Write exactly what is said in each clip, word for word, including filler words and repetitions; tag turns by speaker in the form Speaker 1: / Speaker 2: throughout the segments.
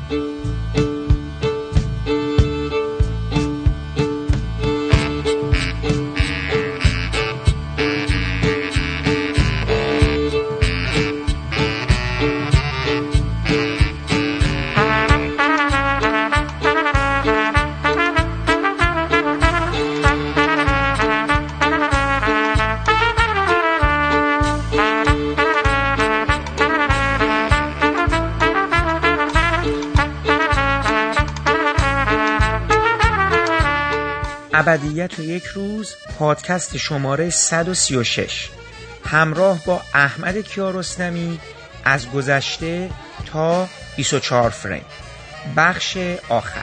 Speaker 1: ابدیت و یک روز، پادکست شماره صد و سی و شش، همراه با احمد کیارستمی از گذشته تا بیست و چهار فریم، بخش آخر.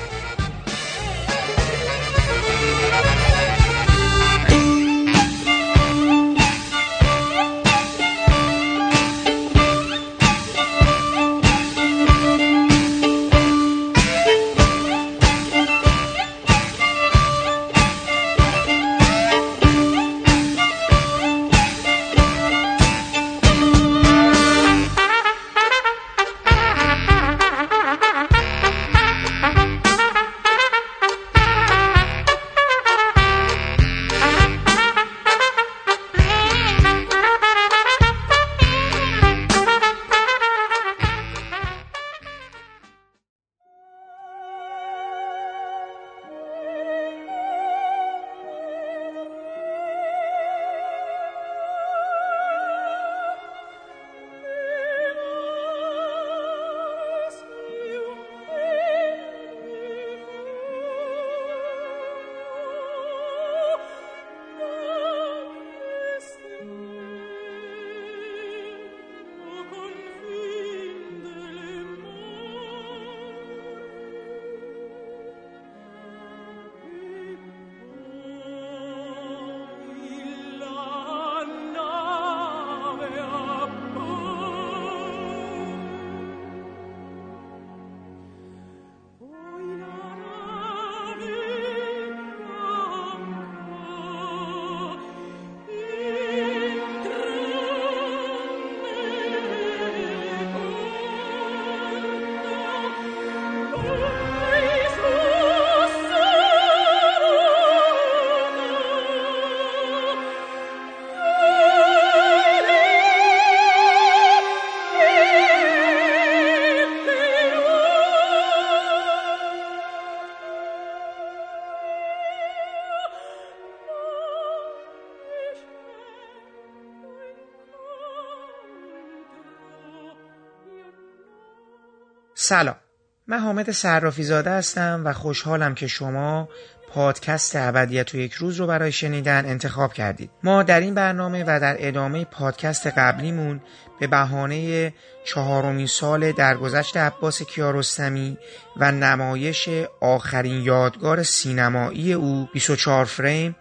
Speaker 1: سلام، من حامد صرافی زاده هستم و خوشحالم که شما پادکست ابدیت و یک روز رو برای شنیدن انتخاب کردید. ما در این برنامه و در ادامه پادکست قبلیمون به بهانه چهارمین سال درگذشت عباس کیارستمی و نمایش آخرین یادگار سینمایی او بیست و چهار فریم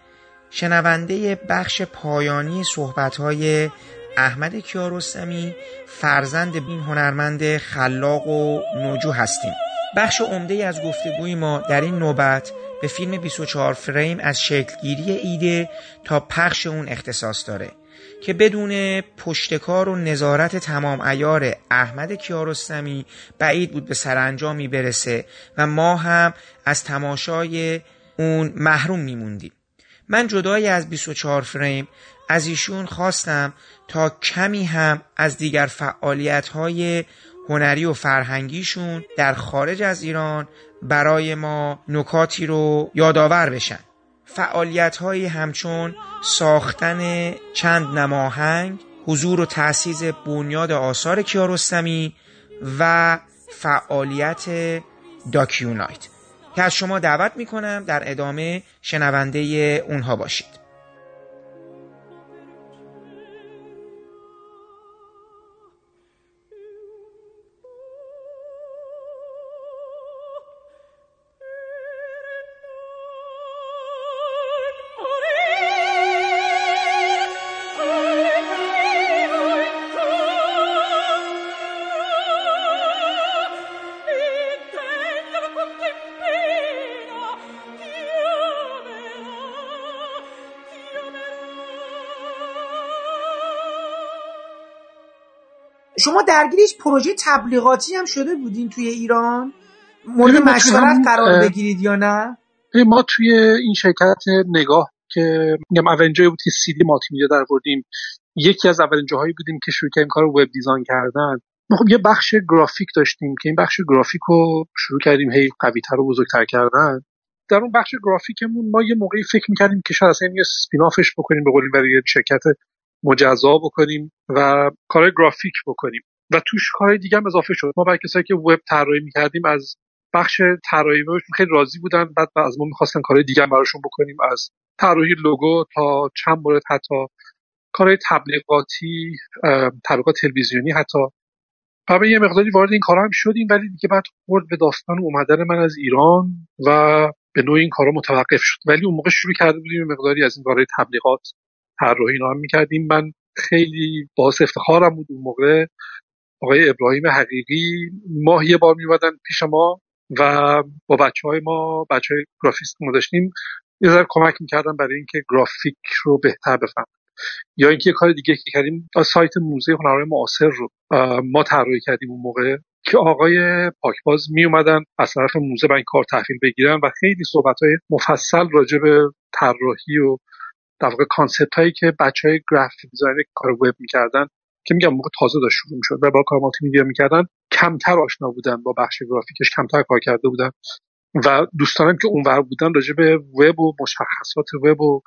Speaker 1: شنونده بخش پایانی صحبت‌های احمد کیارستمی، فرزند این هنرمند خلاق و نوجو هستیم. بخش عمده‌ای از گفتگوی ما در این نوبت به فیلم بیست و چهار فریم از شکلگیری ایده تا پخش اون اختصاص داره که بدون پشتکار و نظارت تمام عیار احمد کیارستمی بعید بود به سرانجامی برسه و ما هم از تماشای اون محروم میموندیم. من جدای از بیست و چهار فریم از ایشون خواستم تا کمی هم از دیگر فعالیت‌های هنری و فرهنگیشون در خارج از ایران برای ما نکاتی رو یادآور بشن. فعالیت‌هایی همچون ساختن چند نماهنگ، حضور و تأسیس بنیاد آثار کیارستمی و فعالیت داکیونایت که از شما دعوت میکنم در ادامه شنونده اونها باشید. شما درگیر هیچ پروژه تبلیغاتی هم شده بودین توی ایران؟ مورد مشورت قرار بگیرید یا نه؟
Speaker 2: ما توی این شرکت نگاه که میگم اولین جایی بود که سی دی مالتی میدیا در آوردیم، یکی از اولین جاهایی بودیم که شروع کردیم کار وب دیزاین کردن. ما خب یه بخش گرافیک داشتیم که این بخش گرافیک رو شروع کردیم هی قوی‌تر و بزرگتر کردن. در اون بخش گرافیکمون ما یه موقعی فکر می‌کردیم که شاید اصلا یه اسپینافش بکنیم، به قول برای شرکت مجزا بکنیم و کار گرافیک بکنیم و توش کارهای دیگه هم اضافه شد. ما برای کسایی که وب طراحی می‌کردیم از بخش طراحی خیلی راضی بودن، بعد از ما می‌خواستن کارهای دیگه هم براشون بکنیم، از طراحی لوگو تا چند مورد حتی کارهای تبلیغاتی، تبلیغات تلویزیونی حتی. و یه مقداری وارد این کارا هم شدیم، ولی دیگه بعد خورد به داستان اومدن من از ایران و به نوعی این کارا متوقف شد. ولی اون موقع شروع کرده بودیم مقداری از این کارهای تبلیغات طراحی اینا هم می‌کردیم. من خیلی باعث افتخارم بود اون موقع آقای ابراهیم حقیقی ماه یه بار میومدن پیش ما و با بچهای ما، بچهای گرافیست ما داشتیم، یه ذره کمک می‌کردن برای اینکه گرافیک رو بهتر بفهمن. یا اینکه کار دیگه که کردیم، سایت موزه هنرهای معاصر رو ما طراحی کردیم اون موقع که آقای پاکباز می اومدن از طرف موزه برای این کار تحویل بگیرن و خیلی صحبت‌های مفصل راجع به طراحی و در واقع کانسپت‌هایی که بچهای گرافیک دیزاینر کار وب می‌کردن که میگم موقع تازه داشت شروع می‌شد و با کار مالتی میدیا می‌کردن، کمتر آشنا بودن با بخش گرافیکش، کمتر کار کرده بودن و دوستانم که اونور بودن راجع به وب و مشخصات وب و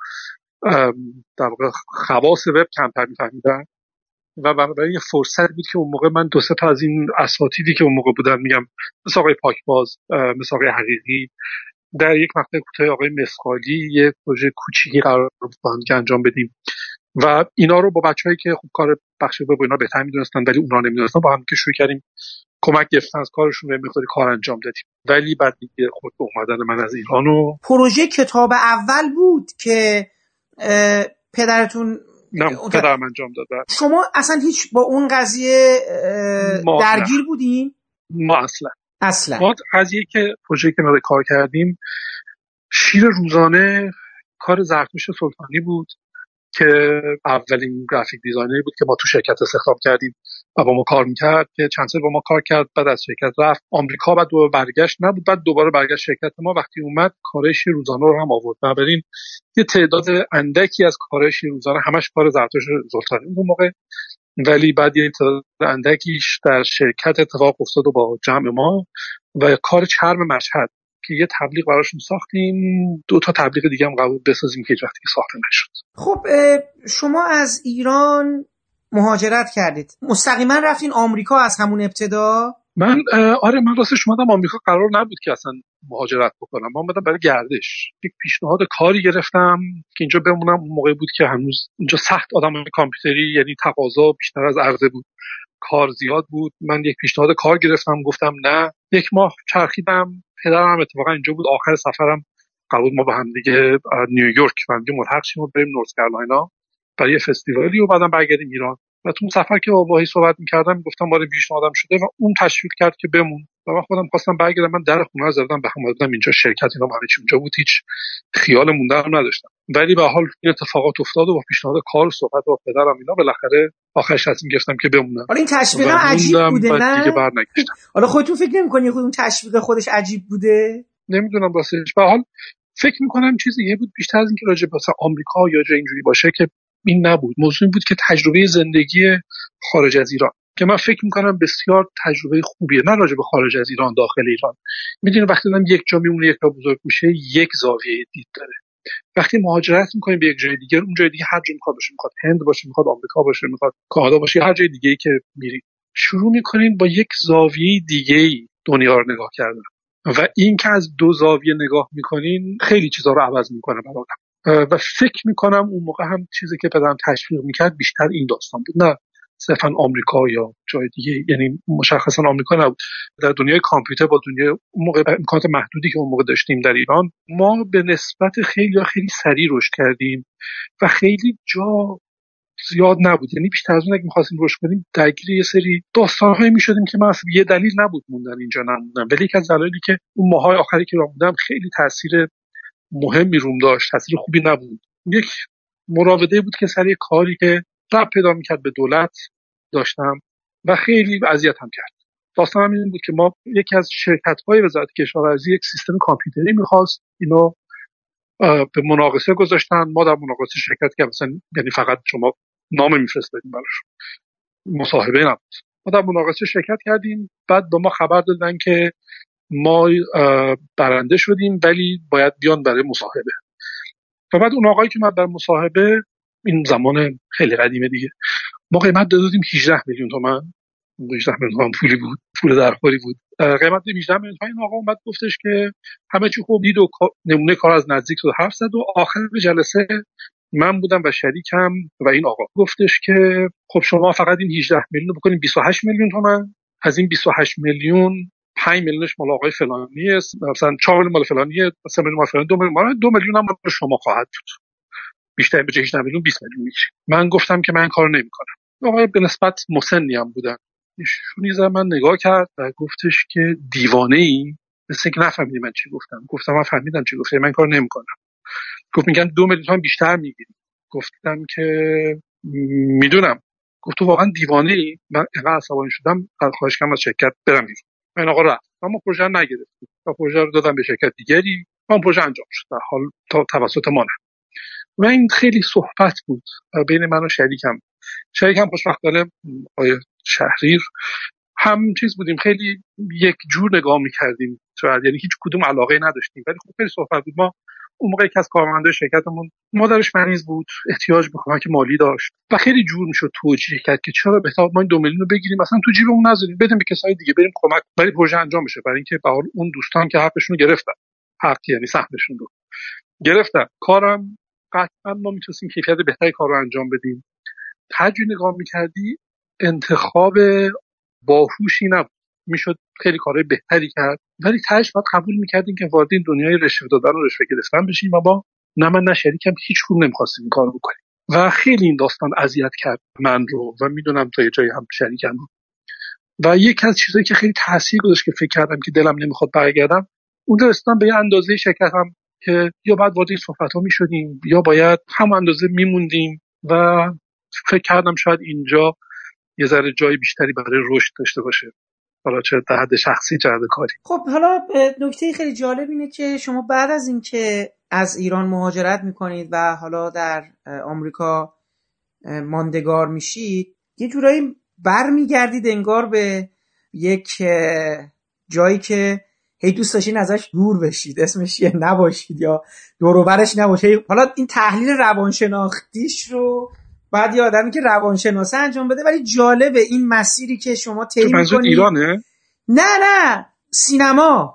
Speaker 2: در واقع خواص وب کمتر می‌فهمیدن و برای یه فرصت بود که اون موقع من دو سه تا از این اساتیدی که اون موقع بودن، میگم مثل آقای پاکباز، مثل آقای حقیقی، در یک مقطع کوتاه آقای مسقالی یه پروژه کوچیکی قرار بود با هم انجام بدیم و اینا رو با بچه‌هایی که خوب کار بخش وب و اینا بهتر می‌دونستن ولی اونا نمی‌دونستن با هم که شروع کردیم کمک گرفتن از کارشون و مقداری کار انجام دادیم. ولی بعد دیگه خود به اومدن من از ایران و
Speaker 1: پروژه کتاب اول بود که پدرتون
Speaker 2: نه پدرم انجام داد.
Speaker 1: شما اصلا هیچ با اون قضیه درگیر بودین؟
Speaker 2: ما اصلا
Speaker 1: اصلا
Speaker 2: ما قضیه که پروژه که ما کار کردیم شیر روزانه کار زرتوش سلطانی بود که اولین گرافیک دیزاینری بود که ما تو شرکت استخدام کردیم و با ما کار میکرد که چند سال با ما کار کرد. بعد از شرکت رفت آمریکا، بعد دوباره برگشت نبود، بعد دوباره برگشت شرکت ما. وقتی اومد کارهای شیر روزانه رو هم آورد. بنابراین یه تعداد اندکی از کارهای شیر روزانه همش کار زرتوش سلطانی بود اون موقع، ولی بعد یه تعداد اندکیش در شرکت اتفاق افتاد و با جمع ما و کار چرم مشهد که یه تبلیغ براشون ساختیم، دو تا تبلیغ دیگه هم قرار بسازیم که هیچ وقتی ساخته نشد.
Speaker 1: خب شما از ایران مهاجرت کردید، مستقیما رفتین آمریکا از همون ابتدا؟
Speaker 2: من آره من راستش اومدم آمریکا، قرار نبود که اصلا مهاجرت بکنم. من اومدم برای گردش. یک پیشنهاد کاری گرفتم که اینجا بمونم. اون موقع بود که هنوز اینجا سخت آدم کامپیوتری، یعنی تقاضا بیشتر از عرضه بود، کار زیاد بود. من یک پیشنهاد کار گرفتم، گفتم نه. یک ماه چرخیدم. پدرم اتفاقا اینجا بود. آخر سفرم قرار بود ما با هم دیگه نیویورک و هم دیگه ملحق شیم و بریم نورث کارولاینا برای فستیوالی و بعدم برگردیم ایران. و تو سفر که با واهی صحبت می‌کردم گفتم وارد پیشنهادم شده و اون تشویق کرد که بمون و من خودم خواستم برگردم. من در خونه رو زدم به هم زدم اینجا شرکت اینا همه چی اونجا بود، هیچ خیال موندن هم نداشتم. ولی به حال این اتفاقات افتاد و با پیشنهاد کار و صحبت با پدرم اینا بالاخره آخرش تصمیم گرفتم که بمونم.
Speaker 1: حالا این تشویق عجیب بوده نه؟
Speaker 2: دیگه برنگشتم.
Speaker 1: حالا خودتون فکر نمی‌کنید اون تشویق خودش عجیب بوده؟
Speaker 2: نمیدونم راستش. به حال فکر می‌کنم چیزی یه بود بیشتر از اینکه راجع به مثلا آمریکا یا جای اینجوری باشه که این نبود. موضوع بود که تجربه زندگی خارج از ایران که من فکر میکنم بسیار تجربه خوبیه، نه راجع به خارج از ایران، داخل ایران. میدونی وقتی آدم یک جا میمونه یک جا بزرگ میشه یک زاویه دید داره. وقتی مهاجرت میکنیم به یک جای دیگه، اون جای دیگه هر جا میخواد باشه، میخواد هند باشه، میخواد آمریکا باشه، میخواد کانادا باشه، هر جای دیگه‌ای که میری شروع میکنین با یک زاویه دیگه‌ای دنیا رو نگاه کردن و این که از دو زاویه نگاه میکنین خیلی چیزا رو عوض میکنه برای آدم. و فکر میکنم اون موقع هم چیزی که پدرم تشویق میکرد بیشتر این داستان بود، نه صرفا آمریکا یا جای دیگه. یعنی مشخصا آمریکا نبود. در دنیای کامپیوتر با دنیای اون موقع امکانات محدودی که اون موقع داشتیم در ایران، ما به نسبت خیلی خیلی سریع رشد کردیم و خیلی جا زیاد نبود. یعنی بیشتر از اون اگه می‌خواستیم رشد کنیم درگیر یه سری داستان‌هایی می‌شدیم که من اصلا یه دلیل نبود موندن اینجا نموندم. ولی یک از دلایلی که اون ماهای آخری که موندم خیلی تاثیر مهمی روم داشت، تاثیر خوبی نبود. یک مراوده بود که سر کاری که ربط پیدا می‌کرد به دولت داشتم و خیلی اذیتم کرد. داستان هم این بود که ما یکی از شرکت‌های وزارت کشاورزی یک سیستم کامپیوتری می‌خواست، اینو به مناقصه گذاشتن. ما در مناقصه شرکت کردیم، مثلا یعنی فقط شما نام می‌فرستادیم براش، مصاحبه نبود. ما در مناقصه شرکت کردیم، بعد به ما خبر دادن که ما برنده شدیم ولی باید بیان برای مصاحبه. و بعد اون آقایی که من در مصاحبه، این زمان خیلی قدیمه دیگه، ما قیمت دادیم هجده میلیون تومان. هجده میلیون تومان پولی بود، پول درخوری بود. قیمت هجده میلیون تومان. این آقا اومد گفتش که همه چی خوب دید و نمونه کار از نزدیک رو حرف زد و آخر جلسه من بودم و شریکم و این آقا گفتش که خب شما فقط این هجده میلیون رو بکنید بیست و هشت میلیون تومان. از این بیست و هشت میلیون پنج میلیونش مال آقای فلانیه، مثلا چهار میلیون مال فلانیه، سه میلیون مال فلان، دو میلیون دو میلیون هم مال شما خواهد بود. بیشتر به هجده میلیون بیست میلیون میشه. من گفتم که من کارو نمی‌کنم. آقای به نسبت مسنی هم بودن. ایشون یه ذره من نگاه کرد و گفتش که دیوانه‌ای، مثل اینکه نفهمیدی من چی گفتم. گفتم من فهمیدم چی گفتی، من کار نمی‌کنم. گفت میگن دو میلیون تومان بیشتر میگیری. گفتم که میدونم. گفت تو واقعا دیوانه‌ای؟ من انقدر عصبانی شدم، خواهش کردم از شرکت برم بیرون. من آقا رفت. اما پروژه نگرفتم. تا پروژه رو دادم به شرکت دیگری، اون پروژه انجام شد در حال تا توسط ما. و این خیلی صحبت بود بین من و شریکم. شریکم خوشبختانه آقای شهریر هم چیز بودیم، خیلی یک جور نگاه می‌کردیم، شاید یعنی هیچ کدوم علاقه نداشتیم، ولی خب خیلی صحبت بود. ما اون موقع یکی از کارمندای شرکتمون مادرش مریض بود، احتیاج به کمک مالی داشت و خیلی جور میشد توجیه کرد که چرا بهتر ما این دو میلیون رو بگیریم اصلا تو جیبمون نذاریم، بدیم به کسای دیگه، بریم کمک برای پروژه انجام بشه، برای اینکه به حال اون دوستان که حقشون رو گرفتن، حق یعنی سهمشون رو گرفتن. کارم قطعا ما میتونستیم کیفیت بهتری کار رو انجام بدیم. هرجوری نگاه میکردی انتخاب باهوشی نبود، میشد خیلی کارهای بهتری کرد، ولی تهش باید قبول میکردیم که وارد این دنیای رشوه دادن و رشوه گرفتن بشیم و با نه من نه شریکم هیچ کدوم نمیخواستیم این کارو بکنیم و خیلی این داستان اذیت کرد من رو و میدونم تا یه جایی هم شریکم رو. و یک از چیزایی که خیلی تاثیر گذاشت که فکر کردم که دلم نمیخواد برگردم، اون رسیدم به یه اندازه شرکتم که یا باید وارد این صحبت‌ها می‌شدیم یا باید هم اندازه میموندیم و فکر کردم شاید اینجا یه ذره جای بیشتری برای رشد داشته باشه، حالا چه در حد شخصی چه در حد کاری.
Speaker 1: خب حالا نکته خیلی جالب اینه که شما بعد از اینکه از ایران مهاجرت میکنید و حالا در آمریکا ماندگار میشید، یه جورایی برمیگردید انگار به یک جایی که هی دوست داشتین ازش دور بشید، اسمش یه نباشید یا دور و برش نباشه. حالا این تحلیل روانشناختیش رو بعد یه آدمی که روانشناسه انجام بده، ولی جالبه این مسیری که شما طی می‌کنید.
Speaker 2: ایرانه؟
Speaker 1: نه نه سینما.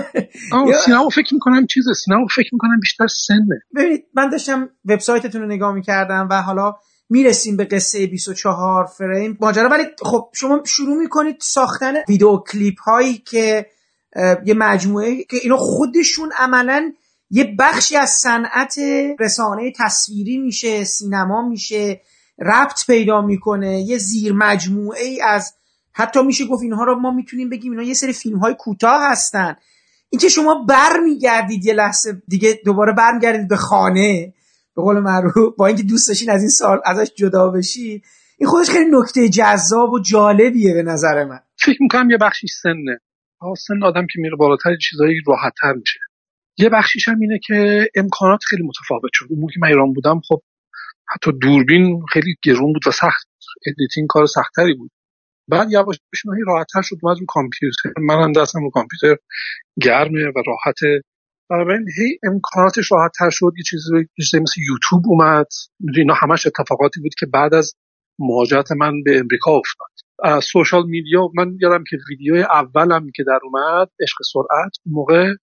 Speaker 2: آه سینما فکر می‌کنم چیزه، سینما فکر می‌کنم بیشتر سنه.
Speaker 1: ببینید من داشتم وبسایتتون رو نگاه می‌کردم و حالا میرسیم به قصه بیست و چهار فریم ماجرا، ولی خب شما شروع می‌کنید ساختن ویدیو کلیپ هایی که یه مجموعه که اینا خودشون عملاً یه بخشی از صنعت رسانه تصویری میشه، سینما میشه، ربط پیدا میکنه، یه زیر مجموعه ای از، حتی میشه گفت اینها رو ما میتونیم بگیم اینا یه سری فیلم های کوتاه هستن. این که شما برمیگردید یه لحظه دیگه دوباره برمیگردید به خانه به قول معروف، با اینکه دوست داشتین از این سال ازش جدا بشید، این خودش خیلی نکته جذاب و جالبیه به نظر من.
Speaker 2: فکر میکنم یه بخشی سنه، سن آدم که میره بالاتر چیزایی راحت‌تر میشه. یه بخشیش هم اینه که امکانات خیلی متفاوت شد. اون موقع که من ایران بودم خب حتی دوربین خیلی گرون بود و سخت، ادیتینگ کار سخت‌تری بود. بعد یواش یواش راحت‌تر شد، اومد رو کامپیوتر، منم دستم رو کامپیوتر گرمه و راحته، بنابراین هی امکاناتش راحت‌تر شد. یه چیزی چیزی مثل یوتیوب اومد. اینا همش اتفاقاتی بود که بعد از مهاجرت من به امریکا افتاد. از سوشال میدیا من یادم که ویدیوی اولم که در اومد عشق سرعت، موقع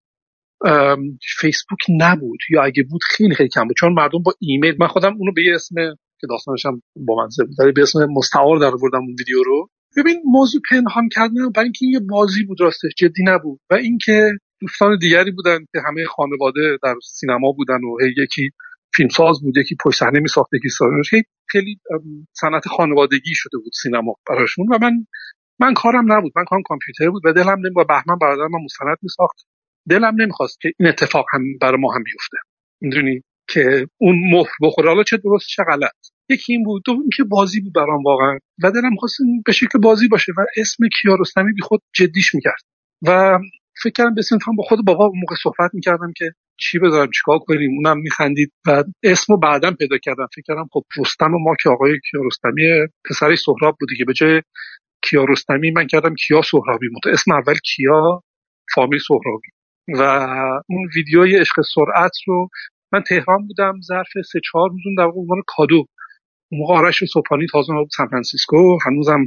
Speaker 2: فیسبوک نبود یا اگه بود خیلی خیلی کم بود، چون مردم با ایمیل، من خودم اونو به یه اسم که داستانش هم با منزه بود ولی به اسم مستعار در آوردم اون ویدیو رو. ببین موضوع پنهان کردن برای اینکه این یه بازی بود، راستش جدی نبود، و اینکه دوستان دیگری بودن که همه خانواده در سینما بودن و یکی فیلمساز بود، یکی پشت صحنه می‌ساخت، یکی سازی، خیلی صنعت خانوادگی شده بود سینما براشون. و من من کارم نبود، من کارم کامپیوتر بود و دلم نمی‌خواست. بهمن برادرم مستند می‌ساخت، دلم نمی‌خواست که این اتفاق هم برای ما هم بیفته، می‌دونی که اون مهر بخوره، حالا چه درست چه غلط. یکی این بود، دوم که بازی بود برام واقعا و دلم خواست به شکل بازی باشه و اسم کیارستمی بی خود جدیش میکرد و فکر کردم به صرفا با خود بابا اون موقع صحبت میکردم که چی بذارم چیکار کنیم، اونم میخندید و اسمو بعداً پیدا کردم. فکر کردم خب رستم و ما که آقای کیارستمی پسری سهراب بود دیگه، به جای کیارستمی من کردم کیا سهرابی. مت اسم اول کیا، فامیل سهرابی. و اون ویدیوی عشق سرعت رو من تهران بودم ظرف سه چهار روز در واقع عنوان کادو، اون موقع آرش صبحانی تازه بود سان فرانسیسکو، هنوزم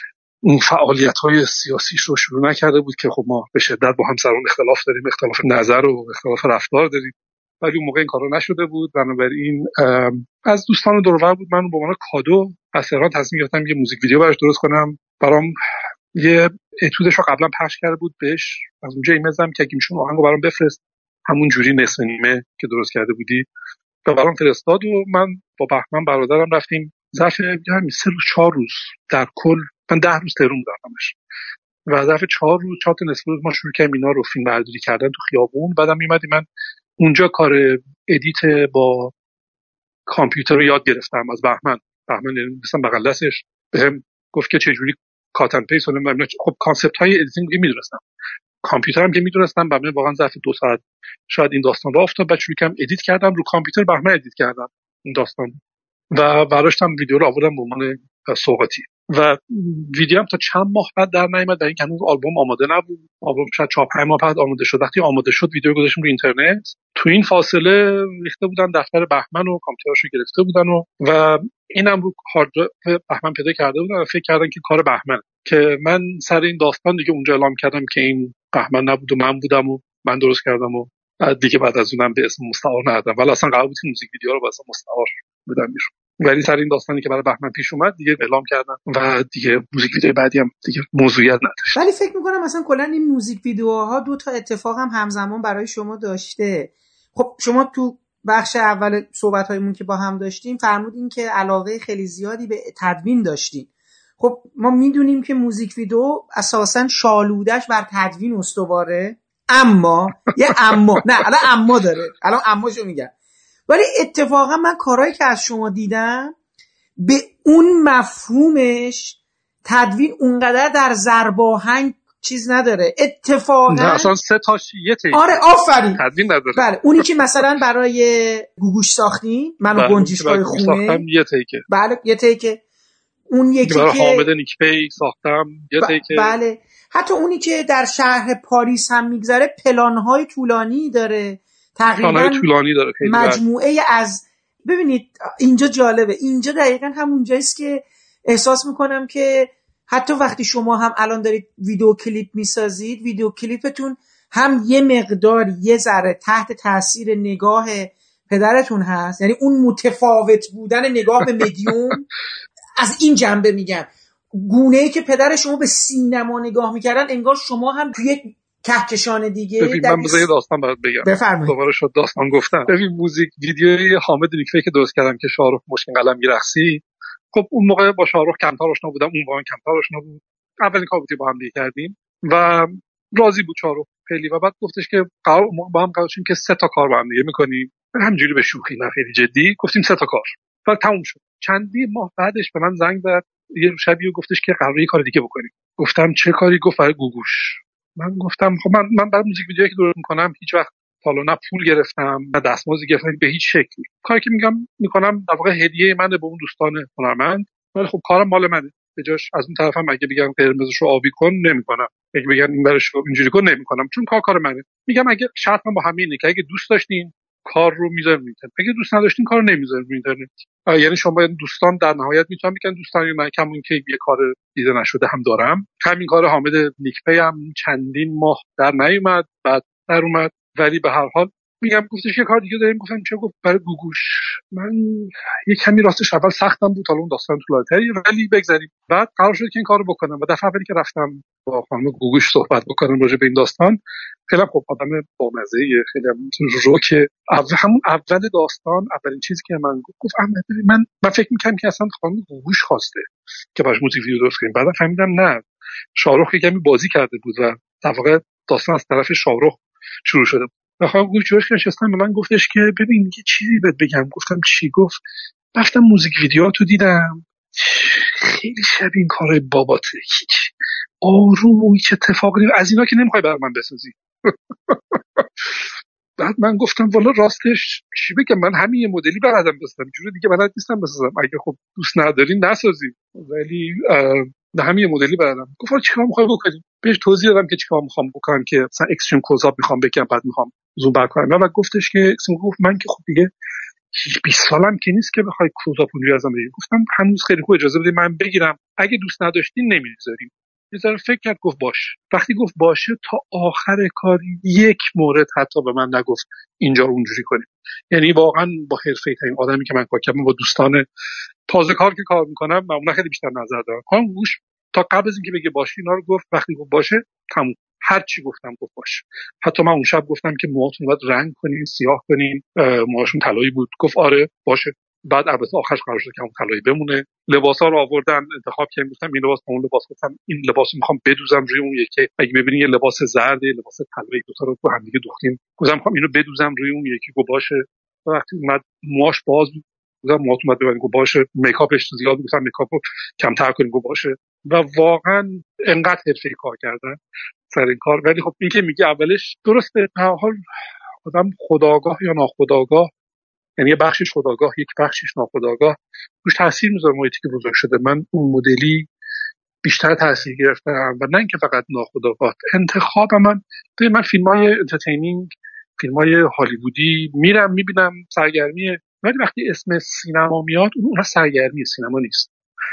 Speaker 2: اون فعالیت‌های سیاسیش رو شروع نکرده بود که خب ما به شدت با همسران اختلاف داریم، اختلاف نظر و اختلاف رفتار داریم، ولی اون موقع این کارا نشده بود. بنابراین از دوستان دور و بر بود من به عنوان کادو از تهران تصمیم گرفتم یه موزیک ویدیو براش درست کنم. برام یه اتودش رو قبلا پخش کرده بود بهش، از اونجا ایمیل زدم که اگه میشون آهنگو برام بفرست، همون جوری نصف نیمه که درست کرده بودی و برام فرستاد و من با بهمن برادرم رفتیم. ظرف همین سه روز چهار روز در کل من ده روز تهران بودم همش و ظرف چهار روز چهار تا نصف روز ما شروع کردیم اینا رو فیلم برداری کردن تو خیابون. بعدم میومدیم من اونجا کار ادیت با کامپیوتر رو یاد گرفتم از بهمن. بهمن مثلا بغل دستش بهم گفت که چه جوری کات اند پیست کنم. خب کانسپت های ادیتینگ رو میدونستم، کامپیوترم که میدونستم. بهمن واقعا ظرف دو ساعت شاید این داستان راه افتاد. بعد شروع کردم ادیت کردم رو کامپیوتر، بهمن ادیت کردم این داستان و براشتم ویدیو رو آوردم به عنوان سوغاتی و ویدیو هم تا چند ماه بعد در نیامد، در این که هنوز آلبوم آماده نبود. آلبوم شاید چهار پنج ماه بعد آماده شد. وقتی آماده شد ویدیو گذاشتم رو اینترنت. تو این فاصله ریخته بودن دفتر بهمن و کامپیوترشو گرفته بودن و و اینم رو هارد درایو بهمن پیدا کرده بودن و فکر کردن که کار بهمن، که من سر این داستان دیگه اونجا اعلام کردم که این بهمن نبود و من بودم و من درست کردم و بعد دیگه بعد از اونم به اسم مستعار ندادم، ولی اصلا قرار بود موزیک ویدیو رو واسه مستعار بدم بیرون. ولی سر این داستانی که برای بهمن پیش اومد دیگه اعلام کردم و دیگه موزیک ویدیو بعدی هم دیگه موضوعیت نداشت.
Speaker 1: ولی فکر میکنم مثلا کلا این موزیک ویدیوها دو تا اتفاق هم همزمان برای شما داشته. خب شما تو بخش اول صحبت‌هایمون که با هم داشتیم فرمودین که علاقه خیلی زیادی به تدوین داشتین. خب ما میدونیم که موزیک ویدیو اساساً شالودش بر تدوین استواره، اما یه اما نه الان اما داره، الان اماشو میگم. ولی اتفاقا من کارهایی که از شما دیدم به اون مفهومش تدوین اونقدر در ضرباهنگ چیز نداره. اتفاقا
Speaker 2: نه اصلا سه تاش یه تیک.
Speaker 1: آره آفرین.
Speaker 2: تدوین نداره.
Speaker 1: بله اونی که مثلا برای گوگوش ساختیم منو گنجشکای خونه
Speaker 2: یه تیکه.
Speaker 1: بله یه تیکه. اون یکی
Speaker 2: برای
Speaker 1: که
Speaker 2: حامد نیکپی ساختم یه
Speaker 1: ب...
Speaker 2: تیکه.
Speaker 1: بله حتی اونی که در شهر پاریس هم میگذره پلان‌های طولانی داره، تقریبا
Speaker 2: طولانی داره
Speaker 1: مجموعه بر. از ببینید اینجا جالبه، اینجا دقیقاً همون جاییست که احساس میکنم که حتی وقتی شما هم الان دارید ویدیو کلیپ میسازید، ویدیو کلیپتون هم یه مقدار یه ذره تحت تاثیر نگاه پدرتون هست، یعنی اون متفاوت بودن نگاه به مدیوم از این جنبه میگم، گونه‌ای که پدر شما به سینما نگاه میکردن انگار شما هم توی یک کهکشان دیگه.
Speaker 2: ببین من بذار یه داستان برات بگم.
Speaker 1: بفرمایید.
Speaker 2: دوباره شد داستان گفتم. ببین موزیک ویدیوی حامد نیکپی که درست کردم که شاهرخ مشکین قلم میرقصی، خب اون موقع با شاهرخ کمتر آشنا بودم، اون موقع کمتر آشنا بود. اولین کار بود با هم دیگه کردیم و راضی بود شاهرخ خیلی و بعد گفتش که قرار با هم قرار شدیم که سه تا کار با هم دیگه می‌کنیم، همینجوری به شوخی نه خیلی جدی گفتیم سه تا کار. بعد تموم شد. چندی ماه بعدش به من زنگ زد یه شبیه گفتش که قراره یه کار دیگه بکنیم. گفتم چه کاری؟ گفت برای گوگوش. من گفتم خب من من بعد موزیک ویدیویی که درست میکنم هیچ وقت حالا نه پول گرفتم نه دستمزد گرفتم به هیچ شکلی. کاری که میگم میکنم در واقع هدیه منه به اون دوستان هنرمند، ولی خب کارم مال منه. به جاش از اون طرفم اگه بگن قرمزش رو آبی کن نمیکنم، اگه بگن این برش رو اینجوری کن نمیکنم، چون کار کار منه. میگم اگه شرطم با همین اینه که اگه دوست داشتین کار رو میذارم اینترنت، اگه دوست نداشتین کار رو نمیذارم اینترنت. یعنی شما دوستان در نهایت میتونن بگن دوستان من کمون که یه کار دیده نشده هم دارم. همین کار حامد نیکپی هم چندین ماه در نیومد، بعد در اومد، ولی به هر حال میگم گفتش یه کار دیگه داریم. گفتم چه؟ گفت برای گوگوش. من یه کمی راستش اول سختم بود، حالا اون داستان طولانی‌تره ولی بگذاریم. بعد قرار شد که این کارو بکنم و دفعه اولی که رفتم با خانم گوگوش صحبت بکنم راجع به این داستان، خیلی خب آدم بامزه‌ایه، خیلی روک. اول همون اول داستان اولین چیزی که من گفت گفت احمد من من فکر می‌کردم که اصلا خانم گوگوش خواسته که باش موزیک ویدیو درست کنیم. بعدا فهمیدم نه، شاهرخ کمی بازی کرده بود و در واقع داستان از طرف شاهرخ شروع شده بود. و خانم گوگوش جوش نشستن به من گفتش که ببین یه چیزی بهت بگم. گفتم چی؟ گفت رفتم موزیک ویدیو تو دیدم، خیلی شبیه این کارهای باباته، هیچ آروم و هیچ اتفاقی از اینا که نمیخوای برای من بسازی. بعد من گفتم والا راستش چی بگم، من همین یه مدلی بلدم بسازم، جوری دیگه بلد نیستم بسازم، اگه خب دوست ندارین نسازیم، ولی نه همین یه مدلی بلدم. گفت چیکار میخوای بکنی؟ بهش توضیح دادم که چیکار میخوام بکنم، که مثلا اکستریم کلوزآپ میخوام بکنم، بعد میخوام زوم بک کنم. بعد گفتش که گفت من که خب دیگه بیست سالم که نیست که بخوای کلوزآپ اونجوری ازم بگیری. گفتم هنوز خیلی خوب، اجازه بدید من بگیرم، اگه دوست نداشتین نمیذاریم. یه ذره فکر کرد، گفت باش. وقتی گفت باشه تا آخر کار یک مورد حتی به من نگفت اینجا رو اونجوری کنیم. یعنی واقعا با حرفه‌ای‌ترین آدمی که من کار کردم، با دوستان تازه کار که کار میکنم معمولا خیلی بیشتر نظر دارم. خانم گوش تا قبل از اینکه بگه باشه اینا رو گفت. وقتی گفت باشه تموم، هر چی گفتم گفت باشه. حتی من اون شب گفتم که موهاتون رو باید رنگ کنین، سیاه کنین، موهاشون طلایی بود. گفت آره باشه. بعد البته آخرش قرار شد که اون طلایی بمونه. لباسا رو آوردن انتخاب کردم، گفتم این لباس با اون لباس، گفتم این لباسو میخوام بدوزم روی اون یکی، اگه ببینین یه لباس زرد یه لباس طلایی دو تا رو تو هم دیگه دوختیم، گفتم میخوام اینو بدوزم روی اون یکی. گفت باشه. وقتی اومد موهاش باز بود، گفتم موهات اومد ببینید، گفت باشه. میکاپش زیاد، گفتم میکاپو کمتر کنیم، گفت باشه. و واقعا انقدر حرفه‌ای کار کردن سر این کار. ولی خب این که میگه اولش درسته، به هر حال آدم خودآگاه یا ناخودآگاه، یعنی یه بخشش خودآگاه یک بخشش ناخودآگاه روش تاثیر میذاره محیطی که بزرگ شده. من اون مدلی بیشتر تاثیر گرفتم و نه اینکه فقط ناخودآگاه. انتخاب من به من فیلم‌های انترتینینگ، فیلم‌های هالیوودی میرم میبینم، سرگرمیه، ولی وقتی اسم سینما میاد اون سرگرمی سینما نیست.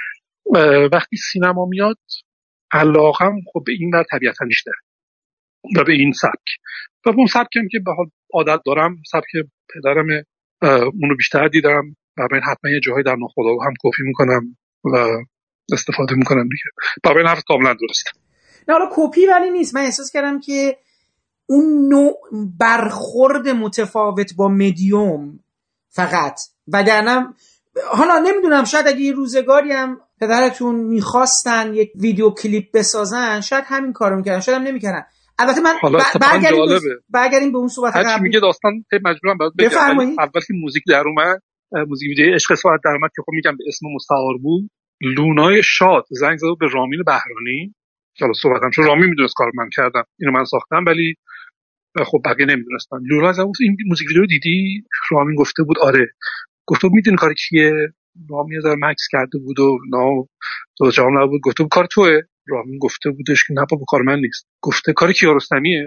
Speaker 2: وقتی سینما میاد علاقم خب به این ور طبیعتاً بیشتره و به این سبک و به اون سبکم که به حال عادت دارم، سبک پدرم، اونو بیشتر دیدم و من حتما یه جاهای در ناخودآگاه هم کپی میکنم و استفاده میکنم دیگه. برای این حرف کاملا درسته.
Speaker 1: نه حالا کپی ولی نیست، من احساس کردم که اون نوع برخورد متفاوت با مدیوم فقط، وگرنه حالا نمیدونم شاید اگه یه روزگاری هم پدرتون میخواستن یک ویدیو کلیپ بسازن شاید همین کارو میکردن، شاید هم نمیکردن. البته من برگردیم به برگردیم به اون صحبت قبلی.
Speaker 2: هرچی میگه داستان مجبورم برات بگم. اول که موزیک در اومد، موزیک ویدیو عشق ساعت در اومد که خب میگم به اسم مستعار بود، لونای شاد زنگ زد به رامین بهرانی. حالا صحبتم چون رامین میدونست کار من کردم، اینو من ساختم، ولی خب بقیه نمیدونستن. لونا زنگ گفت این موزیک ویدیو دیدی؟ رامین گفته بود آره. گفت میدونی کار کیه؟ رامین در مکس کرده بود و نه تو جام نبود. گفت کار توئه؟ رامین گفته بودش که نه بابا کار من نیست. گفته کار کیارستمیه.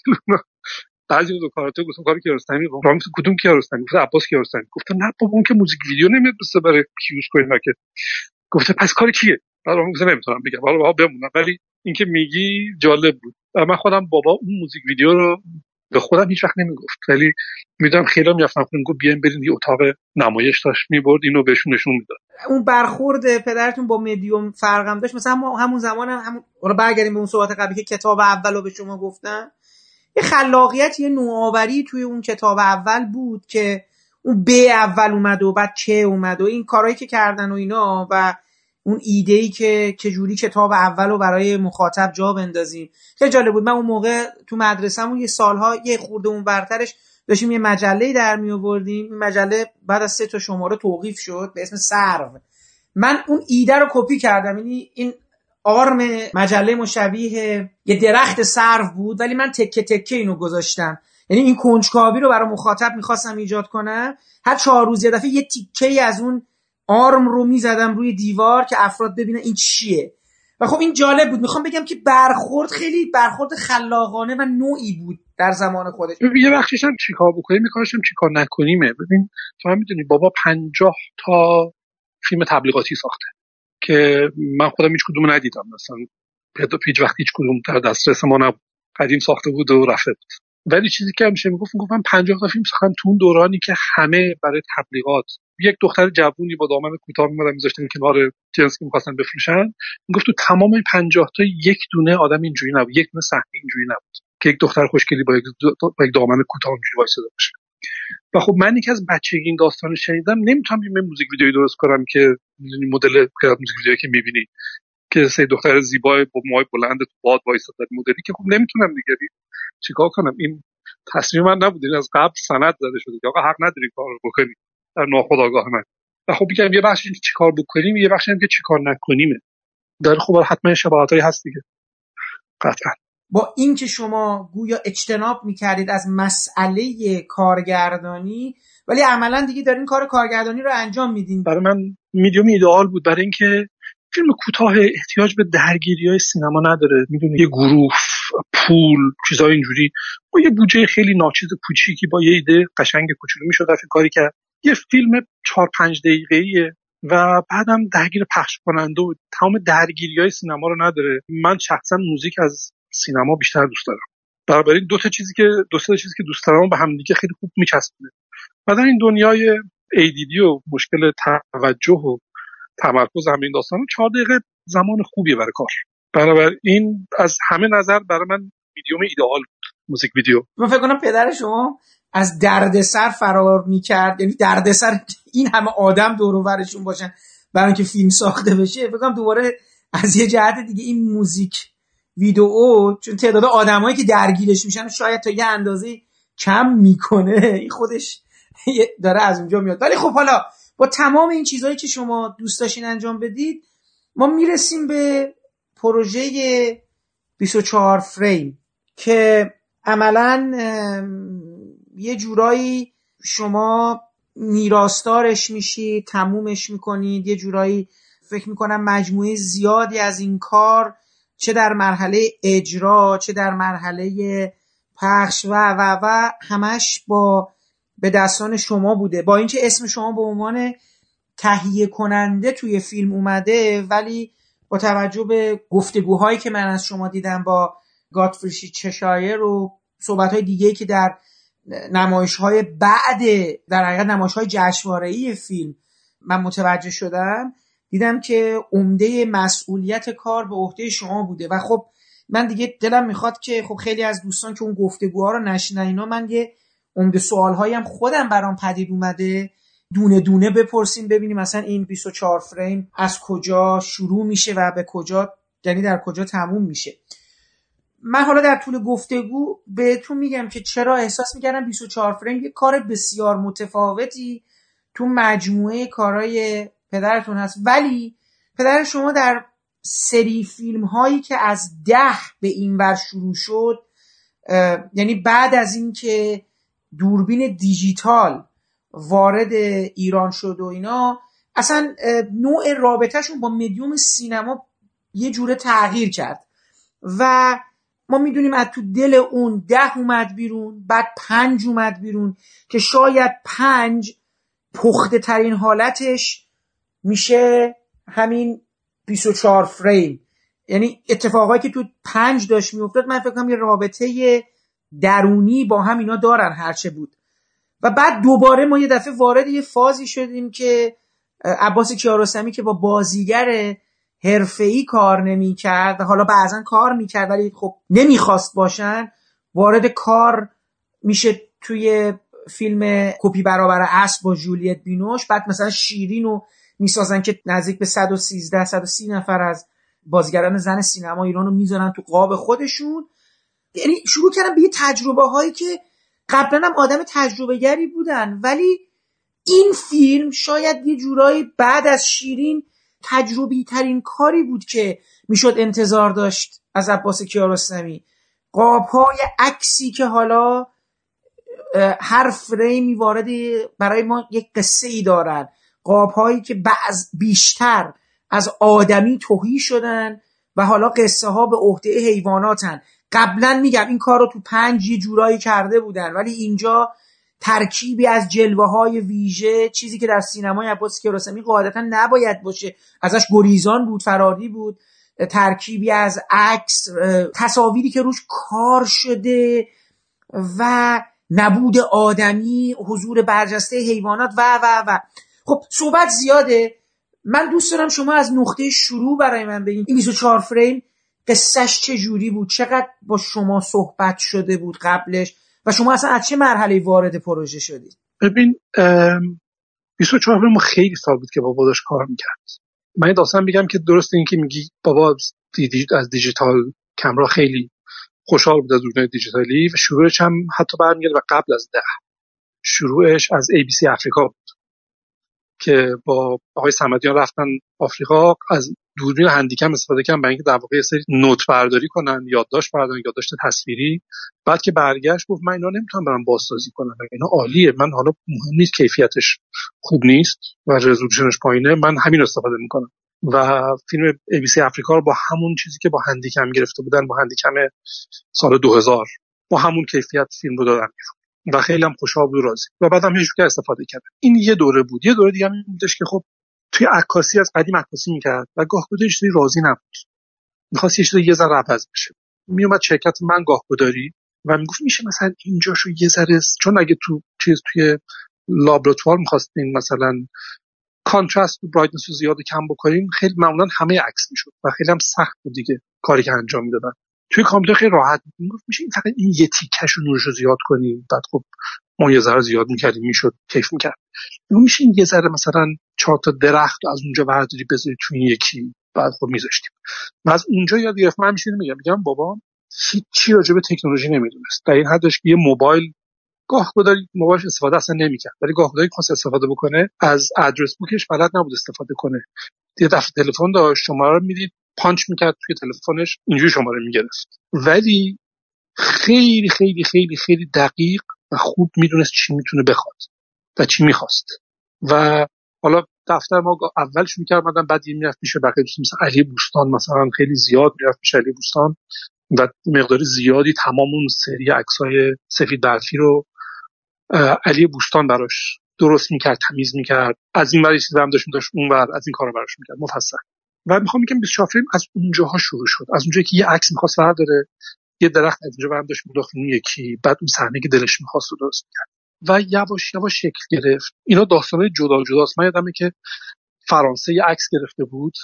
Speaker 2: بعضی دو کاراتو گفتم کار کیارستمی. رامین کدوم کیارستمی؟ گفت عباس کیارستمی. گفت نه بابا اون که موزیک ویدیو نمیاد بس برای کیوش کنه که. گفته پس کار کیه؟ بعد رامین گفت نمیتونم بگم، حالا بابا بمونم، ولی اینکه میگی جالب بود. من خودم بابا اون موزیک ویدیو رو به خودم هیچ وقت نمیگفت، ولی میدونم خیلی میرفتم خودم گفت بیاین بریم یه اتاق نمایش داشت میبرد اینو بهشون نشون میداد.
Speaker 1: اون برخورد پدرتون با مدیوم فرقم داشت. مثلا ما همون زمان هم همون حالا برگردیم به اون صحبت قبلی که کتاب اولو به شما گفتم، یه خلاقیت یه نوآوری توی اون کتاب اول بود که اون ب اول اومد و بعد که اومد و این کارهایی که کردن و اینا و اون ایده‌ای که چجوری کتاب اولو برای مخاطب جا بندازیم خیلی جالب بود. من اون موقع تو مدرسه‌مون یه سالها یه خورده اون برترش داشتیم یه مجله در می آوردیم. این مجله بعد از سه تا شماره توقیف شد به اسم سرو. من اون ایده رو کپی کردم، یعنی این آرم مجله مشابه یه درخت سرو بود ولی من تکه تکه اینو گذاشتم، یعنی این کنجکاوی رو برای مخاطب می‌خواستم ایجاد کنم. هر چهار روز یه دفعه یه تیکه‌ای از اون آرم رو میزدم روی دیوار که افراد ببینن این چیه. و خب این جالب بود. میخوام بگم که برخورد خیلی برخورد خلاقانه و نوعی بود در زمان خودش.
Speaker 2: یه بخشش هم چیکار بکنیم می‌خواستم چیکار نکنیمه. ببین تو هم می‌دونی بابا پنجاه تا فیلم تبلیغاتی ساخته که من خودم هیچ کدومو ندیدم، مثلا هیچ وقت هیچ کدوم در دسترس ما نبود، قدیم ساخته بود و رفته بود. ولی چیزی که همیشه میگفتم گفتم پنجاه تا فیلم ساختن تو اون دورانی که همه برای تبلیغات یک دختر جوونی با دامن کوتاه می‌اومدن می‌ذاشتن کنار جنس که می‌خواستن بفروشن. میگفت تو تمام این پنجاه تا یک دونه آدم اینجوری نبود، یک دونه صحنه اینجوری نبود که یک دختر خوشگلی با یک, با یک دامن کوتاه اونجوری وایساده باشه. و خب من یکی از بچگی این داستانو شنیدم، نمیتونم یه موزیک ویدیویی درست کنم که مدل خیلی موزیک ویدیویی که می‌بینی که سه دختر زیبای با موهای بلند تو باد وایساده مدلی که خب نمیتونم دیگه چیکار کنم. این تصمیم من نبود، این از قبل سند زده شده که آقا حق نداری کارو بکنی در ناخودآگاه من. و خب میگم یه بخش اینکه چیکار بکنیم، یه بخش اینکه چیکار نکنیمه. در خب حتما شباهتایی هست دیگه، قطعا.
Speaker 1: با این که شما گویا اجتناب میکردید از مسئله کارگردانی، ولی عملا دیگه دارین کار کارگردانی رو انجام میدین.
Speaker 2: برای من میدیوم ایدئال بود، برای اینکه فیلم کوتاه احتیاج به درگیری‌های سینما نداره. میدونی یه گروه، پول، چیزای اینجوری، با یه بودجه خیلی ناچیز کوچیکی با یه ایده قشنگ کوچولو میشد رفت کاری کرد. یه فیلم چهار پنج دقیقه‌ایه و بعدم درگیر پخش کننده و تمام درگیری‌های سینما رو نداره. من شخصا موزیک از سینما بیشتر دوست دارم. بنابراین دو تا چیزی که دو تا چیزی که دوست دارم به هم دیگه خیلی خوب میچسبونه. مثلا این دنیای ای دی دی و مشکل توجه و تمرکز همین داستانا چهار دقیقه زمان خوبیه برای کار. بنابراین از همه نظر برای من ویدیوم ایدئال بود، موزیک ویدیو.
Speaker 1: من فکر کنم پدر شما از دردسر فرار میکرد، یعنی دردسر این همه آدم دور و برشون باشن برای اینکه فیلم ساخته بشه. فکر کنم دوباره از یه جهت دیگه این موزیک ویدیو، چون تعداد آدمایی که درگیرش میشن شاید تا یه اندازه کم میکنه، این خودش داره از اونجا میاد. ولی خب حالا با تمام این چیزهایی که شما دوست داشتین انجام بدید، ما میرسیم به پروژه بیست و چهار فریم که عملاً یه جورایی شما میراثدارش میشید، تمومش میکنید. یه جورایی فکر میکنم مجموعه زیادی از این کار، چه در مرحله اجرا چه در مرحله پخش و و و همش با به دستان شما بوده. با اینکه اسم شما به عنوان تهیه کننده توی فیلم اومده، ولی با توجه به گفتگوهایی که من از شما دیدم با گاتفری چشایر و صحبت‌های دیگه‌ای که در نمایش‌های بعد، در حقیقت نمایش‌های جشنواره‌ای فیلم من متوجه شدم، دیدم که عمده مسئولیت کار به عهده شما بوده. و خب من دیگه دلم میخواد که خب خیلی از دوستان که اون گفتگوها رو نشنن اینا، من یه عمده سوال‌هایی هم خودم برام پدید اومده، دونه دونه بپرسیم ببینیم مثلا این بیست و چهار فریم از کجا شروع میشه و به کجا، یعنی در کجا تموم میشه. من حالا در طول گفتگو بهتون میگم که چرا احساس میکردم بیست و چهار فریم یه کار بسیار متفاوتی تو مجموعه کارهای پدرتون هست. ولی پدر شما در سری فیلم هایی که از ده به این ور شروع شد، یعنی بعد از این که دوربین دیجیتال وارد ایران شد و اینا، اصلا نوع رابطهشون با مدیوم سینما یه جوره تغییر کرد و ما میدونیم از تو دل اون ده اومد بیرون، بعد پنج اومد بیرون که شاید پنج پخته ترین حالتش میشه همین بیست و چهار فریم. یعنی اتفاقایی که تو پنج داشت میافتاد، من فکر کنم یه رابطه درونی با هم اینا دارن هرچه بود. و بعد دوباره ما یه دفعه وارد یه فازی شدیم که عباس کیارستمی که با بازیگر حرفه‌ای کار نمی‌کرد، حالا بعضن کار می‌کرد ولی خب نمی‌خواست باشن، وارد کار میشه توی فیلم کپی برابر اصل با جولیت بینوش. بعد مثلا شیرین رو میسازن که نزدیک به صد و سیزده صد و سی نفر از بازیگران زن سینما ایران رو میذارن تو قاب خودشون. یعنی شروع کردن به یه تجربه هایی که قبلا هم آدم تجربه گری بودن، ولی این فیلم شاید یه جورایی بعد از شیرین تجربی ترین کاری بود که میشد انتظار داشت از عباس کیارستمی. قاب‌های عکسی که حالا هر فریمی وارد برای ما یک قصه ای دارن، قاب‌هایی که بعض بیشتر از آدمی تهی شدن و حالا قصه ها به عهده حیواناتن. قبلا میگم این کار رو تو پنج یه جورایی کرده بودن، ولی اینجا ترکیبی از جلوه های ویژه، چیزی که در سینمای عباس کیارستمی قاعدتا نباید باشه، ازش گریزان بود، فراری بود، ترکیبی از عکس، تصاویری که روش کار شده و نبود آدمی، حضور برجسته حیوانات و و و خب صحبت زیاده. من دوست دارم شما از نقطه شروع برای من بگین این بیست و چهار فریم قصهش چه جوری بود، چقدر با شما صحبت شده بود قبلش و شما اصلا از چه مرحله وارد پروژه شدید؟
Speaker 2: ببین بیست و چهار فریم خیلی سال بود که بابا داشت کار میکرد. من این داستان بگم که درسته این که میگی بابا از دیجیتال کامرا خیلی خوشحال بود از دوربین دیجیتالی و شروعش هم حتی برمیگرده و قبل از ده شروعش از ای بی سی آفریقا بود که با آقای صمدیان رفتن آفریقا، از دوربین هندیکم استفاده کردن برای اینکه در واقع یه سری نوت برداری کنن، یادداشت بردارن، یادداشت تصویری. بعد که برگشت گفت من اینا نمیتونم برام بازسازی کنم، اینا عالیه، من حالا مهم نیست کیفیتش خوب نیست و رزولوشنش پایینه، من همین استفاده میکنم. و فیلم ای بی سی آفریقا رو با همون چیزی که با هندیکم گرفته بودن، با هندیکم سال دو هزار، با همون کیفیت فیلم رو دادن و خیلی هم خوشحال بود و راضی. و بعدم هیچ که استفاده کرد. این یه دوره بود. یه دوره دیگه هم بودش که خب توی عکاسی از قدیم عکاسی می‌کرد و گاه گداری چیزی راضی نبود، می‌خواست یه چیزی یه ذره عوض بشه. میومد شرکت من گاه گداری و میگفت میشه مثلا اینجاشو یه ذره، چون اگه تو چیز توی لابراتوار می‌خواستین مثلا کانتراست و برایتنس رو زیاد کم بکنیم، خیلی معمولا همه عکس میشد و خیلی هم سخت بود دیگه کاری که انجام میدادن. توی کامپیوتر خیلی راحت بود، میگفت میشه این فقط این یه تیکش رو نورش رو زیاد کنیم، بعد خب ما یه ذره زیاد میکردیم میشد کیف میکرد. میشه این یه ذره مثلا چهار تا درخت از اونجا برداری بذاری تو این یکی، بعد خب میذاشتیم. و از اونجا یاد گرفتم. من میشینم میگم میگم بابا هیچی راجع به تکنولوژی نمیدونست، در این حدش که یه موبایل گاه گداری موبایلش استفاده اصلا نمیکرد، ولی گاه گداری خواست استفاده بکنه از ادرس بوکش بلد نبود استفاده کنه. یه دفعه تلفن داشت، شماره رو میدید پانچ میکرد توی تلفنش، اینجوری شماره میگرفت، ولی خیلی خیلی خیلی خیلی دقیق و خوب میدونست چی میتونه بخواد و چی میخواست. و حالا دفتر ما اولش میکردم، بعد یه میرفت میشه بقیه دوست مثلا علی بوستان مثلا خیلی زیاد میرفت میشه علی بوستان و مقدار زیادی تمام اون سری عکسای سفید برفی رو علی بوستان براش درست میکرد، تمیز میکرد، از این ور چیزی هم داشت داشت اون ور از این کارا براش میکرد مفصل. و میخوام بگم بیست و چهار فریم از اونجاها شروع شد، از اونجایی که یه عکس میخواست برداره، یه درخت از اونجا برام داشت میداخت اون یکی، بعد اون صحنه که دلش میخواست رو درست میکرد و یواش یواش شکل گرفت. اینا داستانای جدا جداست. من یادمه که فرانسه یه عکس گرفته بود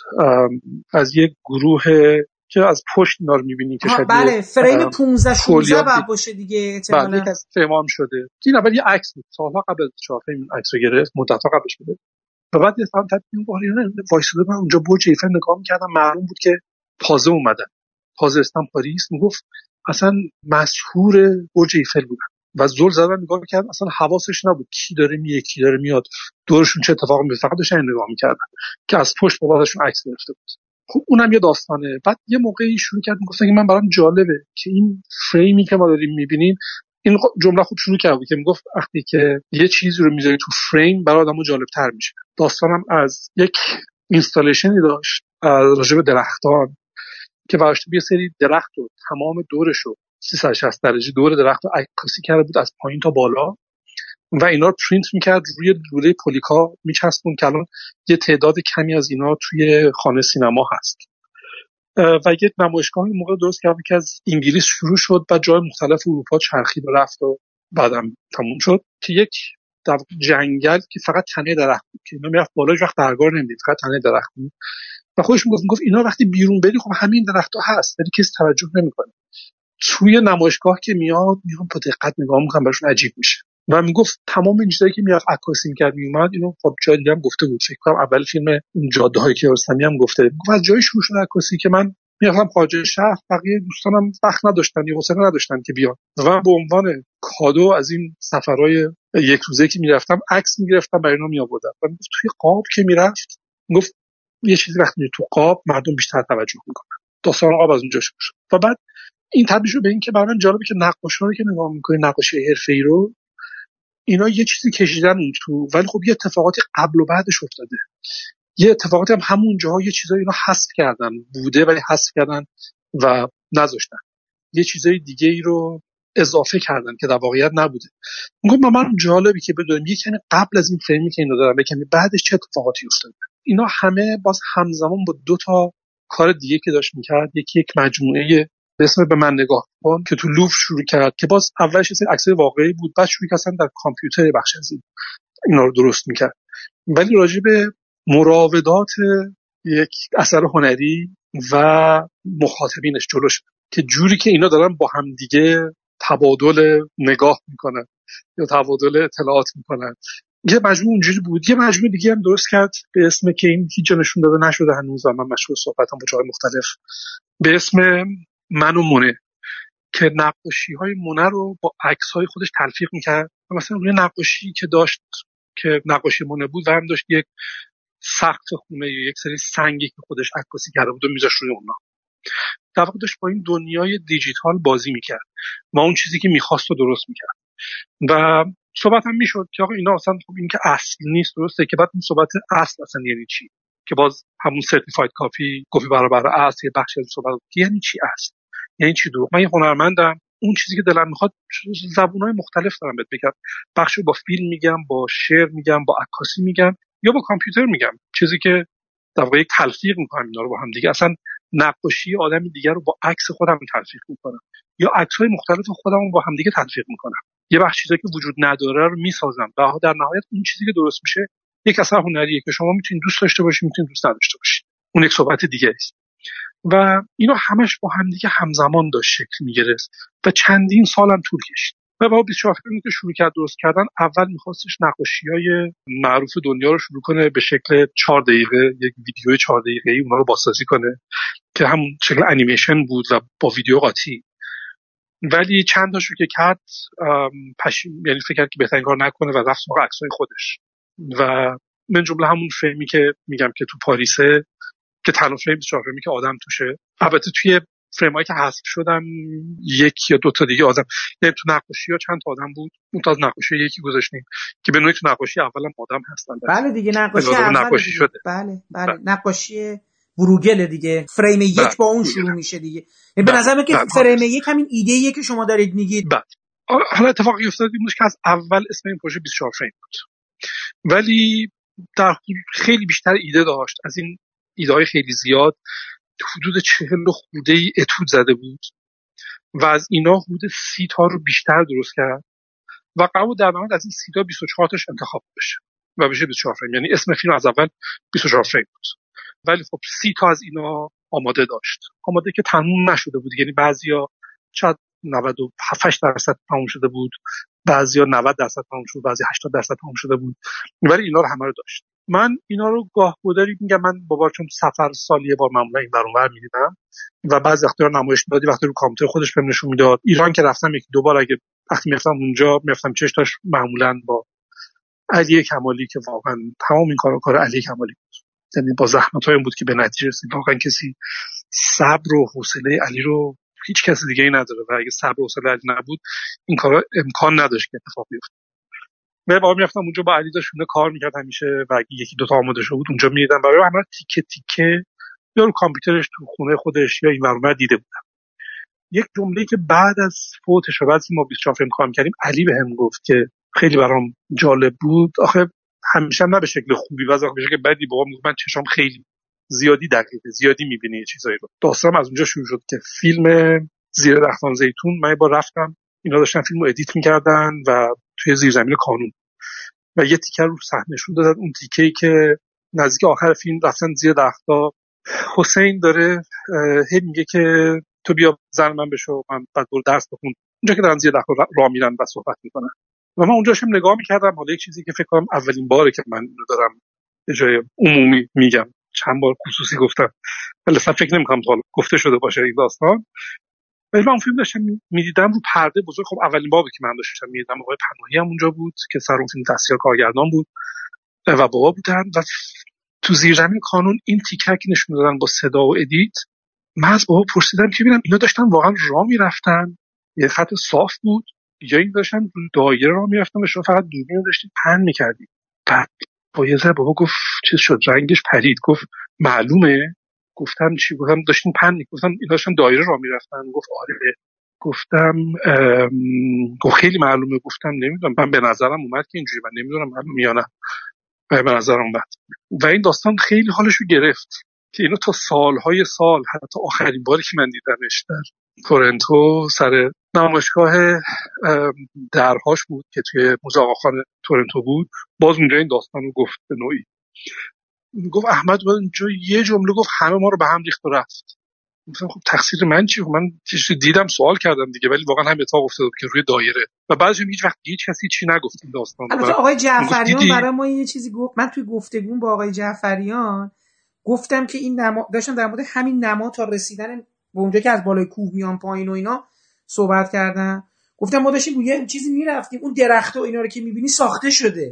Speaker 2: از یه گروه که از پشت اینا رو می‌بینی که شبیه
Speaker 1: بله فریم پانزده شانزده بعد باشه دیگه احتمالاً.
Speaker 2: بعد یک از فریم شده. این اول یه عکس بود، سالها قبل از چهار فریم عکس رو گرفت، مدت‌ها قبلش بوده. و بعد یه فهم تبدیل بود اینا وایساده من اونجا برج ایفل نگاه می‌کردم، معلوم بود که تازه اومدن، تازه استان پاریس. میگفت اصلا مسحور برج ایفل بودن و زل زدن نگاه می‌کردن، اصلا حواسش نبود کی داره میاد کی داره میاد، دورشون چه اتفاقی میفته، فقط داشتن نگاه می‌کردن که از پشت باباشون عکس گرفته بود. خب اونم یه داستانه. بعد یه موقعی شروع کرد میگفت که من برام جالبه که این فریمی که ما داریم می‌بینیم، این جمله خوب شروع کرد که میگفت وقتی که یه چیزی رو میذاری تو فریم برای آدمو جالب‌تر میشه. داستانم از یک اینستالیشنی داشت راجع به درختان که واشته یه سری درخت رو تمام دورش رو سیصد و شصت درجه دور درخت رو عکاسی کرده بود از پایین تا بالا و اینا رو پرینت میکرد روی لوله پولیکا میچسبون که الان یه تعداد کمی از اینا توی خانه سینما هست. و یه نمایشگاه این موقع درست کرد که از انگلیس شروع شد و جای مختلف اروپا چرخید و رفت و بعدم تموم شد که یک در جنگل که فقط تنه درخت بود که اینا میرفت بالا، هیچ وقت برگار نمیدید، فقط تنه درخت بود و خودش میگفت میگفت اینا وقتی بیرون بری خب همین درخت‌ها هست ولی کسی توجه نمیکنه، توی نمایشگاه که میاد میام با دقت نگاه میکنم براشون عجیب میشه. و میگفت تمام این چیزایی که میرفت عکاسی میکرد میومد، اینو خب جای دیگه هم گفته بود، فکر کنم اول فیلم اون جاده‌های کیارستمی هم گفته، میگفت از جای شروع شد عکاسی که من میرفتم خارج شهر، بقیه دوستانم وقت نداشتن یا حوصله نداشتن که بیان و به عنوان کادو از این سفرهای یک روزه که میرفتم عکس میگرفتم برای اینا میآوردم. و میگفت توی قاب که میرفت، میگفت یه چیزی وقتی میره تو قاب مردم بیشتر توجه میکنن. داستان قاب از اونجا شروع شد. و بعد این تبدیل شد به این که برای من جالبه که نقاشا رو که نگاه میکنی، نقاشی حرفه‌ای رو، اینا یه چیزی کشیدن اون تو، ولی خب یه اتفاقاتی قبل و بعدش افتاده، یه اتفاقاتی هم همون جاها یه چیزایی اینا حذف کردن بوده ولی حذف کردن و نذاشتن، یه چیزای دیگه ای رو اضافه کردن که در واقعیت نبوده. میگم من من جالبی که بدونم یه کمی قبل از این فیلمی که اینا دارن به کمی بعدش چه اتفاقاتی افتاده. اینا همه باز همزمان با دو تا کار دیگه که داشت میکرد، یکی یک مجموعه به اسم به من نگاه کن که تو لوور شروع کرد که باز اولش یه عکسای واقعی بود، بعد شروع کردن در کامپیوتر بخش از این اینا رو درست میکرد. ولی راجع به مراودات یک اثر هنری و مخاطبینش جلوش که جوری که اینا دارن با هم دیگه تبادل نگاه میکنن یا تبادل اطلاعات میکنن، یه مجموعه اونجوری بود. یه مجموعه دیگه هم درست کرد به اسم که این هیچ جا نشون داده نشده هنوز، من مشغول صحبتام با جای مختلف، به اسم من و مونه که نقاشی های مونه رو با عکس های خودش تلفیق میکرد. مثلا روی نقاشی که داشت که نقاشی مونه بود و هم داشت یک سقف خونه یا یک سری سنگی که خودش عکاسی کرده بود و میذاشت روی اونها. در واقع داشت با این دنیای دیجیتال بازی میکرد و اون چیزی که میخواست رو درست میکرد و صحبت هم میشد که آقا اینا اصلا خب این که اصل نیست، درسته که بعد این صحبت اصل اصلا یعنی چی، که باز همون سرتیفاید کافی کافی برابر اصل یه بخشی از صحبت که یعنی چی اصل، یعنی چی دروغ. من یه هنرمندم، اون چیزی که دلم میخواد زبونهای مختلف دارم بهت بگم، بخشی با فیلم میگم، با شعر میگم، با عکاسی میگم یا با کامپیوتر میگم، چیزی که در واقع یک تلفیق میکنم اینا رو با هم دیگه. اصلا نقاشی آدم دیگر رو با عکس خودم تلفیق میکنم یا عکس‌های مختلف خودم رو با هم دیگه تلفیق میکنم. یه بخش چیزایی که وجود نداره رو میسازم و در نهایت اون چیزی که درست میشه یک اثر هنریه که شما میتونید دوست داشته باشید، میتونید دوست نداشته باشید، اون یک صحبت دیگه است. و اینا همش با هم دیگه همزمان داشت شکل میگرفت و چندین سالم طول کشید. و با بیست و چهار فرمی که شروع کرد درست کردن، اول میخواستش نقاشی‌های معروف دنیا رو شروع کنه به شکل چهار دقیقه، یک ویدیو چهار دقیقه‌ای اونا رو بازسازی کنه که همون شکل انیمیشن بود و با ویدیو قاطی. ولی چند تاشو که کرد پشیم، یعنی فکر کرد که بهترین کار نکنه و رفت سراغ عکسای خودش. و من جمله همون فیلمی که میگم که تو پاریسه که تنها فریم بیست و چهار فرمی که آدم توشه، البته توی فریمایی که حذف شدم یک یا دو تا دیگه آدم، یعنی تو نقاشی‌ها چند تا آدم بود، اون تا از نقاشی یکی گذاشتیم که به نوعی تو نقاشی اولام آدم هستن.
Speaker 1: بله دیگه نقاشی اول
Speaker 2: نقاشی شده.
Speaker 1: بله بله, بله. نقاشی بروگل دیگه، فریم یک با اون شروع میشه دیگه. یعنی به نظر من که فریم یک همین ایده‌ایه که شما دارید میگید.
Speaker 2: بله. حالا اتفاقی افتاد این بود که از اول اسم این پروژه بیست و چهار فریم بود، ولی در خیلی بیشتر ایده داشت. از این ایده‌های خیلی زیاد حدود چهل خورده ای اتود زده بود و از اینا حدود سی تا رو بیشتر درست کرد و قرار در نهایت از این سی تا بیست و چهار تاش انتخاب بشه و بشه بیست و چهار فریم. یعنی اسم فیلم از اول بیست و چهار فریم بود، ولی خب سی تا از اینا آماده داشت، آماده که تموم نشده بود. یعنی بعضیا شاید نود و هفت درصد تموم شده بود، بعضیا نود درصد تموم شده، بعضی هشتاد درصد تموم شده بود، ولی اینا رو همه رو داشت. من اینا رو گاه گداری میگم، من بابا چون سفر سالیه بار معمولا این برون ور میدیدم و بعضی وقتا رو نمایش میدادی، وقتی رو کامپیوتر خودش بهم نشون میداد. ایران که رفتم یکی دو بار، اگه وقتی میرفتم اونجا میرفتم چشتاش معمولا با علی کمالی که واقعا تمام این کارا کار علی کمالی بود، یعنی با زحمت‌های بود که به نتیجه رسید. واقعا کسی صبر و حوصله علی رو هیچ کس دیگه ای نداره و اگه صبر و حوصله علی نبود این کارا امکان نداشت که اتفاق بیفته. من با میرفتم اونجا با علی داشتونه کار میکرد همیشه و اگه یکی دو تا آماده شده بود اونجا میدیدم برای همه تیکه تیکه یا رو کامپیوترش تو خونه خودش یا این ور دیده بودم. یک جمله‌ای که بعد از فوتش و بعد ما بیست و چهار فریم کار کردیم علی بهم گفت که خیلی برام جالب بود. آخه همیشه نه به شکل خوبی و به شکل بدی، بابا میگفت من چشام خیلی زیادی دقیقه، زیادی میبینی چیزایی رو. داستانم از اونجا شروع شد که فیلم زیر درختان زیتون من با رفتم اینا داشتن فیلمو ادیت می‌کردن و توی زیرزمین کانون و یه تیکه رو صحنه‌شون دادن، اون تیکه‌ای که نزدیک آخر فیلم رفتن زیر درختا، حسین داره هی میگه که تو بیا زن من بشو، من بعد برو درس بخون. اونجا که دارن زیر درخت راه میرن و صحبت میکنن و من اونجا داشتم نگاه میکردم. حالا یک چیزی که فکر کنم اولین باره که من اینو دارم به جای عمومی میگم، چند بار خصوصی گفتم ولی اصلا فکر نمیکنم تا حالا گفته شده باشه این داستان. ولی من اون فیلم داشتم میدیدم رو پرده بزرگ. خب اولین باری که من داشتم میدیدم آقای پناهی هم اونجا بود که سر اون فیلم دستیار کارگردان بود و بابا بودن و تو زیرزمین کانون این تیکه که نشون دادن با صدا و ادیت، من از بابا پرسیدم که ببینم اینا داشتن واقعا راه میرفتن، یه خط صاف بود، یا این داشتن دایره راه میرفتن و شما فقط دوربین رو داشتید پن می‌کردید. بعد با یه ذره بابا گفت چیز شد، رنگش پرید، گفت معلومه. گفتم چی؟ گفتم داشتین پن می گفتم اینا داشتن دایره راه میرفتن. گفت آره. گفتم گفت خیلی معلومه. گفتم نمیدونم، من به نظرم اومد که اینجوری، من نمیدونم معلومه یا نه، به نظرم اومد. و این داستان خیلی حالشو گرفت که اینو تا سالهای سال، حتی آخرین باری که من دیدمش در تورنتو سر نمایشگاه درهاش بود که توی موزه آقاخان تورنتو بود، باز اونجا این داستان رو گفت به نوعی. گفت احمد بود اونجا یه جمله گفت همه ما رو به هم ریخت و رفت. گفتم خب تقصیر من چی؟ من دیدم سوال کردم دیگه، ولی واقعا هم اتفاق افتاد که روی دایره و بعدش هیچ وقت هیچ کسی چی نگفت این داستان.
Speaker 1: البته آقای جعفریان برای ما یه چیزی گفت. من توی گفتگو با آقای جعفریان گفتم که این نما داشتم در مورد همین نما تا رسیدن به اونجا که از بالای کوه میان پایین و اینا صحبت کردم. گفتم ما داشتیم روی چیزی میرفتیم، اون درخت و اینا رو که میبینی ساخته شده،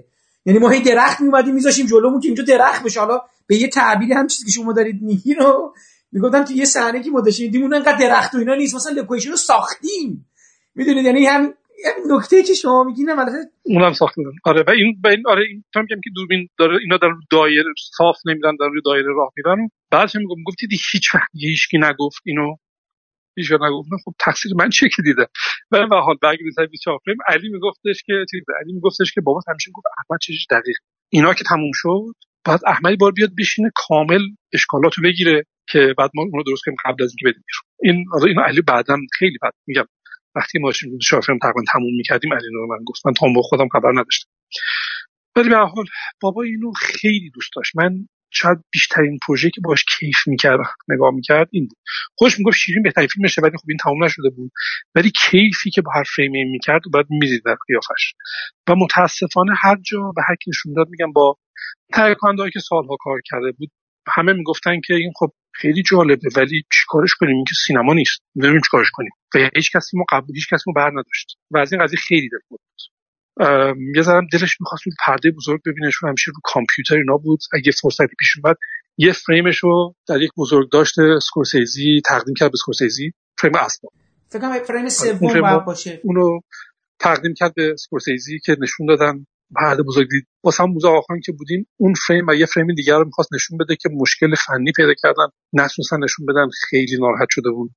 Speaker 1: یعنی ما هی درخت میومدیم میذاشیم جلومون که اینجا درخت بشه. حالا به یه تعبیری هم چیزی که شما دارید میگی رو میگفتن تو یه صحنه که ما داشتیم دیدیم اون انقدر درخت و اینا نیست، مثلا لوکیشن رو ساختیم، میدونید، یعنی هم نکته که شما میگین البته
Speaker 2: اونم ساختن. آره و این و این آره این تا میگم که دوربین داره اینا در دایره صاف نمیدن، در روی دایره راه میرن. بعدش میگم گفتید هیچ وقت هیچکی نگفت اینو، هیچ وقت نگفت. خب تقصیر من چه که دیده. ولی به حال برگ بیست بیست و چهار فریم علی میگفتش که چیز علی میگفتش که بابا همیشه گفت احمد چیزش دقیق. اینا که تموم شد بعد احمدی بار بیاد بشینه کامل اشکالاتو بگیره که بعد ما اونو درست کنیم قبل از اینکه بدیم. این آره اینو علی بعدم خیلی بعد میگم وقتی ما داشتیم چهار فریم تقریبا تموم می‌کردیم علی رو من گفت، من تا اون خودم خبر نداشتم. ولی به هر حال بابا اینو خیلی دوست داشت. من شاید بیشترین پروژه‌ای که باهاش کیف می‌کردم نگاه می‌کرد این بود. خوش میگفت شیرین بهترین فیلمشه، ولی خب این تموم نشده بود. ولی کیفی که با هر فریمی می‌کرد و بعد می‌دید در قیافش. و متاسفانه هر جا به هر کی نشون داد میگم با تهیه‌کننده‌ای که سالها کار کرده بود همه میگفتن که این خب خیلی جالبه ولی چیکارش کنیم، این که سینما نیست، نمی‌دونیم چیکارش کنیم. و هیچ کسی ما قبول هیچ کسی ما بر نداشت. و از این قضیه خیلی دلخور بود. یه ذره دلش می‌خواست رو پرده بزرگ ببینه، چون همیشه رو کامپیوتر اینا بود. اگه فرصتی پیش اومد یه فریمش رو در یک بزرگداشت اسکورسیزی تقدیم کرد به اسکورسیزی، فریم اصلی
Speaker 1: فکر کنم فریم سوم باید باشه،
Speaker 2: اونو تقدیم کرد به اسکورسیزی که نشون دادن پرده بزرگ دید. واسه هم موزه آخرین که بودیم اون فریم و یه فریم دیگر رو می‌خواست نشون بده که مشکل فنی پیدا کردن، نتونستن نشون بدن، خیلی ناراحت شده بود.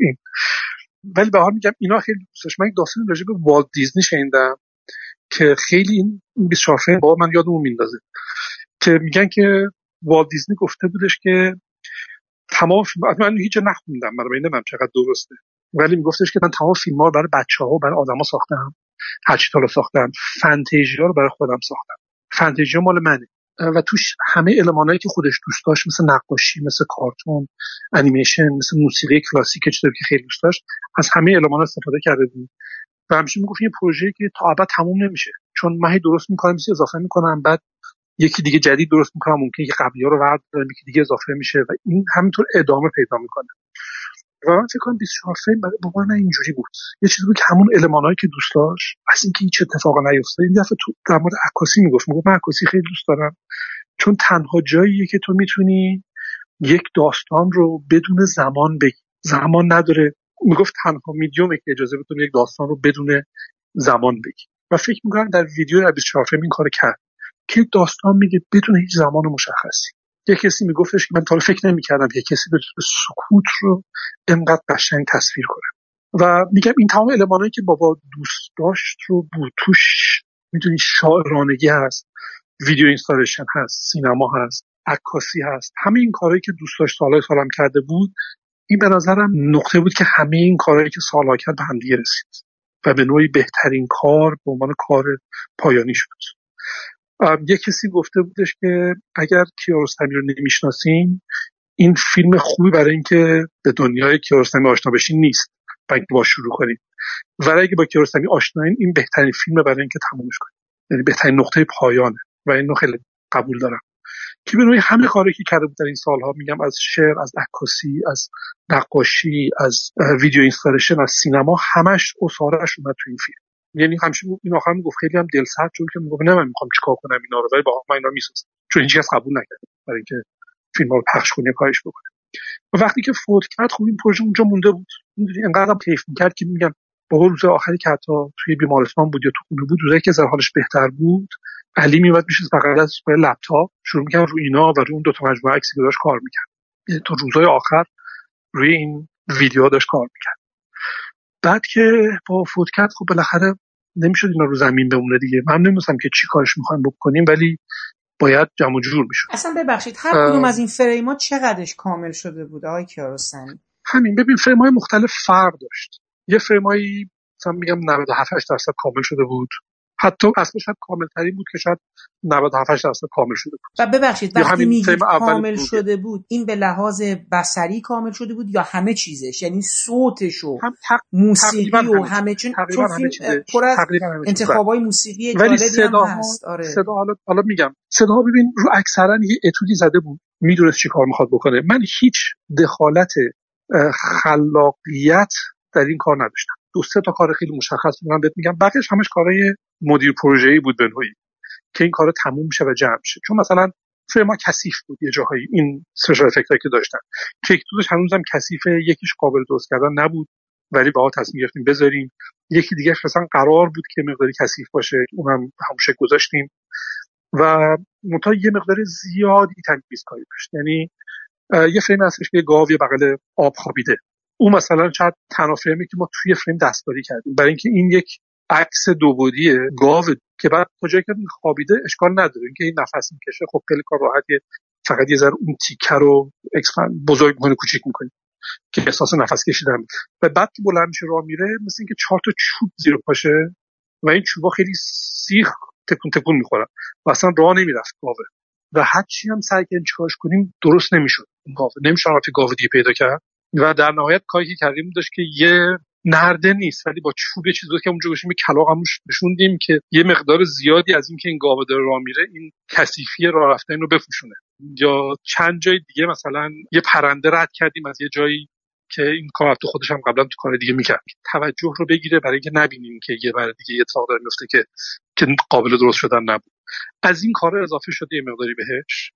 Speaker 2: ولی به هر حال میگم اینا خیلی دوست داشت. من یک داستان راجع به والت دیزنی شنیدم که خیلی این بیست و چهار فریم بابا من یادمون میندازه که میگن که والت دیزنی گفته بودش که تمام فیلم، من هیچ جا نخوندم برای نمیدونم چقدر درسته، ولی میگفتش که من تمام فیلم‌ها رو برای بچه‌ها و برای آدما ساختم، هر چی تا رو ساختم، فانتزیا رو برای خودم ساختم. فانتزیا مال منه و توش همه المانایی که خودش دوست داشت، مثل نقاشی، مثل کارتون، انیمیشن، مثل موسیقی کلاسیک چیزی که خیلی دوست داشت، از همه المانا استفاده کرده بود. و همیشه میگفت این پروژه‌ای که تا ابد تموم نمیشه، چون من هی درست می‌کنم، چیزی اضافه می‌کنم، بعد یکی دیگه جدید درست می‌کنم، ممکنه که قبلی‌ها رو ورد بدم، یکی دیگه اضافه میشه و این همینطور ادامه پیدا می‌کنه. و من فکر کنم بیست و چهار فریم برای بابا من اینجوری بود، یه چیزی بود که همون المانایی که دوست داشت، از اینکه هیچ اتفاقی نیفتاد. این دفعه تو در مورد عکاسی میگفت، میگفت من عکاسی خیلی دوست دارم چون تنها جاییه که تو میتونی یک داستان رو بدون زمان بگی، زمان نداره. میگفت تنها میدیومه که اجازه بده یک داستان رو بدون زمان بگی. و فکر میکنم در ویدیو بیست و چهار فریم این کارو کرد که داستان میگه بدون هیچ زمان مشخصی. یک کسی میگفتش که من تا حالا فکر نمی‌کردم که کسی به سکوت رو اینقدر قشنگ تصویر کنه. و میگم این تمام المانایی که بابا دوست داشت رو بود توش. میدونی شاعرانگی هست، ویدیو اینستالیشن هست، سینما هست، عکاسی هست، همه این کارهایی که دوست داشت سالهای سالم کرده بود. این به نظرم نقطه بود که همه این کارهایی که سالها کرد به هم دیگه رسید و به نوعی بهترین کار به عنوان کار پایانی شد. یک کسی گفته بودش که اگر کیارستمی رو نمیشناسین این فیلم خوبی برای اینکه به دنیای کیارستمی آشنا بشین نیست، برای اینکه با شروع کنید. ولی اگه با کیارستمی آشنایین این بهترین فیلمه برای اینکه تمومش کنید، یعنی بهترین نقطه پایانه و اینو خیلی قبول دارم. که به نوعی همه کاری که کرده بود در این سالها، میگم از شعر، از عکاسی، از نقاشی، از ویدیو اینستالیشن، از سینما، همش اصاره‌اش اومد تو این فیلم. یعنی همیشه این آخر میگفت خیلی هم دلسرد شد که میگفت نه من میخوام چیکار کنم اینا رو، ولی با من اینا میسازم، چون هیچ کس قبول نکرد برای اینکه فیلم‌ها رو پخش کنه کارش بکنه. و وقتی که فوت کرد خب این پروژه اونجا مونده بود. میدونی انقدر کیف می‌کرد که میگم با روز آخری که حتی توی بیمارستان بود یا تو خونه بود، روزایی که زر حالش بهتر بود، علی میومد میشه فقط از روی لپتاپ شروع می‌کرد رو اینا و رو اون دو تا مجموعه عکسی که داشت کار می‌کرد. یعنی تا روزهای آخر روی این ویدیوها داشت کار می‌کرد. بعد که با فوت کرد خب بالاخره نمی‌شد اینا رو زمین بمونه دیگه. من نمی‌دونستم که چی کارش می‌خوایم بکنیم، ولی باید جمع و جور می‌شد.
Speaker 1: اصلا ببخشید هر کدوم از این فریم‌ها چقدرش کامل شده بود آقای کیارستمی؟
Speaker 2: همین ببین فریم‌های مختلف فرق داشت. یه فریمایی مثلا میگم نود و هفت درصد کامل شده بود، حتی اصلا شاید کامل ترین بود که شاید نود و هفت درصد کامل شده بود.
Speaker 1: و ببخشید وقتی میگید کامل شده بود این به لحاظ بصری کامل شده بود یا همه چیزش، یعنی صوتش و موسیقی و همه چون چون فیلم پر از انتخابای موسیقی جالبی هم هست. آره
Speaker 2: صدا حالا حالا میگم صدا ببین رو اکثرا یه اتودی زده بود، میدونست چی کار میخواد بکنه. من هیچ دخالت خلاقیت در این کار نداشتم. دو سه تا کار خیلی مشخص من بهت میگم، بقیه‌اش همش کارهای مدیر پروژه‌ای بود به نوعی که این کار تموم شه و جمع شه. چون مثلا فرما کثیف بود یه جاهایی، این اسپشیال افکتایی که داشتن که دوش هنوزم کثیفه، یکیش قابل درست کردن نبود ولی با تصمیم گرفتیم بذاریم. یکی دیگه مثلا قرار بود که مقداری کثیف باشه، اونم همون شکل گذاشتیم و منتها یه مقدار زیادی تمیز کاری داشت. یعنی یه فریم هستش که گاو یه بغل آب خوابیده، اون مثلا شاید تنها فریمی که ما توی فریم دستکاری کردیم، برای اینکه این یک عکس دو بعدی گاو که بعد کجایی که خوابیده اشکال نداره، اینکه این نفس میکشه خب خیلی کار راحتیه، فقط یه ذره اون تیکه رو بزرگ میکنه کوچیک میکنه که احساس نفس کشیدن. و بعد که بلند میشه راه میره مثل اینکه چهار تا چوب زیر پاشه و این چوبا خیلی سیخ تکون تکون میخورن و اصلا راه نمیرفت گاوه و هر چی هم سعی کردیم چیکارش کنیم درست نمیشد، اون گاوه نمیشه رفت گاو دیگه پیدا کرد و در نهایت کاری که کردیم داشت که یه نرده نیست ولی با چوب چیز بود که اونجا گوشیم کلاغموش نشوندیم که یه مقدار زیادی از این که این گاو داره راه میره این کثیفی راه رفتن رو بپوشونه. یا چند جای دیگه مثلا یه پرنده رد کردیم از یه جایی که این کار تو خودش هم قبلا تو کار دیگه میکرد، توجه رو بگیره برای اینکه نبینیم که یه بار دیگه یه اتفاق داره میفته که که قابل درست شدن نبود. از این کار اضافه شده یه مقداری بهش،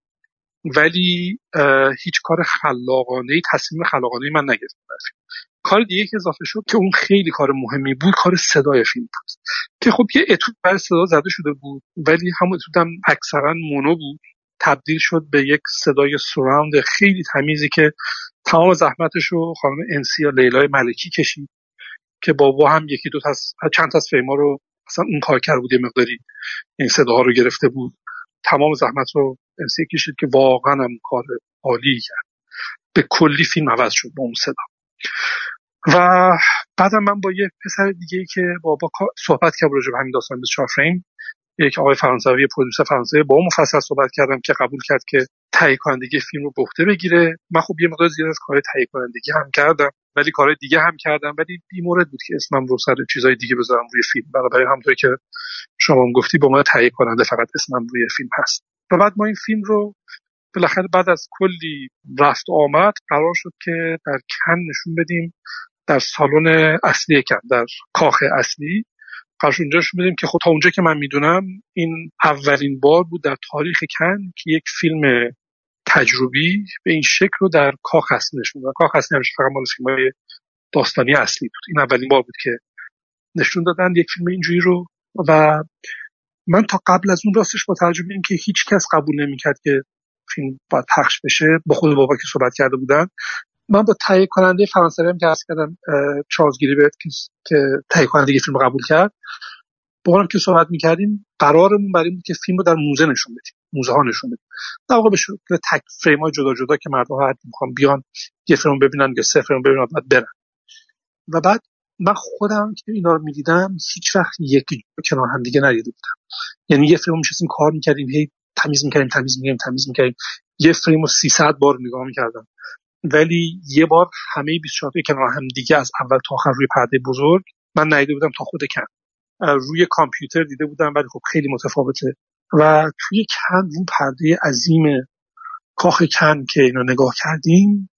Speaker 2: ولی هیچ کار خلاقانه‌ای، تصمیم خلاقانه‌ای من نگرفتم. کار دیگه که اضافه شد که اون خیلی کار مهمی بود، کار صدای فیلم بود که خب یه اتود برای صدا زده شده بود ولی همون اتود هم اکثرا مونو بود، تبدیل شد به یک صدای سراوند خیلی تمیزی که تمام زحمتش رو خانم انسی یا لیلای ملکی کشید که بابا هم یکی دو تا از چند تا از فیلم‌ها رو مثلا اون کار کرده بود، یه مقداری این صداها رو گرفته بود، تمام زحمت رو انسی کشید که واقعا هم کار عالی کرد، به کلی فیلم عوض شد با اون صدا. و بعدم من با یه پسر دیگه‌ای که بابا صحبت کردم راجع به همین داستان بیست و چهار فریم، یک آقای فرانسوی پرودوسر فرانسوی، با اون مفصل صحبت کردم که قبول کرد که تهیه کنندگی فیلم رو به عهده بگیره. من خب یه مقدار زیاد از کار تهیه کنندگی هم کردم ولی کارهای دیگه هم کردم، ولی بی‌مورد بود که اسمم رو سر چیزای دیگه بذارم روی فیلم، برای همونطوری که شما هم گفتی با من تهیه کننده فقط اسمم روی فیلم هست. و بعد ما این فیلم رو بالاخره بعد از کلی رفت و آمد قرار شد که در کن نشون بدیم، در سالن اصلی کن، در کاخ اصلی قرار اونجا نشون بدیم که خب تا اونجا که من میدونم این اولین بار بود در تاریخ کن که یک فیلم تجربی به این شکل رو در کاخ اصلی نشون دادن. کاخ اصلی همیشه فقط مال فیلم‌های داستانی اصلی بود، این اولین بار بود که نشون دادن یک فیلم اینجوری رو. و من تا قبل از اون راستش با توجه به اینکه هیچ کس قبول نمی‌کرد که فیلم باید پخش بشه، با خود بابا که صحبت کرده بودن، من با تهیه کننده فرانسوی هم که عرض کردم چارلز گریبت که تهیه کننده فیلم رو قبول کرد، با اونم که صحبت می‌کردیم قرارمون برای این بود که فیلم رو در موزه نشون بدیم، موزه ها نشون بدیم، در واقع به شکل تک فریم‌های جدا جدا که مردم هر می‌خوان بیان یه فیلم ببینن یا سه فیلم ببینن بعد برن. و بعد من خودم که اینا رو می‌دیدم هیچ وقت یکی کنار هم دیگه ندیده بودم. یعنی یه فیلم می‌شستیم کار می‌کردیم، هی تمیز می‌کردیم تمیز می‌کردیم تمیز می‌کردیم یه فیلمو سیصد بار نگاه می‌کردم، ولی یه بار همه بیست و چهار تا کنار هم دیگه از اول تا آخر روی پرده بزرگ من ندیده بودم تا خود کن. روی کامپیوتر دیده بودم ولی خب خیلی متفاوته. و توی کن اون پرده عظیم کاخ کن که اینو نگاه کردیم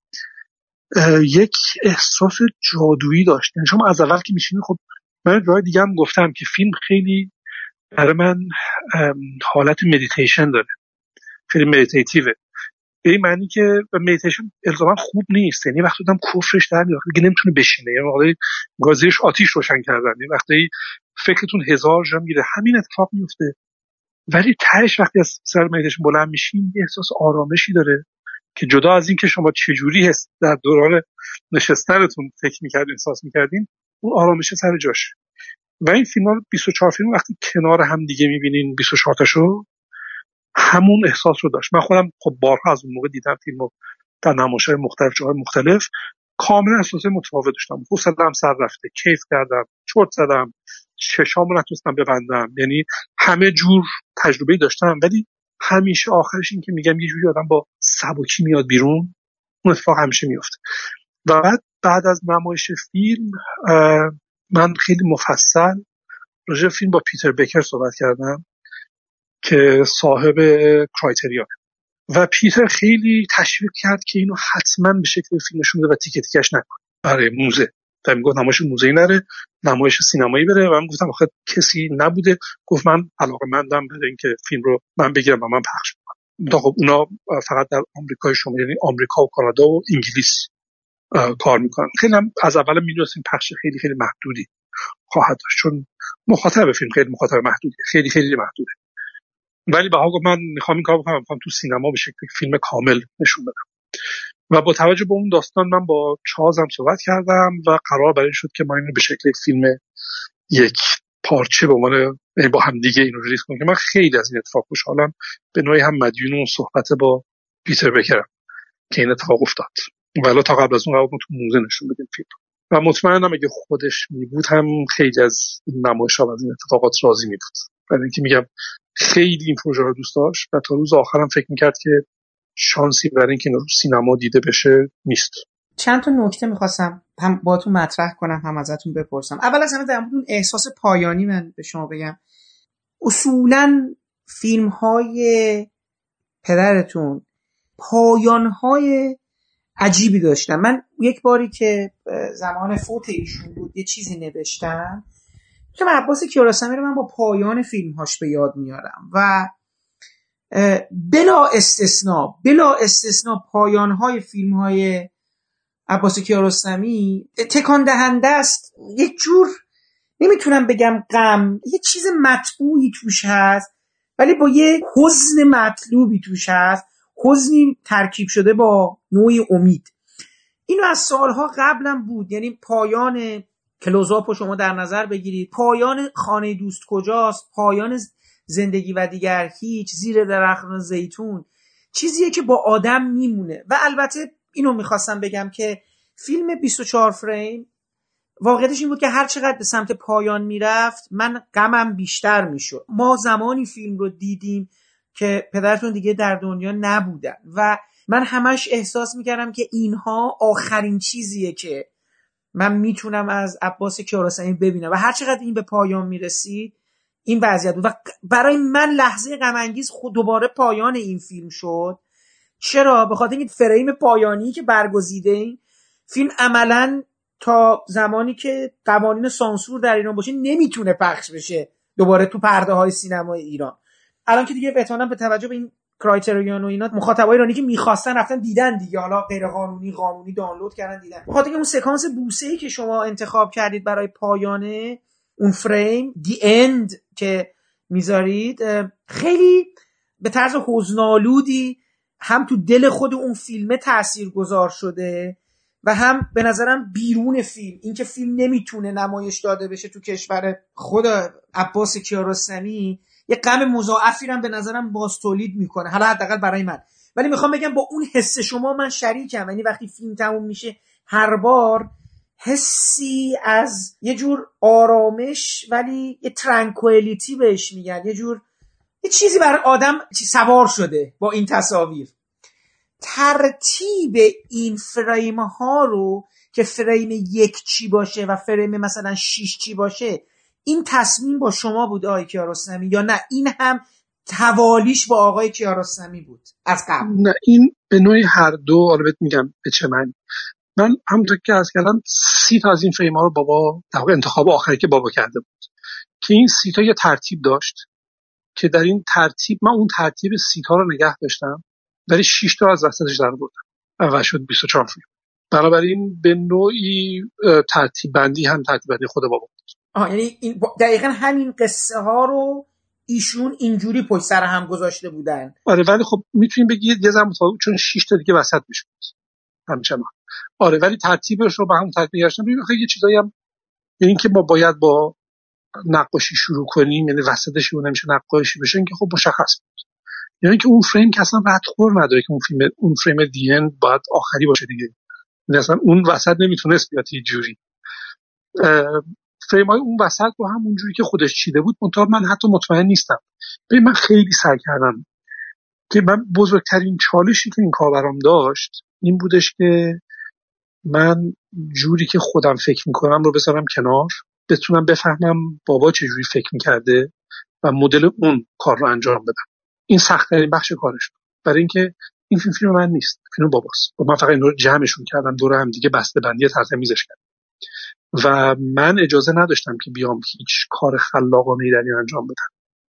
Speaker 2: یک احساس جادویی داشت. یعنی شما از اول که میشینی، خب من جای دیگه هم گفتم که فیلم خیلی برای من حالت مدیتیشن داره، خیلی مدیتیتیوه، به این معنی که مدیتیشن الزاما خوب نیست، یعنی وقتی آدم کفرش در میاد دیگه نمیتونه بشینه، یعنی واقعا گازش آتیش روشن کردن، یعنی وقتی فکرتون هزار جا میره همین اتفاق میفته. ولی تهش وقتی از سر مدیتیشن بلند میشین یه احساس آرامشی داره که جدا از این که شما چجوری هست در دوران نشستنتون فکر میکردین احساس میکردین، اون آرامش سر جاش. و این فیلم‌ها بیست و چهار فیلم وقتی کنار هم دیگه میبینین بیست و چهار تاشو همون احساس رو داشت. من خودم خب بارها از اون موقع دیدم فیلمو در نمایش‌های مختلف، جاهای مختلف، کاملا احساس متفاوت داشتم. حوصله‌ام سر رفته، کیف کردم، چرت زدم، چشامو نتونستم ببندم، یعنی همه جور تجربه‌ای داشتم. ولی همیشه آخرش این که میگم یه جوری آدم با سبکی میاد بیرون، اون اتفاق همیشه میفته. و بعد بعد از نمایش فیلم من خیلی مفصل راجع به فیلم با پیتر بکر صحبت کردم که صاحب کرایتریون، و پیتر خیلی تشویق کرد که اینو حتما به شکل فیلم نشون بده و تیکه تیکش نکن برای موزه. تا میگفت نمایش موزه‌ای نره، نمایش سینمایی بره. و من گفتم آخه کسی نبوده. گفت من علاقه‌مندم برای اینکه فیلم رو من بگیرم و من پخش کنم. تا خب اونا فقط در آمریکای شمالی، یعنی آمریکا و کانادا و انگلیس کار میکنن. خیلی هم از اول میدونستیم پخش خیلی خیلی محدودی خواهد داشت، چون مخاطب فیلم خیلی مخاطب محدودی، خیلی خیلی محدوده. ولی بها گفت من میخوام این کار بکنم، میخوام تو سینما به شکل فیلم کامل نشون بدم. و با توجه به اون داستان من با چازم صحبت کردم و قرار برای شد که ما اینو به شکل فیلم یک پارچه به عنوان با هم دیگه اینو ریلیز کنیم. من خیلی از این اتفاق خوشحالم، به نوعی هم مدیون اون صحبت با پیتر بکرم که این اتفاق افتاد. ولی تا قبل از اون قرار بود تو موزه نشون بدیم فیلم. و مطمئنم اگه خودش می بود هم خیلی از نمایش‌ها از این اتفاقات راضی می بود. برای اینکه میگم خیلی این پروژه رو دوست داشت و تا روز آخرم فکر می‌کرد که شانسی برای اینکه این رو سینما دیده بشه نیست.
Speaker 1: چند تا نکته می‌خواستم هم باهاتون مطرح کنم هم ازتون بپرسم. اول از همه در مورد اون احساس پایانی من به شما بگم. اصولاً فیلم‌های پدرتون پایان‌های عجیبی داشتن. من یک باری که زمان فوت ایشون بود یه چیزی نوشتم که عباس کیارستمی رو من با پایان فیلم‌هاش به یاد میارم و بلا استثناء بلا استثناء پایان‌های فیلم‌های عباس کیارستمی تکان دهنده است. یک جور نمیتونم بگم غم، یه چیز مطبوعی توش هست ولی با یه حزن مطلوبی توش هست، حزنی ترکیب شده با نوعی امید. اینو از سالها قبلم بود. یعنی پایان کلوزآپو شما در نظر بگیرید، پایان خانه دوست کجاست، پایان زندگی و دیگر هیچ، زیر درختان زیتون، چیزیه که با آدم میمونه. و البته اینو میخواستم بگم که فیلم بیست و چهار فریم واقعیتش این بود که هر چقدر به سمت پایان میرفت من غمم بیشتر میشد. ما زمانی فیلم رو دیدیم که پدرتون دیگه در دنیا نبودن و من همش احساس میکردم که اینها آخرین چیزیه که من میتونم از عباس کیارستمی ببینم و هر چقدر این به پایان میرسید این وضعیت بود و برای من لحظه غم انگیز خود دوباره پایان این فیلم شد. چرا؟ به خاطر اینکه فریم پایانی که برگزیده این فیلم عملاً تا زمانی که قوانین سانسور در ایران باشه نمیتونه پخش بشه دوباره تو پرده های سینمای ایران. الان که دیگه احتمالاً به توجه به این کرایتریون و اینا مخاطبای ایرانی که میخواستن رفتن دیدن دیگه، حالا غیر قانونی قانونی دانلود کردن دیدن. بخاطر اینکه اون سکانس بوسه‌ای که شما انتخاب کردید برای پایانه اون فریم دی اند که میذارید خیلی به طرز حزن‌آلودی هم تو دل خود اون فیلمه تاثیرگذار شده و هم به نظرم بیرون فیلم، اینکه فیلم نمیتونه نمایش داده بشه تو کشور خود عباس کیارستمی یه غم مضاعفی رو به نظرم باز تولید میکنه، حالا حداقل برای من. ولی میخوام بگم با اون حس شما من شریکم. یعنی وقتی فیلم تموم میشه هر بار حسی از یه جور آرامش ولی یه ترانکوئلیتی بهش میگن، یه جور یه چیزی برای آدم سوار شده با این تصاویر. ترتیب این فریم ها رو که فریم یک چی باشه و فریم مثلا شیش چی باشه این تصمیم با شما بود آقای کیارستمی یا نه این هم توالیش با آقای کیارستمی بود از قبل؟
Speaker 2: نه، این به نوعی هر دو. حالا بهت میگم به چه معنی. من همونطور که عرض کردم سی تا از این فریم ها رو بابا در واقع انتخاب آخری که بابا کرده بود که این سی تا یه ترتیب داشت که در این ترتیب من اون ترتیب سی تا رو نگه داشتم ولی شش تا از وسطش در آوردم و شد بیست و چهار فیلم. بنابراین به نوعی ترتیب بندی هم ترتیب بندی خود بابا بود.
Speaker 1: آه یعنی این دقیقاً همین قصه ها رو ایشون اینجوری پشت سر هم گذاشته بودن.
Speaker 2: آره ولی خب میتونیم بگید یه زمان مطابق چون شش تا دیگه وسط میشه همچنان. آره ولی ترتیبش رو به همون ترتیب گذاشتم. ببین خیلی یه چیزایی هم یعنی که ما باید با نقاشی شروع کنیم، یعنی وسطش اون نمیشه نقاشی بشه، این که خب مشخص بود. یعنی که اون فریم که اصلا ردخور نداره که اون فیلم اون فریم دی ان باید آخری باشه دیگه. یعنی اصلا اون وسط نمیتونست بیاد یه جوری. فریمای اون وسط رو همون جوری که خودش چیده بود منتها من حتی مطمئن نیستم. ببین من خیلی سعی کردم که من بزرگترین چالشی که این کار برام داشت این بودش که من جوری که خودم فکر میکنم رو بذارم کنار، بتونم بفهمم بابا چه جوری فکر میکرده و مدل اون کار رو انجام بدم. این سخت‌ترین بخش کارش بود، برای اینکه این فیلم فیلم من نیست، فیلم باباست و من فقط این رو جمعشون کردم دور هم دیگه بسته بندی ترتمیزش کردم. و من اجازه نداشتم که بیام هیچ کار خلاقانه‌ای در این انجام بدم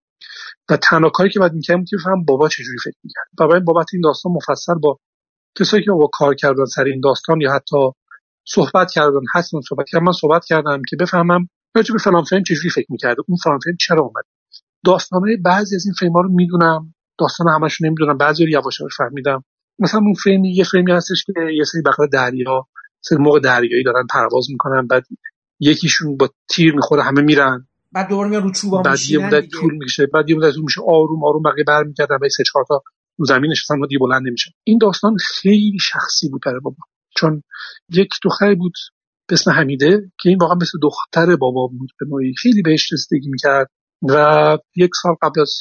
Speaker 2: و تنها کاری که باید می‌کردم که بفهمم بابا چجوری فکر می‌کرد. و برای بابت این داستان مفصل با کسایی که با کار کردن سر این داستان یا حتی صحبت کردن حتما صحبت کردم من صحبت کردم که بفهمم راجع به فلان فیلم چجوری فکر می‌کرده، اون فلان فیلم چرا اومد. داستان‌های بعضی از این فیلم‌ها رو می‌دونم، داستان همه‌شون نمی‌دونم، بعضی رو یواش یواش فهمیدم. مثلا اون فیلم یه فیلمی هستش که یه سری بغل دریا، سری موقع دریایی دارن پرواز می‌کنن، بعد یکیشون با تیر می‌خوره همه میرن،
Speaker 1: بعد دوباره میاد رو چوبا
Speaker 2: بعد یه مدت طول می‌کشه، بعد یه مدت طول میشه آروم آروم بقیه برمیگردن و سه چهار تا رو زمین نشستن و دیگه بلند نمیشن. این داستان خیلی شخصی بود برای بابا، چون یک دختری بود به اسم حمیده که این واقعا مثل دختر بابا بود، به نوعی خیلی بهش رسیدگی می‌کرد و یک سال قبل از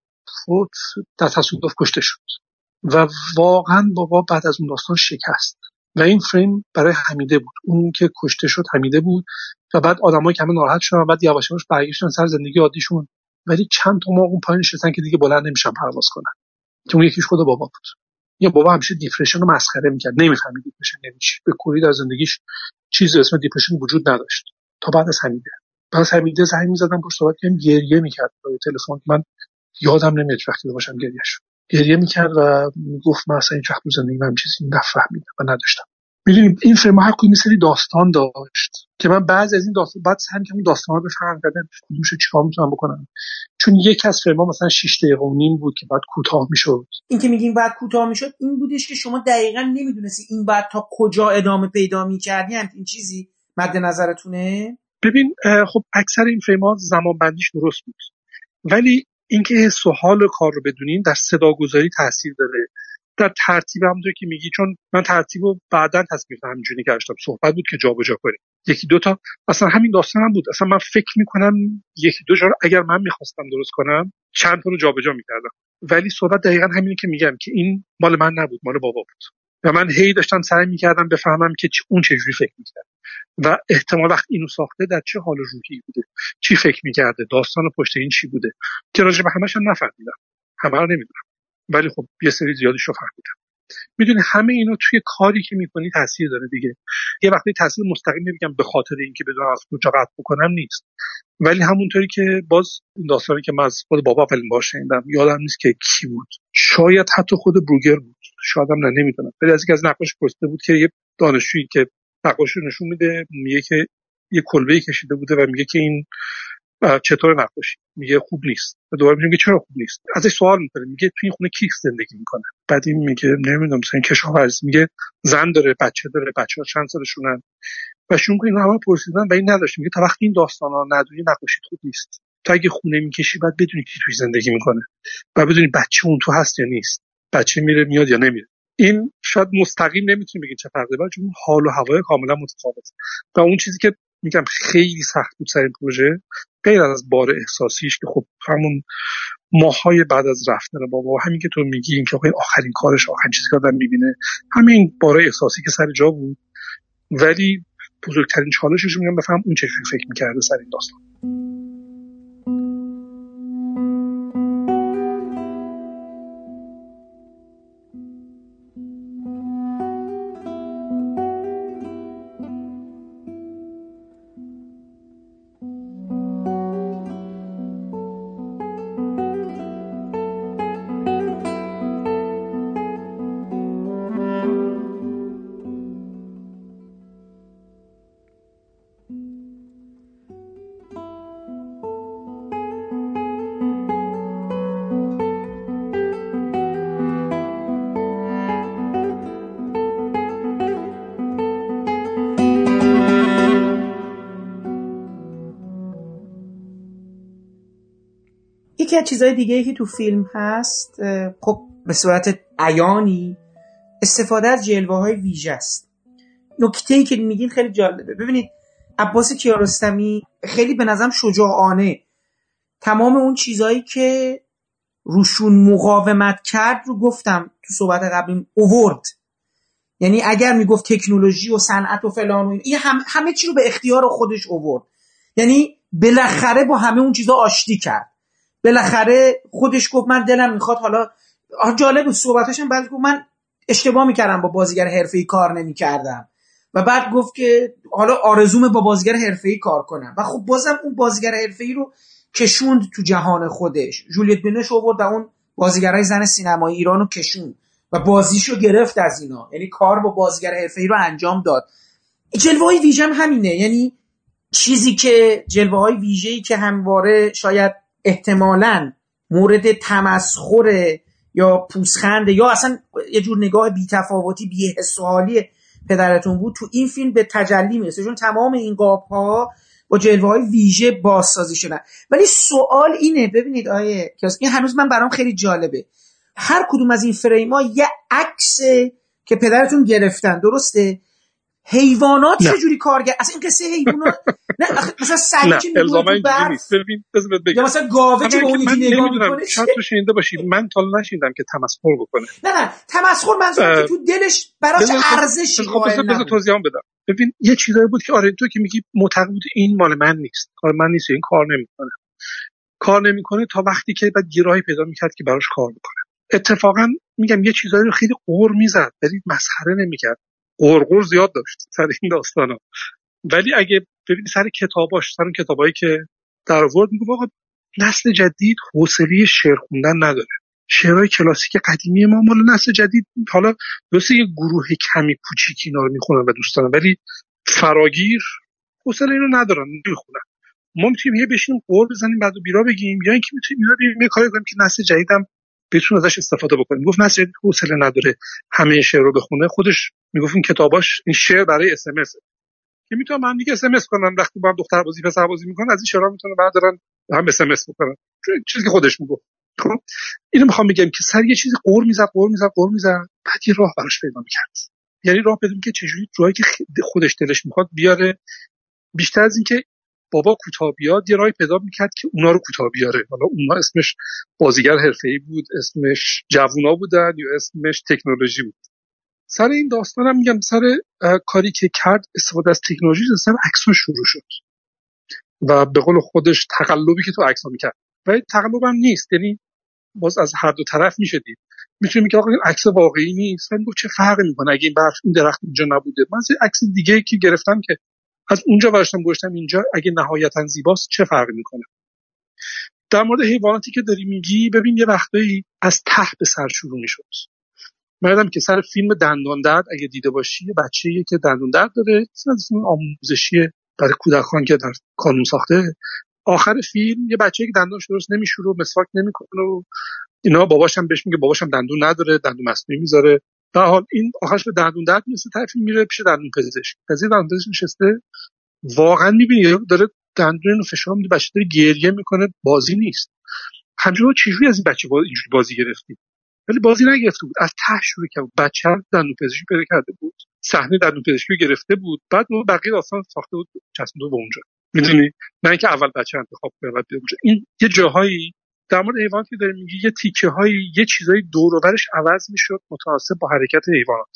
Speaker 2: فوت در تصادف کشته شد و واقعا بابا بعد از اون داستان شکست و این فریم برای حمیده بود، اون که کشته شد حمیده بود و بعد آدمایی که همه ناراحت شدن و بعد یواش یواش برگشتن سر زندگی عادیشون، ولی چند تا ماه اون پایین نشستن که دیگه بلند نمیشن پرواز کنن، که اون یکیش خود بابا بود. یا بابا همیشه دیپرشن رو مسخره میکرد، نمیفهمید دیپرشن یعنی چی، به کلی در زندگیش چیزی اسم دیپرشن وجود نداشت تا بعد از حمیده. بعد از حمیده زنگ می‌زدم باهاش صحبت کردم، گریه میکرد با تلفن، من یادم نمیاد وقتی باشم گریه‌ش گریه میکرد و میگفت من اصلا هیچ وقت تو زندگی من چیزی نفهمیدم و نداشتم. میدونیم این فیلم ها هر کدوم سری داستان داشت که من بعضی از این داستان بعد سعی کردم داستانا رو بفهمم بعد کدومش چیکار میتونم بکنم، چون یک از فیلم ها مثلا شش دقیقه و نیم بود که بعد کوتاه میشد.
Speaker 1: این که میگیم بعد کوتاه میشد این بودش که شما دقیقاً نمیدونستی این بعد تا کجا ادامه پیدا میکردی، همین چیزی مد نظرتونه؟
Speaker 2: ببین خب اکثر این فیلم ها زمان بندیش درست بود، ولی اینکه حس و حال کار رو بدونین در صداگذاری تاثیر داره، در ترتیب همونطور که میگی، چون من ترتیبو بعداً تصمیم همینجوری گرفتم، صحبت بود که جابجا کنیم یکی دو تا، اصلا همین داستان هم بود، اصلا من فکر میکنم یکی دو جا رو اگر من میخواستم درست کنم چند تا رو جابجا میکردم، ولی صحبت دقیقاً همینه که میگم که این مال من نبود، مال بابا بود و من هی داشتم سعی میکردم بفهمم که اون چجوری فکر میکرد و احتمال وقت اینو ساخته در چه حال روحی بوده، چی فکر میکرده، داستان پشت این چی بوده، که راجع به همه‌ش هم نفهمیدم، همه رو نمیدونم، ولی خب یه سری زیادیش رو فهمیدم. میدونی همه اینا توی کاری که میکنی تاثیر داره دیگه. یه وقتی تاثیر مستقیم نمیگم به خاطر اینکه بدونم از کجا قطع بکنم نیست، ولی همونطوری که باز این داستانی که من از خود بابا اولین بار شنیدم یادم نیست که کی بود، شاید حتی خود بروگر بود، شاید هم نه نمیدونم، ولی از یک از نقاش پرسیده بود که یه دانشجویی که نقاشی نشون میده، میگه که یه کلبه‌ای کشیده بوده و میگه که این چطور نقاشی، میگه خوب نیست و دوباره میگه چرا خوب نیست، ازش سوال میکنه میگه تو این خونه کی زندگی میکنه، بعد این میگه نمیدونم مثلا کشاورز، میگه زن داره بچه داره، بچه‌ها چند سالشونن و شون که اینا همه پرسیدن و این نداشت، میگه تا وقتی این داستانا ندونی نقاشی خوب نیست، تا اگه خونه میکشی بعد بدونی کی توی زندگی میکنه و بدونی بچه اون تو هست یا نیست، بچه میره میاد یا نمیره. این شاید مستقیم نمیتونی بگی چه فرقی داره، چون حال و هوای کاملا متفاوته و اون چیزی که میگم خیلی سخت بود سر این پروژه، غیر از بار احساسیش که خب همون ماهای بعد از رفتن بابا، همین که تو میگی این که این آخرین کارش، آخرین چیزی که آدم میبینه، همین بار احساسی که سر جا بود، ولی بزرگترین چالشش میگم بفهم اون چجوری فکر میکرده سر این داستان.
Speaker 1: یکی از چیزهای دیگه که تو فیلم هست، خب به صورت عیانی استفاده از جلوه‌های ویژه است. نکته‌ای که میگین خیلی جالبه. ببینید عباس کیارستمی خیلی به نظرم شجاعانه تمام اون چیزایی که روشون مقاومت کرد رو گفتم تو صحبت قبلیم اوورد. یعنی اگر میگفت تکنولوژی و صنعت و فلان و این هم همه چی رو به اختیار خودش اوورد، یعنی بالاخره با همه اون چیزا آشتی کرد. بالاخره خودش گفت من دلم میخواد، حالا جالب بود صحبتاش هم، بعد گفت من اشتباه میکردم با بازیگر حرفه‌ای کار نمیکردم و بعد گفت که حالا آرزومه با بازیگر حرفه‌ای کار کنم و خب بازم اون بازیگر حرفه‌ای رو کشوند تو جهان خودش. جولیت بینش آورد و اون بازیگرای زن سینمای ایرانو کشوند و بازیشو گرفت از اینا، یعنی کار با بازیگر حرفه‌ای رو انجام داد. جلوه‌های ویژه هم همینه، یعنی چیزی که جلوه‌های ویژه‌ای که همواره شاید احتمالاً مورد تمسخر یا پوزخند یا اصلا یه جور نگاه بی‌تفاوتی بی‌حس و حالی پدرتون بود، تو این فیلم به تجلی میرسه، چون تمام این قاب‌ها با جلوه‌های ویژه بازسازی شدن. ولی سوال اینه، ببینید آیه که این هنوز من برام خیلی جالبه، هر کدوم از این فریم‌ها یه عکس که پدرتون گرفتن، درسته؟ حیوانات چجوری کارگر اصلا این قصه حیوانات نه مثلا سگی که میگه تو برف،
Speaker 2: ببین بذار بگم،
Speaker 1: یا مثلا گاوه که به اون یکی نگاه میکنه،
Speaker 2: شاید تو شنیده باشی، من تا نشیندم که تمسخر بکنه.
Speaker 1: نه نه تمسخر منظورم که تو دلش براش ارزشی قائل نبود.
Speaker 2: بذار توضیحام بدم. ببین یه چیزایی بود که آره تو که میگی معتقد بود این مال من نیست، کار من نیست، این کار نمیکنه کار نمیکنه تا وقتی که بعد گیراهی پیدا میکرد که براش کار میکنه. اتفاقا میگم یه چیزایی رو خیلی قهر میزد ولی مسخره نمیکرد، قرقر زیاد داشت سر این داستانا. ولی اگه ببینی سر کتاباش، سر اون کتابایی که در آورد، میگه آقا نسل جدید حوصله شعر خوندن نداره، شعرهای کلاسیک قدیمی ما مال نسل جدید حالا واسه یه گروه کمی کوچیکی اینا رو میخونن و دوست دارن، ولی فراگیر حوصله اینو ندارن نمیخونن. ما میتونیم یه بشینیم قول بزنیم بعد و بیرا بگیم، یا اینکه میتونیم اینا رو یه کاری کنیم که نسل جدیدم بتونه ازش استفاده بکنه. گفت نسل جدید حوصله نداره همه شعر رو بخونه، خودش میگفت این کتاباش این شعر برای اس ام اس که میتونم من دیگه اس ام اس کنم، وقتی با هم دختر بازی پسر بازی میکنن از این شعرها میتونن بردارن هم اس ام اس بکنن، چیزی که خودش میگفت. خب اینو میخوام بگم که سر یه چیزی قور میزد قور میزد قور میزد بعد یه راه براش پیدا میکرد، یعنی راه پیدا که چجوری جایی که خودش دلش میخواد بیاره. بیشتر از این که بابا کوتاه بیاد، یه راهی پیدا میکرد که اونا رو کوتاه بیاره. حالا اونا اسمش بازیگر حرفه‌ای بود، اسمش جوونا بودن یا اسمش تکنولوژی بود. سر این داستانم میگم سر کاری که کرد استفاده از تکنولوژی سر عکس‌ها شروع شد و به قول خودش تقلبی که تو عکس‌ها میکرد ولی تقلب هم نیست، یعنی باز از هر دو طرف میشه دید. میتونی میگه آقا این عکس واقعی نیست، ولی چه فرقی میکنه اگه این برف این درخت اینجا نبوده، من یه عکس دیگه که گرفتم که از اونجا برشتم گذاشتم اینجا، اگه نهایتا زیباست چه فرقی میکنه. در مورد حیواناتی که داری میگی، ببین یه وقتایی از ته به سر شروع میشد. من که سر فیلم دندان درد اگه دیده باشی، یه بچه‌ای که دندان درد داره، از فیلم آموزشی برای کودکان که در کانون ساخته، آخر فیلم یه بچه‌ای که دندانش درست نمیشوره و مسواک نمیکنه و اینا، باباش هم بهش میگه باباش هم دندون نداره، دندون مصنوعی میذاره. در حال این آخرش به دندون درد میرسه، طرف میره پیش دندون پزشک، پزشک دندون پزشک نشسته، واقعا میبینی داره دندون رو فشار میده، بچه داره گریه میکنه، بازی نیست. همچنین چجوری از این بچه با اینجوری بازی گرفتی؟ ولی بازی نگرفته بود، از ته شروع کرد. بچه دندون پزشکی پیدا کرده بود، صحنه دندون پزشکی گرفته بود، بعد اون بقیه داستان ساخته بود چسبونده به اونجا. میدونی نه اینکه اول بچه انتخاب کنه بعد بیاد. این یه جاهایی در مورد حیوانات که داره میگی، یه تیکه‌هایی یه چیزای دور و برش عوض میشد متناسب با حرکت حیوانات.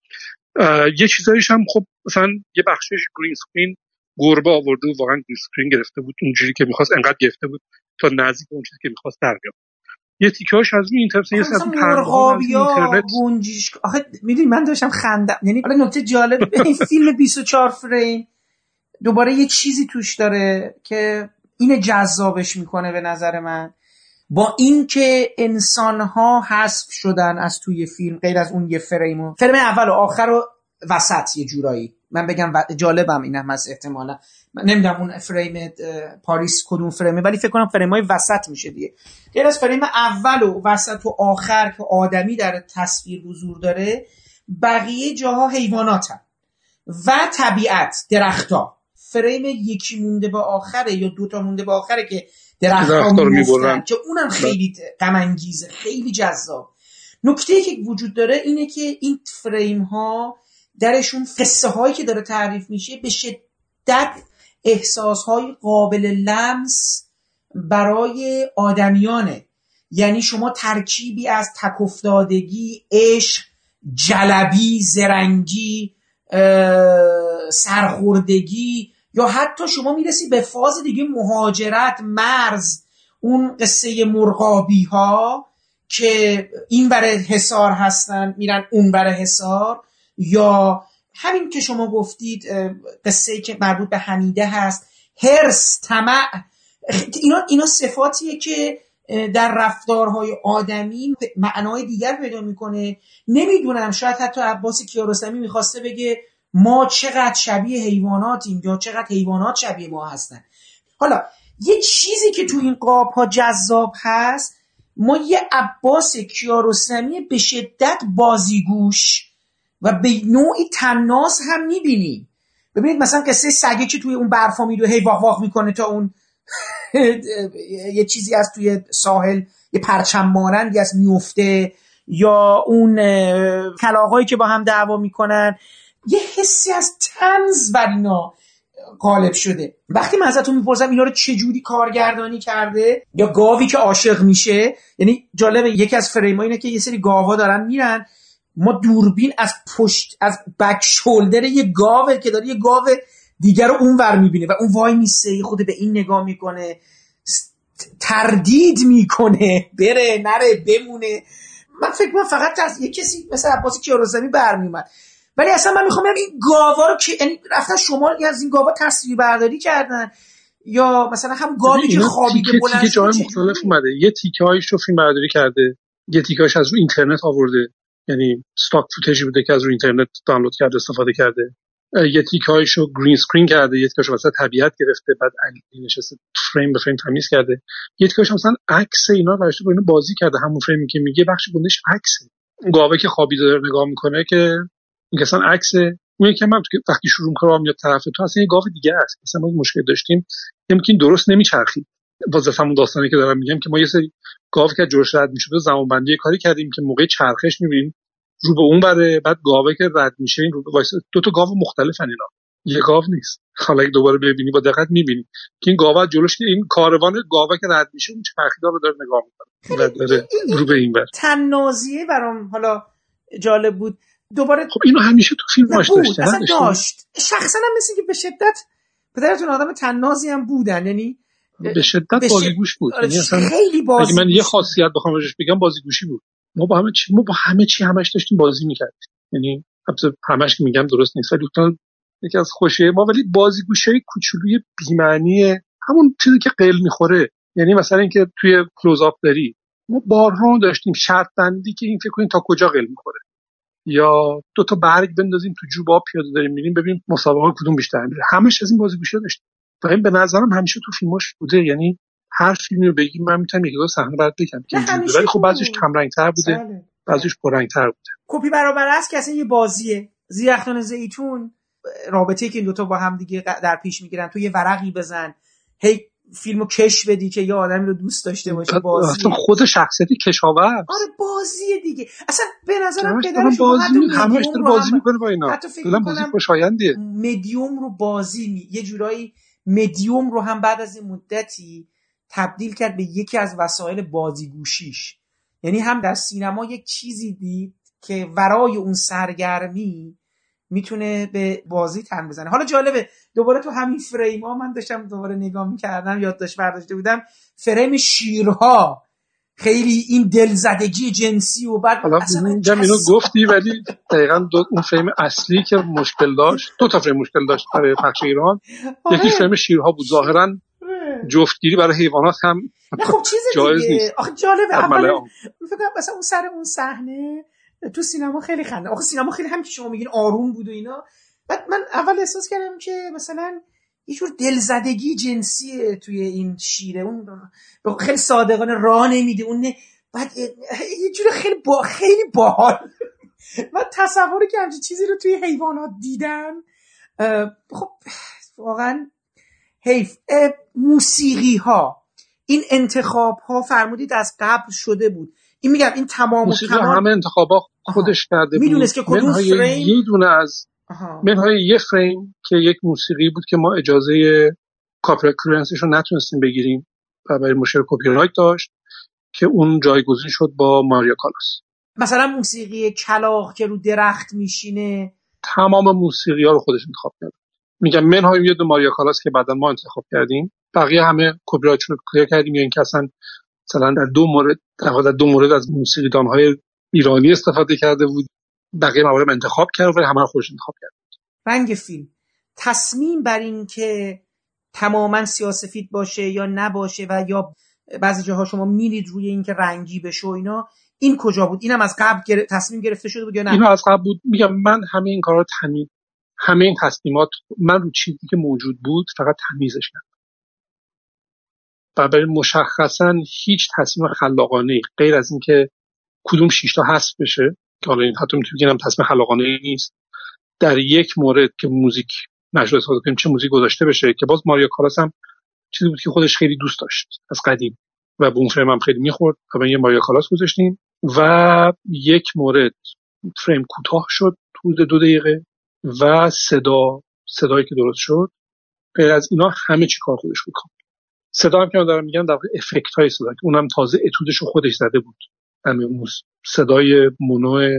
Speaker 2: یه چیزایش هم خب مثلا یه بخشش گرین اسکرین گربه آورده و واقعا گرین اسکرین گرفته بود اونجوری که می‌خواست، انقدر گرفته بود تا نزدیک اون چیزی که می‌خواست در بیاد. یه تیکه‌هاش از این اینترنت، یه
Speaker 1: مثلا مرغابیا گنجیش. آخه میدونی من داشتم خندم، یعنی حالا نکته جالب این فیلم بیست و چهار فریم دوباره یه چیزی توش داره که اینه جذابش میکنه به نظر من، با این که انسان‌ها حذف شدن از توی فیلم غیر از اون یه فریمو، فریم اول و آخر و وسط یه جورایی من بگم جالبم اینم هست. احتمالا من نمیدونم اون فریم پاریس کدوم فریمه، ولی فکر کنم فریم‌های وسط میشه دیگه. غیر از فریم اول و وسط و آخر که آدمی در تصویر حضور داره، بقیه جاها حیواناتن و طبیعت، درخت‌ها. فریم یکی مونده به آخره یا دوتا مونده به آخره که درخت‌ها می‌افتن، که اونم خیلی غم انگیزه، خیلی جذاب. نکته‌ای که وجود داره اینه که این فریم‌ها درشون قصه هایی که داره تعریف میشه به شدت احساس های قابل لمس برای آدمیانه. یعنی شما ترکیبی از تک افتادگی، عشق، جلبی، زرنگی، سرخوردگی، یا حتی شما میرسی به فاز دیگه مهاجرت، مرز، اون قصه مرغابی ها که این بره حصار هستن میرن اون بره حصار، یا همین که شما گفتید قصه‌ای که مربوط به حمیده هست، حرص، طمع، اینا اینا صفاتیه که در رفتارهای آدمی معنای دیگر پیدا میکنه. نمیدونم شاید حتی عباس کیارستمی میخواسته بگه ما چقدر شبیه حیواناتیم یا چقدر حیوانات شبیه ما هستن. حالا یه چیزی که تو این قاب‌ها جذاب هست، ما یه عباس کیارستمی به شدت بازیگوش و به نوعی طناز هم میبینیم. ببینید مثلا قصه سگی که توی اون برفا میدوه هی واق واق میکنه تا اون یه چیزی از توی ساحل یه پرچم مانندی از میفته، یا اون کلاغایی که با هم دعوا میکنن، یه حسی از طنز بر اینا غالب شده. وقتی من ازتون میپرسم اینا رو چجوری کارگردانی کرده، یا گاوی که عاشق میشه، یعنی جالبه یکی از فریم‌ها اینه که یه سری گاوا دارن میرن، ما دوربین از پشت از بک شولدر یه گاوه که داره یه گاو دیگر رو اونور میبینه و اون وای میسه خود به این نگاه میکنه، تردید میکنه بره نره بمونه. من فکر کنم فقط از یه کسی مثل عباس کیارستمی برمیومد. ولی اصلا من میخوام بگم این گاوا رو که یعنی رفتن شما از این گاوا تصویر برداری کردن، یا مثلا هم گاوی که خوابیده بلند
Speaker 2: تیکه جای مختلف اومده، یه تیکه هایش رو فیلم برداری کرده، یه تیکه هایش از رو اینترنت آورده، یعنی استاک فوتیجی بوده که از رو اینترنت دانلود کرده استفاده کرده، یه تیکه هایش رو گرین اسکرین کرده، یه تیکه هایش مثلا طبیعت گرفته بعد علی نشسته فریم به فریم تمیز کرده، یه تیکه هایش مثلا عکس اینا براشته با اینو بازی کرده، همون فریمی که میگه بخش بوندش عکسه، گاوه که خوابیده داره نگاه میکنه که این اصلا عکسه، اون که من وقتی شروع می‌کنم میاد طرف تو اصلا یه گاو دیگه است. مثلا ما مشکل داشتیم یمکن درست نمیچرخید، واسه داستانی که دارم میگم که ما یه سری گاو که جلوش رد میشد زمانبندی کاری کردیم که موقع چرخش میبینیم رو به اون بره، بعد گاوه که رد میشه این رو وایس دو تا گاو مختلفن، اینا یه گاو نیست. حالا اگه دوباره ببینی با دقت میبینی که این گاوا جلوش این کاروان گاوه که رد میشه اون چرخیدار رو داره نگاه میکنه و داره رو به این بر
Speaker 1: تنازیه برام حالا جالب بود. دوباره
Speaker 2: خب اینو همیشه تو فیلماش داشته،
Speaker 1: اصلا داشت. شخصا هم مثل که به شدت پدرتون آدم تنازی هم بودن، یعنی
Speaker 2: به شدت بازیگوش بود. یعنی اصلا
Speaker 1: خیلی بازیگوش.
Speaker 2: اگه من یه خاصیت بخوام راجعش بگم بازیگوشی بود. ما با همه چی ما با همه چی همش داشتیم بازی می‌کردیم. یعنی البته همش که میگم درست نیست، ولی اون یکی از خوشیه ما، ولی بازیگوشی کوچولوی بی‌معنی همون چیزی که قل می‌خوره. یعنی مثلا اینکه توی کلوزآپ داری ما بارها داشتیم شرط بندی که این فکر کنین تا کجا قل می‌خوره، یا دو تا برگ بندازیم تو جوب آب پیاده داریم میریم ببینیم مسابقه کدوم بیشتر میره. همش از این بازیگوشی داشتیم و این به نظرم همیشه تو فیلماش بوده. یعنی هر فیلمی رو بگیم من میتونم یک دو صحنه بعد بگم که اینجوریه، ولی خب بعضیش کم رنگ‌تر بوده، بعضیش پررنگ‌تر بوده.
Speaker 1: کپی برابر است که اصلا یه بازیه. زیرخان زیتون رابطه‌ای که این دو تا با هم دیگه در پیش میگیرن، تو یه ورقی بزن هی فیلمو کش بدی که یه آدمی رو دوست داشته باشه، بازی
Speaker 2: اصلا خود شخصیتی کشاورز.
Speaker 1: آره بازیه دیگه. اصلا به نظرم
Speaker 2: پدرش بازی همش داره بازی میکنه با اینا. کلا بازی خوشایندیه.
Speaker 1: مدیوم رو بازی می... یه جورایی مدیوم رو هم بعد از این مدتی تبدیل کرد به یکی از وسایل بازیگوشیش. یعنی هم در سینما یک چیزی دید که ورای اون سرگرمی میتونه به بازی تن بزنه. حالا جالبه دوباره تو همین فریم ها من داشتم دوباره نگاه میکردم، یادداشت برداشته بودم، فریم شیرها خیلی این دلزدگی جنسی و بعد
Speaker 2: اصلا اینو گفتی، ولی دقیقاً دو اون فریم اصلی که مشکل داشت، دو تا فریم مشکل داشت برای پخش ایران. یکی فریم شیرها بود، ظاهراً جفتگیری برای حیوانات هم
Speaker 1: نه خب چیز
Speaker 2: جایز
Speaker 1: دیگه.
Speaker 2: نیست.
Speaker 1: آخه جالبه اولا فکر کنم مثلا اون سر اون صحنه تو سینما خیلی خنده. آخه سینما خیلی هم که شما میگین آروم بود و اینا، بعد من اول احساس کردم که مثلا یه جور دلزدگی جنسیه توی این شیره، اون خیلی صادقانه راه نمیده اون نه. بعد یه جور خیلی با خیلی باحال من تصوری که همچین چیزی رو توی حیوانات دیدم. خب واقعا حیف. موسیقی ها، این انتخاب ها فرمودید از قبل شده بود. این میگم این تمام و تمام
Speaker 2: همه انتخابا خودش کرده بود.
Speaker 1: میدونست که کدوم فریم
Speaker 2: یه دونه از منهای یه فریم که یک موسیقی بود که ما اجازه کاپی کلرنسش رو نتونستیم بگیریم و برای مشکل کپی رایت داشت که اون جایگزین شد با ماریا کالاس.
Speaker 1: مثلا موسیقی کلاغ که رو درخت میشینه،
Speaker 2: تمام موسیقی ها رو خودش انتخاب کرد. میگم منهای یه دو ماریا کالاس که بعدا ما انتخاب کردیم، بقیه همه کپی رایت رو کلیئر کردیم، یا اینکه اصلا مثلا در دو مورد در دو مورد از موسیقیدان‌های ایرانی استفاده کرده بود، بقیه موارد انتخاب کرد و همه رو خودش انتخاب کرد.
Speaker 1: رنگ فیلم. تصمیم بر این که تماما سیاه‌سفید باشه یا نباشه و یا بعضی جاها شما میرید روی این که رنگی بشه و اینا، این کجا بود؟ اینم از قبل گر... تصمیم گرفته شده بود یا نه؟
Speaker 2: اینو از قبل بود. میگم من همه این کارا تمیز، همه این تصمیمات من رو چیزی که موجود بود فقط تمیزش کردم. و برای مشخصا هیچ تصمیم خلاقانه غیر از این که کدوم شش تا حذف بشه، که حالا این حتی میتونم بگم تصمیم خلاقانه نیست، در یک مورد که موزیک مجرد استفاده کنیم چه موزیک گذاشته بشه، که باز ماریا کالاس هم چیزی بود که خودش خیلی دوست داشت از قدیم و به اون فریم هم خیلی میخورد و من یه ماریا کالاس گذاشتیم و یک مورد فریم کوتاه شد حدود دو دقیقه و صدا صدایی که درست شد. غیر از اینا همه چی کار خودش بود. صدا هم که من دارم میگم در واقع افکت های صدا که اونم تازه اتودش رو خودش زده بود. همین صدای مونو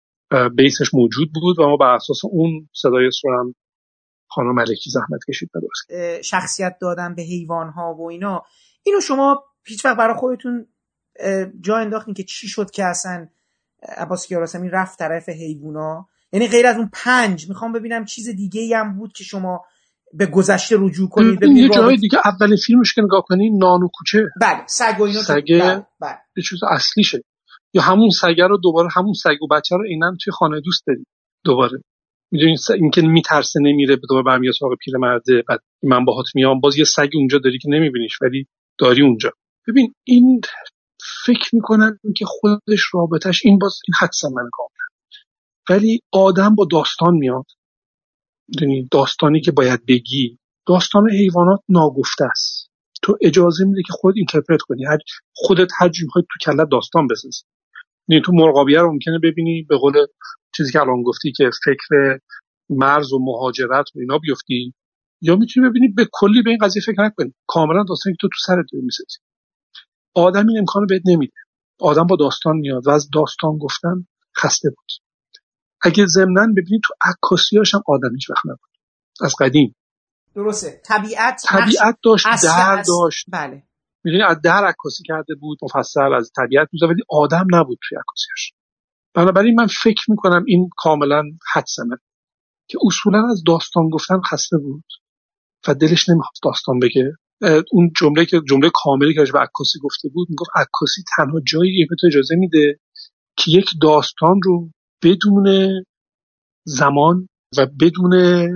Speaker 2: بیسش موجود بود و ما بر اساس اون صدای رو هم خانم ملکی زحمت کشید درست.
Speaker 1: شخصیت دادن به حیوان ها و اینا، اینو شما هیچ وقت برای خودتون جا انداختین که چی شد که اصلا عباس کیارستمی رفت طرف حیوونا؟ یعنی غیر از اون پنج میخوام ببینم چیز دیگه ای هم بود که شما به گذشته رجوع کنید ببینید.
Speaker 2: یه جای دیگه اولین فیلمش که نگاه کنی نان و کوچه،
Speaker 1: بله سگ و اینا،
Speaker 2: سگ بله
Speaker 1: بله
Speaker 2: یه چیز اصلیشه. یا همون سگ رو دوباره همون سگ و بچه رو اینن توی خانه دوست دارید دوباره. میدونین اینکه میترسه نمیره به دوباره برمیاد سراغ پیرمرده، بعد من باهات میام، باز یه سگ اونجا داری که نمیبینیش ولی داری اونجا. ببین این فکر میکنن که خودش رابطش این باز این حدس من کاملا، ولی آدم با داستان میاد. میدونی داستانی که باید بگی، داستان حیوانات ناگفته است، تو اجازه میده که خودت اینترپرت کنی، هر خودت هر جوری میخوای تو کلت داستان بسازی. یعنی تو مرغابیه رو ممکنه ببینی به قول چیزی که الان گفتی که فکر مرز و مهاجرت و اینا بیفتی، یا میتونی ببینی به کلی به این قضیه فکر نکنی، کاملا داستانی که تو تو سرت داری میسازی. آدم این امکانو بهت نمیده. آدم با داستان میاد و از داستان گفتن خسته بود. اگه ضمناً ببینید تو عکاسیاش هم آدم هیچ وقت نبود از قدیم.
Speaker 1: درسته. طبیعت
Speaker 2: طبیعت داشت، در
Speaker 1: اصل
Speaker 2: داشت.
Speaker 1: بله.
Speaker 2: میدونی از در عکاسی کرده بود مفصل از طبیعت میذاره، ولی آدم نبود توی عکاسیاش. بنابراین من فکر میکنم این کاملا حدسمه که اصولا از داستان گفتن خسته بود و دلش نمیخواد داستان بگه. اون جمله که جمله کاملی که راجع به عکاسی گفته بود، میگفت عکاسی تنها جاییه که تو اجازه میده که یک داستان رو بدون زمان و بدون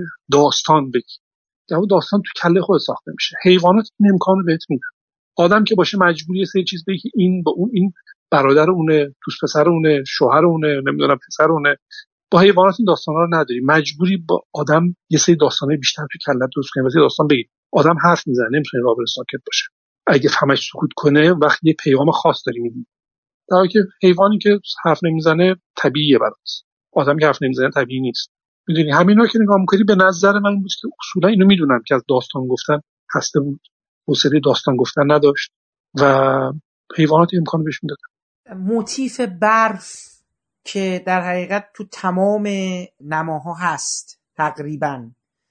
Speaker 2: داستان بگی. یعنی داستان تو کله خود ساخته میشه. حیوانات این امکانو بهت میدن. آدم که باشه مجبوری یه سری چیز بگی که این با اون، این برادر اونه، دوست پسر اونه، شوهر اونه، نمیدونم پسر اونه. با حیوانات این داستانا رو نداری. مجبوری با آدم یه سری داستانای بیشتر تو کله درست کنی، واسه داستان بگی. آدم حرف میزنه، نمیتونه رابر ساکت باشه. اگه همش سکوت کنه وقتی یه پیغام خاص داری میدی. در حالی که حیوانی که حرف نمیزنه طبیعیه براش. آدمی که حرف نمیزنه طبیعی نیست. میدونی همینا که نگاه می‌کنی به نظر من بود که اصولا اینو میدونم که از داستان گفتن خسته بود، حوصله داستان گفتن نداشت و حیوانات امکان بهش میدادن.
Speaker 1: موتیف برف که در حقیقت تو تمام نماها هست تقریبا،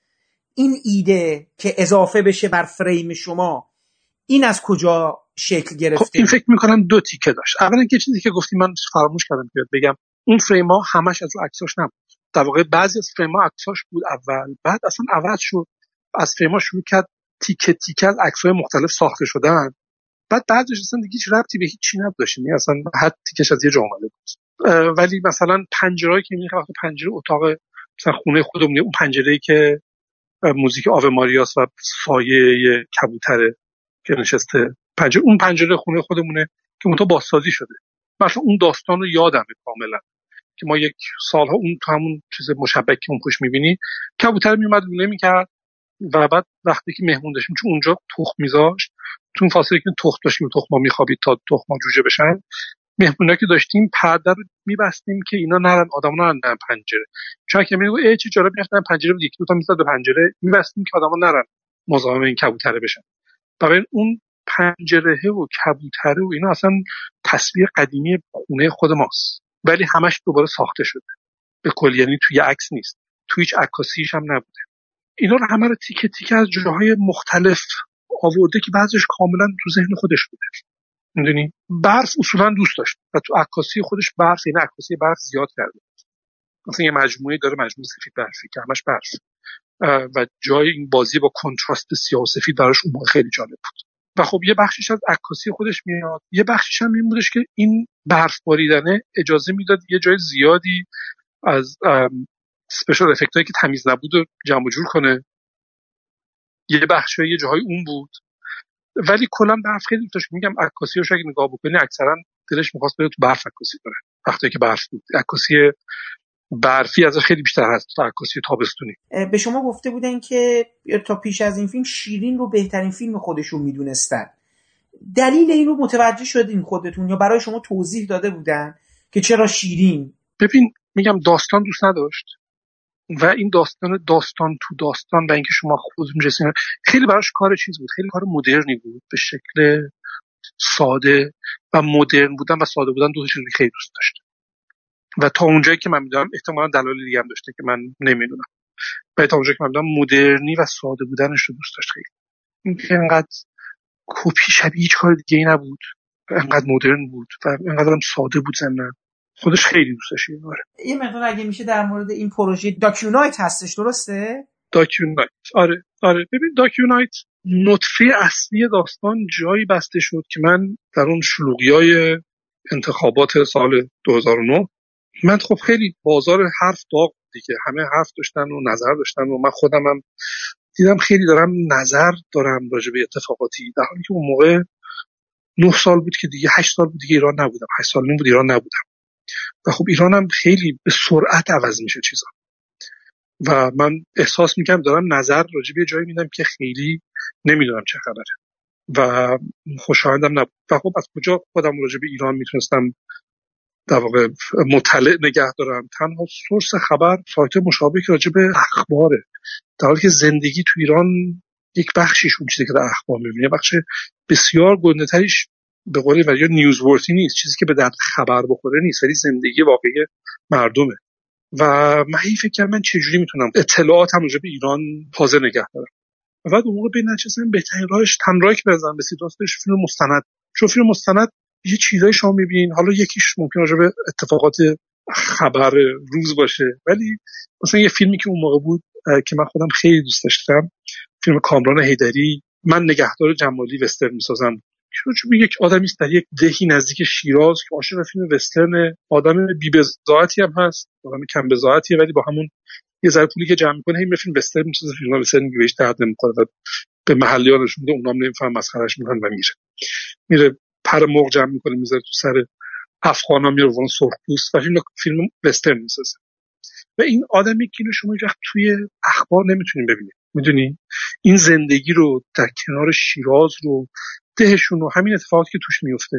Speaker 1: این ایده که اضافه بشه بر فریم شما، این از کجا شکل گرفته؟
Speaker 2: خب این فکر میکنم دو تیکه داشت. اولا که چیزی که گفتی من فراموش کردم که بگم، اون فریم ها همش از رو عکساش نبود. در واقع بعضی از فریم ها عکساش بود اول، بعد اصلا عوض شد، از فریم ها شروع کرد تیکه تیکه از عکس‌های مختلف ساخته شدن. بعد بعدش اصلا دیگه هیچ ربطی به هیچ چی نداشت، یعنی اصلا حد تیکش از یه جا اومده بود. ولی مثلا پنجره‌ای که می‌بینی وقتی پنجره اتاق مثلا خونه خودمون، اون پنجره‌ای که موزیک آوه ماریاس و سایه کبوتره که نشسته، پنجره اون پنجره خونه خودمونه که اون تا بازسازی شده. مثلا اون داستان رو یادمه کاملا که ما یک سالها اون تو همون چیز مشبک که اون پشت می‌بینی کبوتر میومد لونه می‌کرد و بعد وقتی که مهمون داشتیم چون اونجا تخم میذاشت، تو فاصله که تخم داشتیم تخما میخوابید تا تخما جوجه بشن، مهمونا که داشتیم پرده رو میبستیم که اینا نرن، آدما نرن پنجره. چون که میگه ای چه جالب میافتن پنجره بود، یکی دو تا میزد به پنجره میبستیم که آدما نرن مزاحم این کبوتره بشن. برای اون پنجره و کبوتره و اینا اصلا تصویر قدیمی خونه خود ماست، ولی همش دوباره ساخته شده به کل، یعنی توی عکس نیست، تو هیچ عکاسیش هم نبوده. اینا رو همه رو تیکه تیکه از جاهای مختلف آورده که بعضیش کاملا تو ذهن خودش بوده. میدونی برف اصولا دوست داشت و تو عکاسی خودش برف، یعنی عکاسی برف زیاد کرده. مثلا یه مجموعه داره، مجموعه سفید برفی که همش برف و جای این بازی با کنتراست سیاه و سفید براش اون موقع خیلی جالب بود. و خب یه بخشش از عکاسی خودش میاد، یه بخشش هم این بودش که این برف باریدنه اجازه میداد یه جای زیادی از اسپشیال افکتایی که تمیز نبود رو جمع جور کنه. یه بخشای یه جاهای اون بود، ولی کلا برف خیلی دوست داشت. میگم عکاسی رو اگه نگاه بکنی اکثرا دلش می‌خواست بره تو برف عکاسی کنه. وقتی که برف بود عکاسی برفی از خیلی بیشتر هست تا عکاسی تابستونی.
Speaker 1: به شما گفته بودن که تا پیش از این فیلم شیرین رو بهترین فیلم خودشون میدونستن. دلیل این رو متوجه شدین خودتون یا برای شما توضیح داده بودن که چرا شیرین؟
Speaker 2: ببین میگم داستان دوست نداشت و این داستان داستان تو داستان و اینکه شما خودتون رسین خیلی براش کار چیز بود، خیلی کار مدرنی بود به شکل ساده و مدرن بودن و ساده بودن دو تا چیزی خیلی دوست داشت و تا اونجایی که من میدونم احتمالاً دلایل دیگه هم داشته که من نمیدونم، و تا اونجایی که من میدونم مدرنی و ساده بودنش رو دوست داشت. خیلی اینکه انقدر کپی شبیه هیچ کار دیگه ای نبود، انقدر مدرن بود و انقدر هم ساده بود زنن خودش خیلی دوست داشت.
Speaker 1: یه مقدار اگه میشه در مورد این پروژه داکیونایت هستش، درسته؟
Speaker 2: داکیونایت آره آره ببین داکیونایت نطفه اصلی داستان جایی بسته شد که من در اون شلوغیای انتخابات سال دو هزار و نه من خب خیلی بازار حرف داغ دیگه، همه حرف داشتن و نظر داشتن و من خودم هم دیدم خیلی دارم نظر دارم راجع به اتفاقاتی، در حالی که اون موقع نه سال بود که دیگه هشت سال بود دیگه ایران نبودم، هشت سال نیم بود ایران نبودم و خب ایرانم خیلی به سرعت عوض میشه چیزا و من احساس میکنم دارم نظر راجع به جایی میدم که خیلی نمیدونم چه خبره و خوشایندم نبود. و خب از کجا خودم راجع به ایران میتونستم در واقع مطلع نگه دارم؟ تنها سورس خبر سایت مشابه که راجع به اخباره، در حالی که زندگی تو ایران یک بخشیش اون چیزی که در اخبار میبینی بخش بسیار گنده‌تریش به قولی و یا نیوز ورتی نیست، چیزی که به درد خبر بخوره نیست، ولی زندگی واقعی مردمه. و من این فکر کردم من چجوری میتونم اطلاعاتم راجع به ایران تازه نگه دارم و بعد اون موقع به نچسم بهترین راهش تمرایک بزنم به سیداستش فیلم مستند. چون فیلم مستند یه چیزای شما میبینین، حالا یکیش ممکن راجع به اتفاقات خبر روز باشه، ولی مثلا یه فیلمی که اون موقع بود که من خودم خیلی دوست داشتم، فیلم کامران حیدری من نگهدار جمالی وسترن میسازم، چون یک آدمی است در یک دهی نزدیک شیراز که عاشق فیلم وسترن، آدم بی‌بضاعتی هم هست، آدم کم بضاعتیه، ولی با همون یه ذره پولی که جمع می‌کنه همین فیلم وسترن میسازه، فیلم وسترن که بهش درد نمی‌خوره و به محلی‌ها نشون میده، اونام نمی‌فهمن مسخرهش می‌کنن و میره میره پر مرغ جمع می‌کنه میذاره تو سر افغانا میره اون سرخپوست و فیلم فیلم وسترن میسازه. و این آدمی که شما هیچ وقت توی اخبار نمیتونین ببینید، میدونی این زندگی رو در کنار شیراز رو دهشون و همین اتفاقاتی که توش میفته.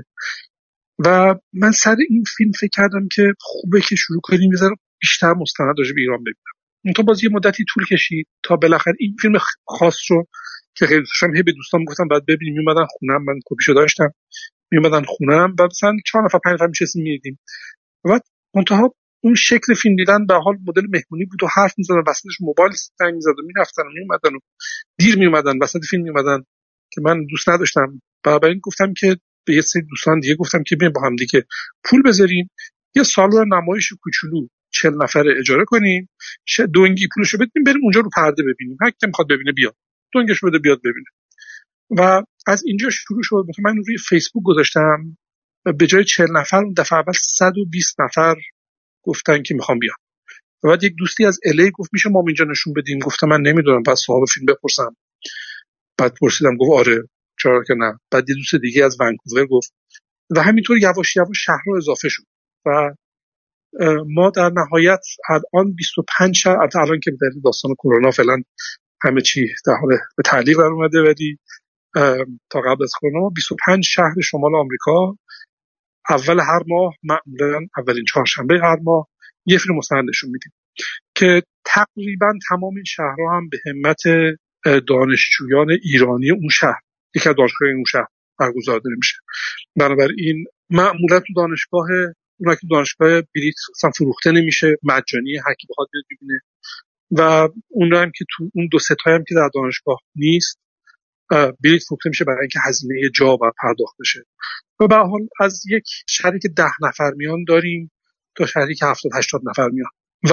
Speaker 2: و من سر این فیلم فکر کردم که خوبه که شروع کنیم یه ذره بیشتر مستند راجع به ایران ببینم. اون تو باز یه مدتی طول کشید تا بالاخره این فیلم خاص رو که خیلی دوست داشتم هی به دوستان گفتم بعد ببینیم، میومدن خونم، من کپیشو داشتم، میومدن خونم بعد مثلا چهار نفر پنج نفر میشستیم میدیدیم. بعد منتها اون شکل فیلم دیدن به حال مدل مهمونی بود و حرف می‌زدن، وسطش موبایل زنگ می‌زد و می‌رفتن و میومدن و دیر میومدن وسط فیلم میومدن که من دوست نداشتم. بنابراین گفتم که به یه سری دوستان دیگه گفتم که بیایم با هم دیگه پول بذاریم یه سالن نمایش کوچولو چهل نفره اجاره کنیم، دونگی پولشو بدیم بریم اونجا رو پرده ببینیم، هر کی می‌خواد ببینه بیاد، دونگشو بده بیاد ببینه. و از اینجا شروع شد. مثلا من روی فیسبوک گذاشتم و به جای چهل نفر اون دفعه اول صد و بیست نفر گفتن که میخوام بیام. و بعد یک دوستی از الی گفت میشه ما اینجا نشون بدیم؟ گفتم من نمیدونم، بعد صاحب فیلم بپرسم. بعد پرسیدم گفت آره چرا که نه. بعد یه دوست دیگه از ونکوور گفت و همینطور یواش یواش شهرها اضافه شد و ما در نهایت الان بیست و پنج شهر، الان که به دلیل داستان کرونا فعلا همه چی در حال به تعلیق در اومده، ولی تا قبل از کرونا بیست و پنج شهر شمال آمریکا اول هر ماه، معمولا اولین چهارشنبه هر ماه یه فیلم مستند نشون میدیم که تقریبا تمام این شهرها هم به همت دانشجویان ایرانی اون شهر، یک از دانشگاه اون شهر برگزار میشه. بنابراین معمولا تو دانشگاه اونها که دانشگاه بلیط اصلا فروخته نمیشه، مجانی، هر کی بخواد بیاد ببینه. و اون هم که تو اون دو سه تایی هم که در دانشگاه نیست بلیط فروخته میشه برای اینکه هزینه جا باید پرداخت بشه. و به هر حال از یک شهری که ده نفر میان داریم تا شهری که هفتاد هشتاد نفر میان. و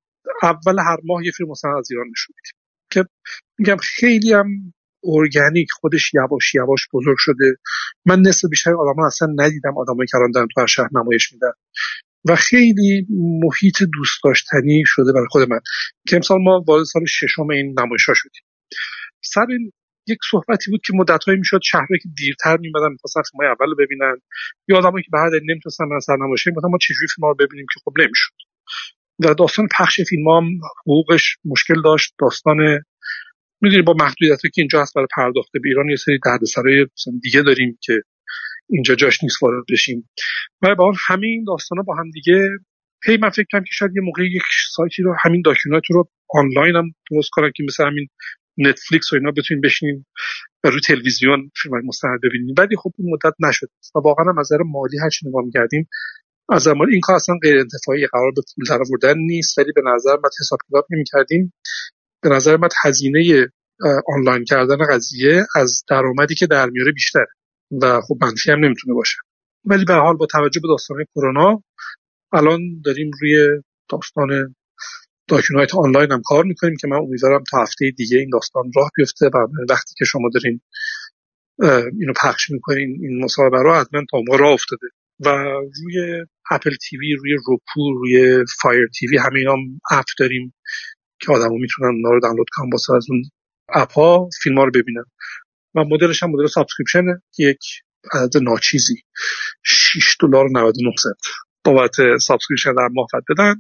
Speaker 2: اول هر ماه یه فیلم مستند از ایران نشون میدیم که میگم خیلی هم ارگانیک، خودش یواش یواش بزرگ شده. من نصف بیشتر آدما اصلا ندیدم، آدمایی که الان دارن تو هر شهر نمایش میدن و خیلی محیط دوست داشتنی شده برای خود من که امسال ما وارد سال ششم این نمایش‌ها شدیم. سر این یک صحبتی بود که مدت‌هایی میشد شهرایی که دیرتر میمدن می‌خواستن فیلم‌های اول رو ببینن یا آدمایی که به هر دلیل نمی‌تونستن برن سر نمایش، گفتن ما چجوری فیلم‌ها رو ببینیم که خب نمیشد. و داستان پخش فیلم‌ها هم حقوقش مشکل داشت. داستان می‌دونی با محدودیتی که اینجا هست برای پرداخت به ایران یه سری دردسرای دیگه داریم که اینجا جاش نیست وارد بشیم. و با همین داستانا با هم دیگه هی من فکر کنم که شاید یه موقع یک سایتی رو همین داکیومنت رو آنلاین هم درست کنم که مثل همین نتفلیکس و اینا بتونیم بشینیم و رو تلویزیون فیلم‌های مستند ببینیم. ولی خب این مدت نشد و واقعا هم از نظر مالی هر چی نگاه می‌کردیم از نظر این کار اصلا غیر انتفاعی، قرار به پول درآوردن نیست، ولی به نظر من حساب کتاب نمی‌کردیم. به نظر من هزینه آنلاین کردن قضیه از درآمدی که در میاره بیشتره و خب منفی هم نمیتونه باشه. ولی به هر حال با توجه به داستان کرونا الان داریم روی داستان داکیومنت آنلاین هم کار میکنیم که من امیدوارم تا هفته دیگه این داستان راه بیفته و وقتی که شما دارین اینو پخش میکنین این مصاحبه رو حتما تا موقع راه افتاده و روی اپل تیوی، روی روکو، روی فایر تیوی همه اینا هم اپ داریم که آدما میتونن اونا رو دانلود کنن واسه از اون اپ ها فیلم‌ها رو ببینن و مدلش هم مدل سابسکریپشنه، یک عدد ناچیزی شش دلار و نود و نه سنت بابت سابسکریپشن در ماه بدن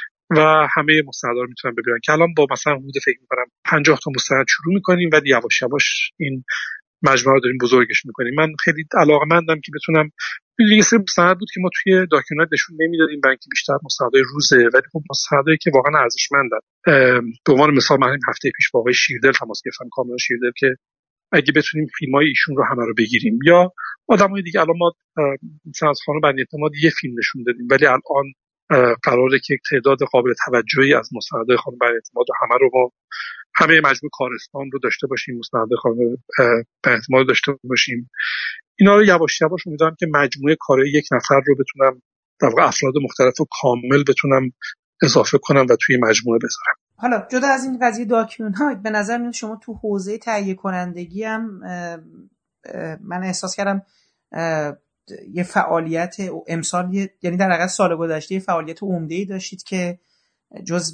Speaker 2: و همه مستندها رو میتونن ببینن که الان با مثلا حدود فکر می‌کنم پنجاه تا مستند شروع می‌کنیم و یواش یواش این مجموعه رو داریم بزرگش می‌کنیم. من خیلی علاقه‌مندم که بتونم یه سری مستند بود که ما توی داکیومنت نشون نمیدادیم برای اینکه بیشتر مستندهای روزه، ولی خب مستندایی که واقعا ارزشمندن. به عنوان مثال من هفته پیش با آقای شیردل تماس گرفتم، کامران شیردل، که اگه بتونیم فیلم‌های ایشون رو همه رو بگیریم یا آدمای دیگه. الان ما مثلا از خانم بنی اعتماد یه فیلم نشون دادیم ولی الان قراره که تعداد قابل توجهی از مستندهای خانم بنی اعتماد رو همه رو ما همه مجموعه کارستان رو داشته باشیم، مستندهای خانم بنی اعتماد داشته باشیم. اینا رو یواش یواش امیدوارم که مجموعه کارهای یک نفر رو بتونم در واقع افراد مختلف و کامل بتونم اضافه کنم و توی مجموعه بذارم.
Speaker 1: حالا جدا از این قضیه داکیومنت، به نظر میاد شما تو حوزه تهیه کنندگی هم من احساس کردم یه فعالیت امسال، یعنی در واقع سال گذشته فعالیت عمده‌ای داشتید که جزو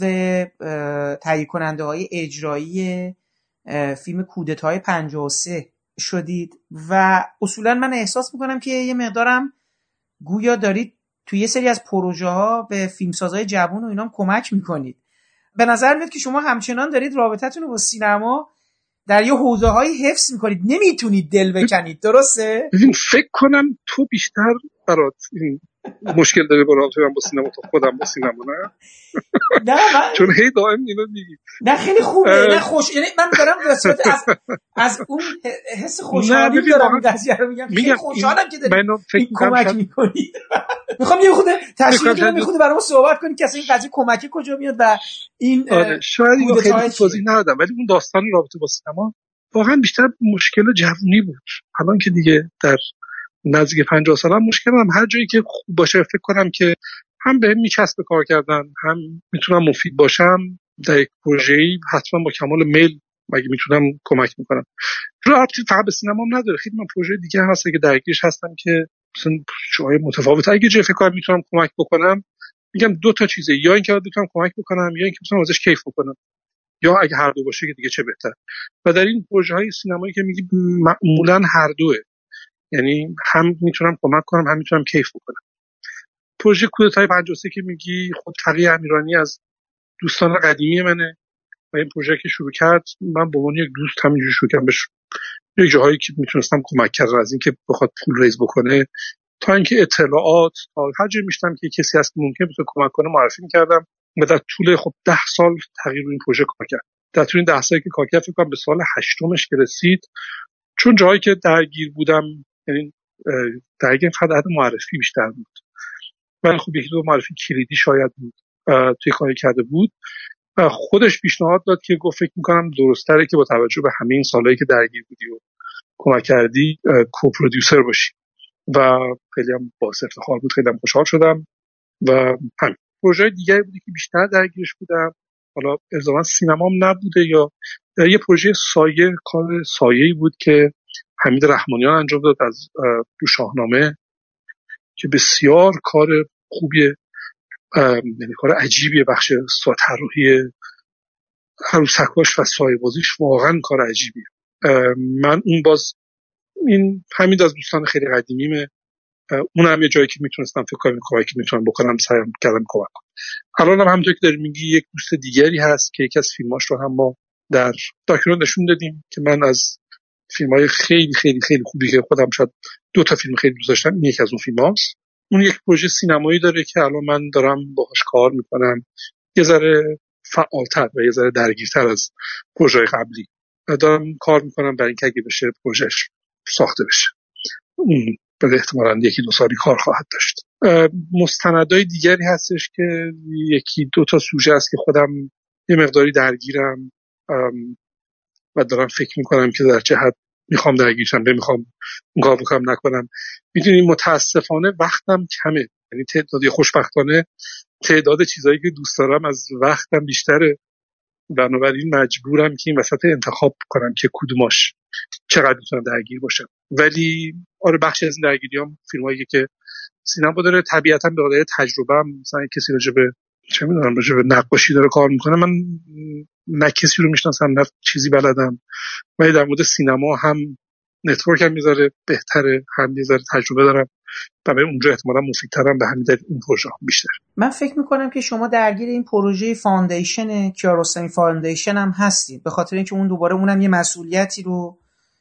Speaker 1: تهیه کننده های اجرایی فیلم کودتای پنجاه و سه شدید و اصولا من احساس میکنم که یه مقدارم گویا دارید توی یه سری از پروژه ها به فیلمسازهای جوان و اینام کمک میکنید. به نظر میاد که شما همچنان دارید رابطتون رو با سینما در یه حوزه‌هایی حفظ میکنید، نمیتونید دل بکنید، درسته؟
Speaker 2: ببین فکر کنم تو بیشتر برات این مشکل داره با رابطه با سینما تا خودم با سینما. نه
Speaker 1: نه من
Speaker 2: چون هی دائم اینو میگی.
Speaker 1: نه خیلی خوبه، نه خوش، یعنی من دارم واسه از از اون حس خوشحالی دارم این قضیه رو میگم. خیلی خوشحالم که دارید این کمک میکنید. میخوام یه خود تشریح کنم، یه خود برام صحبت کنید که اصلا این قضیه کمکی کجا میاد و این
Speaker 2: آره شاید اینو خیلی توضیح ندادم ولی اون داستان رابطه با سینما واقعا بیشتر مشکل جوونی بود. الان که دیگه در نزدیک پنجاه سالم مشکلم هر جایی که خوب باشه فکر کنم که هم بهم میچسبه کار کردن، هم میتونم مفید باشم در یک پروژه‌ای، حتما با کمال میل مگه میتونم کمک میکنم. رابطه فقط به سینما هم نداره، خیلی من پروژه دیگه هست که درگیرش هستم که مثلا جای متفاوته. اگه جای فکر کنم میتونم کمک بکنم میگم دو تا چیزه، یا اینکه بتونم کمک بکنم یا اینکه بتونم ازش کیف بکنم، یا اگه هر دو باشه که دیگه چه بهتر. و در این پروژه‌های سینمایی که میگی معمولاً هر دوه، یعنی هم میتونم کمک کنم هم میتونم کیف بکنم. پروژه کودتای پنجاه و سه که میگی خب تقی امیرانی از دوستان قدیمی منه و این پروژه که شروع کرد من به عنوان یک دوست همینجوری شروع کردم بهش یه جاهایی که میتونستم کمک کردم، از اینکه بخواد پول ریز بکنه تا اینکه اطلاعات تا هر جایی میشتم که کسی هست که ممکنه بتونه کمک کنه معرفی می‌کردم و در طول خب ده سال تغییر روی این پروژه کار کرد. در طول این ده سالی که کار کرد فکر کنم به سال هشتمش که رسید، چون جایی که درگیر بودم یعنی درگیر فقط عدد معرفی بیشتر بود ولی خب یکی دو معرفی کلیدی شاید بود توی کاری کرده بود، خودش پیشنهاد داد که گفت فکر می‌کنم درست‌تره که با توجه به همه این سالایی که درگیر بودی و کمک کردی کوپرودیوسر باشی و خیلی هم باعث افتخار بود، خیلی هم خوشحال شدم و همین. پروژه دیگری بوده که بیشتر درگیرش بودم، حالا الزاما سینما هم نبوده، یا یه پروژه سایه، کار سایه‌ای بود که حمید رحمانیان انجام داد از دو شاهنامه که بسیار کار خوبیه، یعنی کار عجیبیه. بخش طراحی عروسک‌هاش و سایه بازیش واقعا کار عجیبیه. من اون باز این حمید از دوستان خیلی قدیمیمه، اونم یه جایی که میتونستم فکر کنم کمکی میتونم بکنم سعی کردم کمک کنم. الان هم همونطور که داری میگی یک دوست دیگری هست که یکی از فیلماش رو هم ما در داکیومنت نشون دادیم که من از فیلمای خیلی خیلی خیلی خوبی که خودم شاید دو تا فیلم خیلی دوست داشتم، این یکی از اون فیلماست. اون یک پروژه سینمایی داره که الان من دارم باهاش کار میکنم، یه ذره فعالتر و یه ذره درگیرتر از پروژه قبلی دارم کار میکنم برای اینکه اگه بشه پروژهش ساخته بشه. اون به احتمالاً یکی دو سالی کار خواهد داشت. مستندای دیگری هستش که یکی دو تا سوژه است که خودم یه مقداری درگیرم و دارم فکر میکنم که در چه حد میخوام درگیرشم، نمیخوام اون کار بکنم نکنم. میدونی متاسفانه وقتم کمه، یعنی تعدادی خوشبختانه تعداد چیزایی که دوست دارم از وقتم بیشتره، بنابراین مجبورم که این وسط انتخاب کنم که کدوماش چقدر میتونم درگیر باشم. ولی آره بخشی از این درگیریام فیلمایی که سینما داره، طبیعتا به خاطر تجربه‌ام، مثلا کسی راجع به چه میدونم راجع به نقاشی داره کار میکنه، من نه کسی رو میشناسم نه چیزی بلدم، ولی در مورد سینما هم نتورکم میذاره بهتره، هم میذاره تجربه دارم و به اونجا احتمالاً مفیدترم به همین دلیل این پروژه هم بیشتر.
Speaker 1: من فکر میکنم که شما درگیر این پروژه فاندیشن کیارستمی فاندیشن هم هستید، به خاطر اینکه اون دوباره اونم یه مسئولیتی رو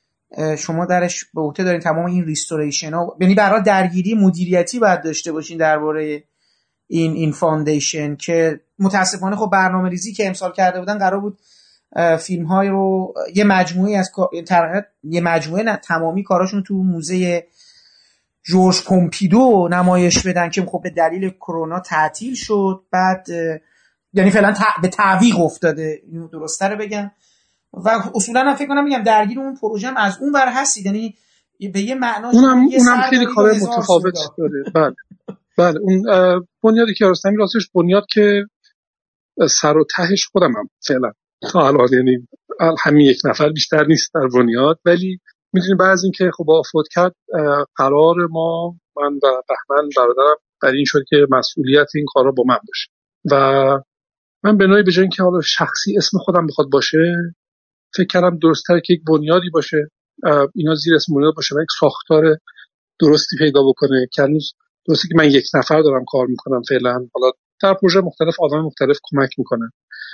Speaker 1: شما درش به عهده دارین، تمام این ریستوریشن ها، یعنی برای درگیری مدیریتی باید داشته باشین درباره این این فاندیشن که متاسفانه خب برنامه‌ریزی که امسال کرده بودن قرار بود فیلم های رو یه مجموعه از یه مجموعه نه تمامی کاراشون تو موزه جورج پومپیدو نمایش بدن که خب به دلیل کرونا تعطیل شد، بعد یعنی فعلا به تعویق افتاده، اینو درسته رو بگم. و اصولا من فکر کنم میگم درگیر اون پروژه هم از اون ور هستید، یعنی به یه معناش
Speaker 2: اونم اونم خیلی کار متفاوت داره. بله بله اون بنیادی که کیارستمی راستش بنیاد که سر و تهش خودم هم فعلا تا الان، یعنی همین یک نفر بیشتر نیست در بنیاد، ولی میدونیم بعد از این که خب با فوت کرد قرار ما من و بهمن برادرم برای این شد که مسئولیت این کارا با من باشه و من به نوعی به جای اینکه حالا شخصی اسم خودم بخواد باشه فکر کردم درست‌تره که یک بنیادی باشه، اینا زیر اسم بنیاد باشه و یک ساختار درستی پیدا بکنه که هنوز درسته که من یک نفر دارم کار میکنم فعلا، حالا در پروژه مختلف آدم مختلف کمک میکنن،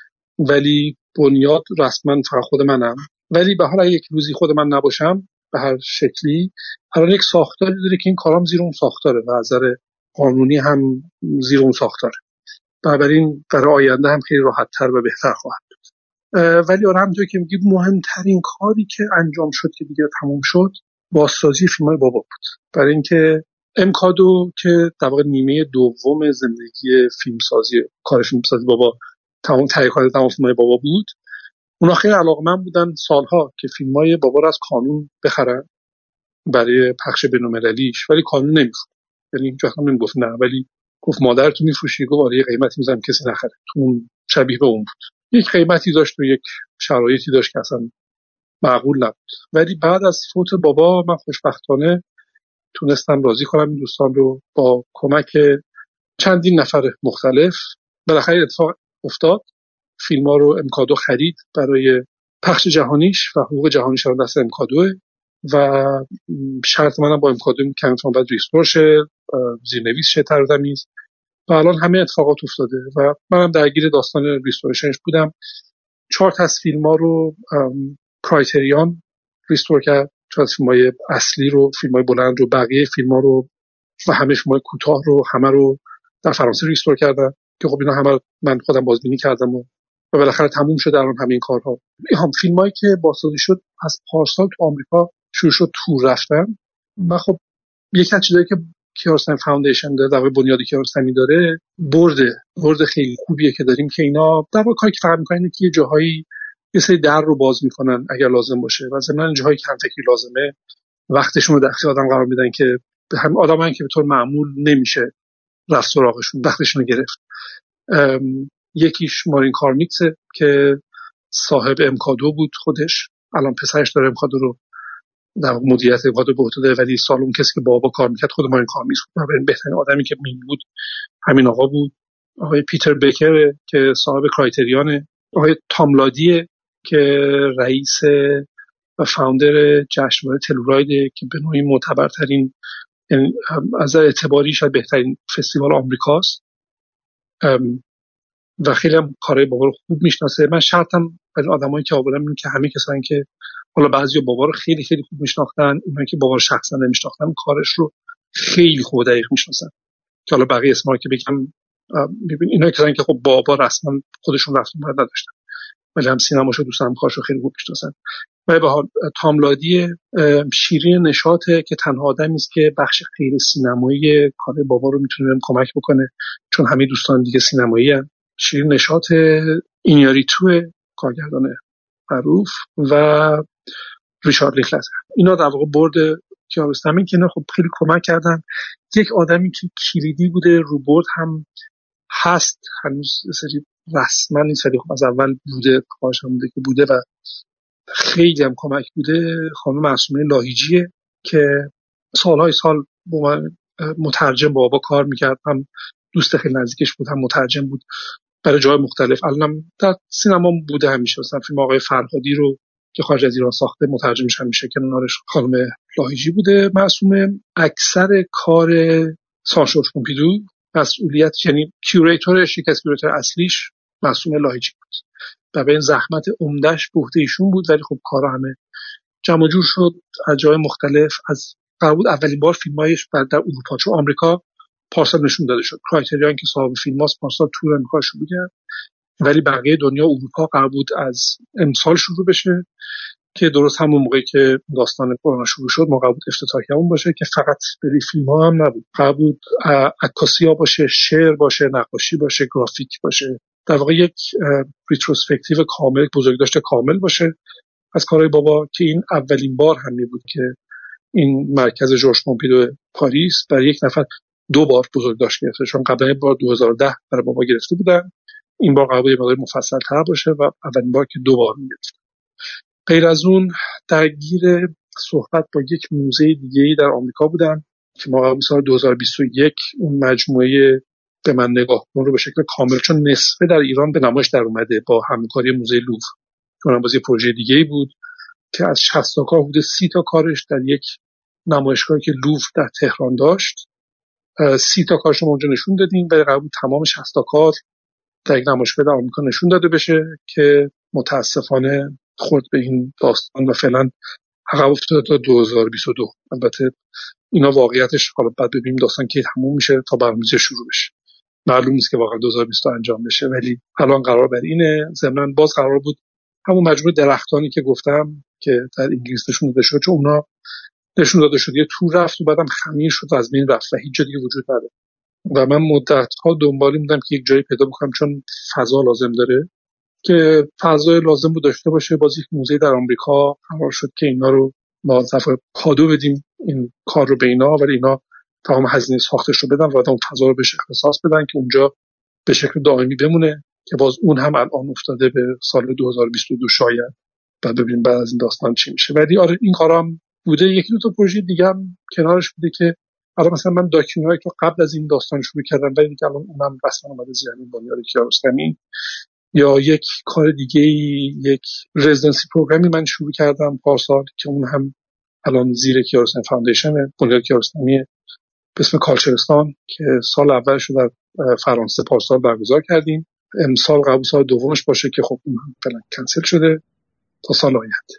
Speaker 2: ولی بنیاد رسما فقط خود منم. ولی به هر یک روزی خود من نباشم به هر شکلی الان یک ساختاری داره که این کارام زیر اون ساختاره و از نظر قانونی هم زیر اون ساختاره، بنابراین برای آینده هم خیلی راحت‌تر و بهتر خواهد بود. ولی آره همونطور که میگی مهمترین کاری که انجام شد که دیگه تموم شد بازسازی فیلم‌های بابا بود، برای اینکه امکادو که در واقع نیمه دوم زندگی فیلمسازی کار فیلمسازی بابا تمام تحقیقات تمام فیلم‌های بابا بود، اونا خیلی علاقه‌مند بودن سالها که فیلم‌های بابا رو از کانون بخرن برای پخش بین‌المللیش، ولی کانون نمی‌خواد، یعنی هیچ وقت نمیگفت نه، ولی گفت مادر تو می‌فروشی، گفت آره قیمتی می‌ذارم کسی نخره. تو اون شبیه به اون بود، یک قیمتی داشت و یک شرایطی داشت که اصلا معقول نبود. ولی بعد از فوت بابا من خوشبختانه تونستم راضی کنم این دوستان رو با کمک چندین نفر مختلف. بالاخره اتفاق افتاد، فیلم‌ها رو امکادو خرید برای پخش جهانیش و حقوق جهانیش رو دست امکادوه و شرط منم با امکادو این که باید ریستور شه، زیرنویس شه، طرح تمیز و الان همه اتفاقات افتاده و منم درگیر داستان ریستورشنش بودم. چهار تا از فیلم‌ها رو کرایتریان ریستور کرد، چهار از فیلم‌های اصلی رو، فیلم‌های بلند رو، بقیه فیلم‌ها رو و همه فیلم‌های کوتاه رو همه رو در فرانسه ریستور کردن که خب اینا همه من خودم بازبینی کردم و و بالاخره تموم شد الان همین کارها. هم فیلمایی که بازسازی شد از پارسال تو آمریکا شروع شد تور رفتن و خب یکی از چیزایی که کیارستمی فاندیشن داره، در واقع بنیادی کیارستمی داره، برده برده خیلی خوبیه که داریم که اینا در واقع کاری که فقط می‌کنن که یه جاهایی یه سری در رو باز می‌کنن اگر لازم باشه و ضمن جاهایی که هم فکری لازمه وقتشون رو در اختیار آدم قرار میدن که هم آدمایی که به طور معمول نمیشه رفت سراغشون، وقتشون گرفت. یکیش مارین کارمیکسه که صاحب امکادو بود خودش، الان پسرش داره امکادو رو در مدیریت امکادو به عهده داره، ولی سالون کسی که بابا کار میکرد خود مارین کارمیکس بود. و بهترین آدمی که می بود همین آقا بود. آقای پیتر بکر که صاحب کرایتریانه، آقای تاملادیه که رئیس و فاوندر جشنواره تلورایده که به نوعی معتبرترین، یعنی از اعتباری شاید بهترین فستیوال آمریکاست و خیلی هم کارهای بابا رو خوب میشناسه. من شرطم برای آدمایی که آوردم اینه که همه کسانی که حالا بعضیا بابا رو خیلی خیلی خوب میشناختن، اونایی که بابا رو شخصا نمیشناختن کارش رو خیلی خوب و دقیق میشناسن. که حالا بقیه اسما که بگم، ببین اینا کسانی که خب بابا رسما خودشون رفت اونور نداشتن ولی هم سینماشو دوست دارن، کارشو خیلی خوب میشناسن. و به حال تاملادی شیرین نشاطه که تنها آدمی است که بخش غیر سینمایی کار بابا رو میتونه بهم کمک بکنه، چون همه دوستان دیگه سینمایی هستن. شیرین نشاط، اینیاریتو کارگردان معروف و ریچارد لینکلتر، اینا در واقع برد کیارستمی که اینا خب خیلی کمک کردن. یک آدمی که کلیدی بوده رو برد هم هست، هنوز سری رسما نیست ولی خب از اول بوده، کارش هم بوده که بوده و خیلی هم کمک بوده، خانم معصومه لاهیجیه که سالهای سال با من مترجم بابا کار میکرد، هم دوست خیلی نزدیکش بود هم مترجم بود برای جای مختلف. الانم در سینما بوده همیشه، مثلا فیلم آقای فرهادی رو که خارج از ایران ساخته مترجمش همیشه کنارش خانم لاهیجی بوده. معصومه اکثر کار سانشور پومپیدو مسئولیت، یعنی کیوریتورش، یک از کیوریتور اصلیش معصومه لاهیجی بود و به این زحمت عمدهش به عهده ایشون بود. ولی خب کارا همه جمع جور شد از جای مختلف. از قرار بود اولین بار فیلمایش در اروپا، چون آمریکا پارسال نشون داده شد، کرایتریان که صاحب فیلماست پارسال تور امریکا شروع کرد، ولی بقیه دنیا اروپا قرار بود از امسال شروع بشه که درست همون موقعی که داستان کرونا شروع شد ما قرار بود افتتاحیه‌مون باشه که فقط بری فیلم‌ها هم نبود، قرار بود عکاسی‌ها باشه، شعر باشه، نقاشی باشه، گرافیک باشه، در واقع یک ریتروسپکتیو کامل، بزرگداشت کامل باشه از کارهای بابا که این اولین بار هم بود که این مرکز ژورژ پومپیدو پاریس برای یک نفر دو بار بزرگداشت گرفته، چون قبلا بار دو هزار و ده برای بابا گرفته بودن، این بار قرار بود مقدار مفصل‌تر باشه و اولین بار که دو بار گرفته. غیر از اون درگیر صحبت با یک موزه دیگه‌ای در آمریکا بودم که ما سال دو هزار و بیست و یک اون مجموعه به من نگاه کن رو به شکل کامل، چون نصفه در ایران به نمایش در اومده با همکاری موزه لوور، چون باز یه پروژه دیگه‌ای بود که از شصت تا کار بوده سی تا کارش در یک نمایشگاهی که لوور در تهران داشت، سی تا کارش رو اونجا نشون دادیم و قرار بود تمام شصت تا کار در یک نمایشگاه در آمریکا نشون داده بشه که متاسفانه خورد به این داستان و فعلا عقب افتاده تا دو هزار و بیست و دو. البته اینا واقعیتش حالا بعد ببینیم داستان کی تموم میشه تا برنامه‌ریزی شروع بشه، معلوم نیست که واقعا دو هزار و بیست انجام بشه، ولی الان قرار بر اینه. ضمن باز قرار بود همون مجموعه درختانی که گفتم که در انگلیس نشون داده شد، چون اونا نشون داده شد یه تور رفت و بعدم خمیر شد و از بین رفت و هیچ جا دیگه وجود نداره و من مدت‌ها دنبالی بودم که یک جایی پیدا بکنم، چون فضا لازم داره که فضای لازم بود داشته باشه. باز یک موزه در آمریکا قرار شد که اینا رو ما دفعه کادو بدیم این کار رو به اینا، ولی اینا تمام هزینه ساختش رو بدن و بعد اون فضا رو بهش اختصاص بدن که اونجا به شکل دائمی بمونه، که باز اون هم الان افتاده به سال دو هزار و بیست و دو شاید، بعد ببینیم بعد از این داستان چی میشه. ولی آره این کارام بوده. یکی دو تا پروژه دیگه هم کنارش بوده که الان مثلا من داکیومنتری که قبل از این داستان شروع کردم ولی دیگه الان اونم رسما اومده زیرین بنیاد کیارستمی، یا یک کار دیگه، یک رزیدنسی پروگرامی من شروع کردم پارسال که اون هم الان زیر کیارستمی فاندیشن بنیاد کیارستمی به اسم کالچرستان که سال اولش رو در فرانسه پارسال برگزار کردیم. امسال قبل سال دومش باشه که خب اون هم فعلا کنسل شده تا سال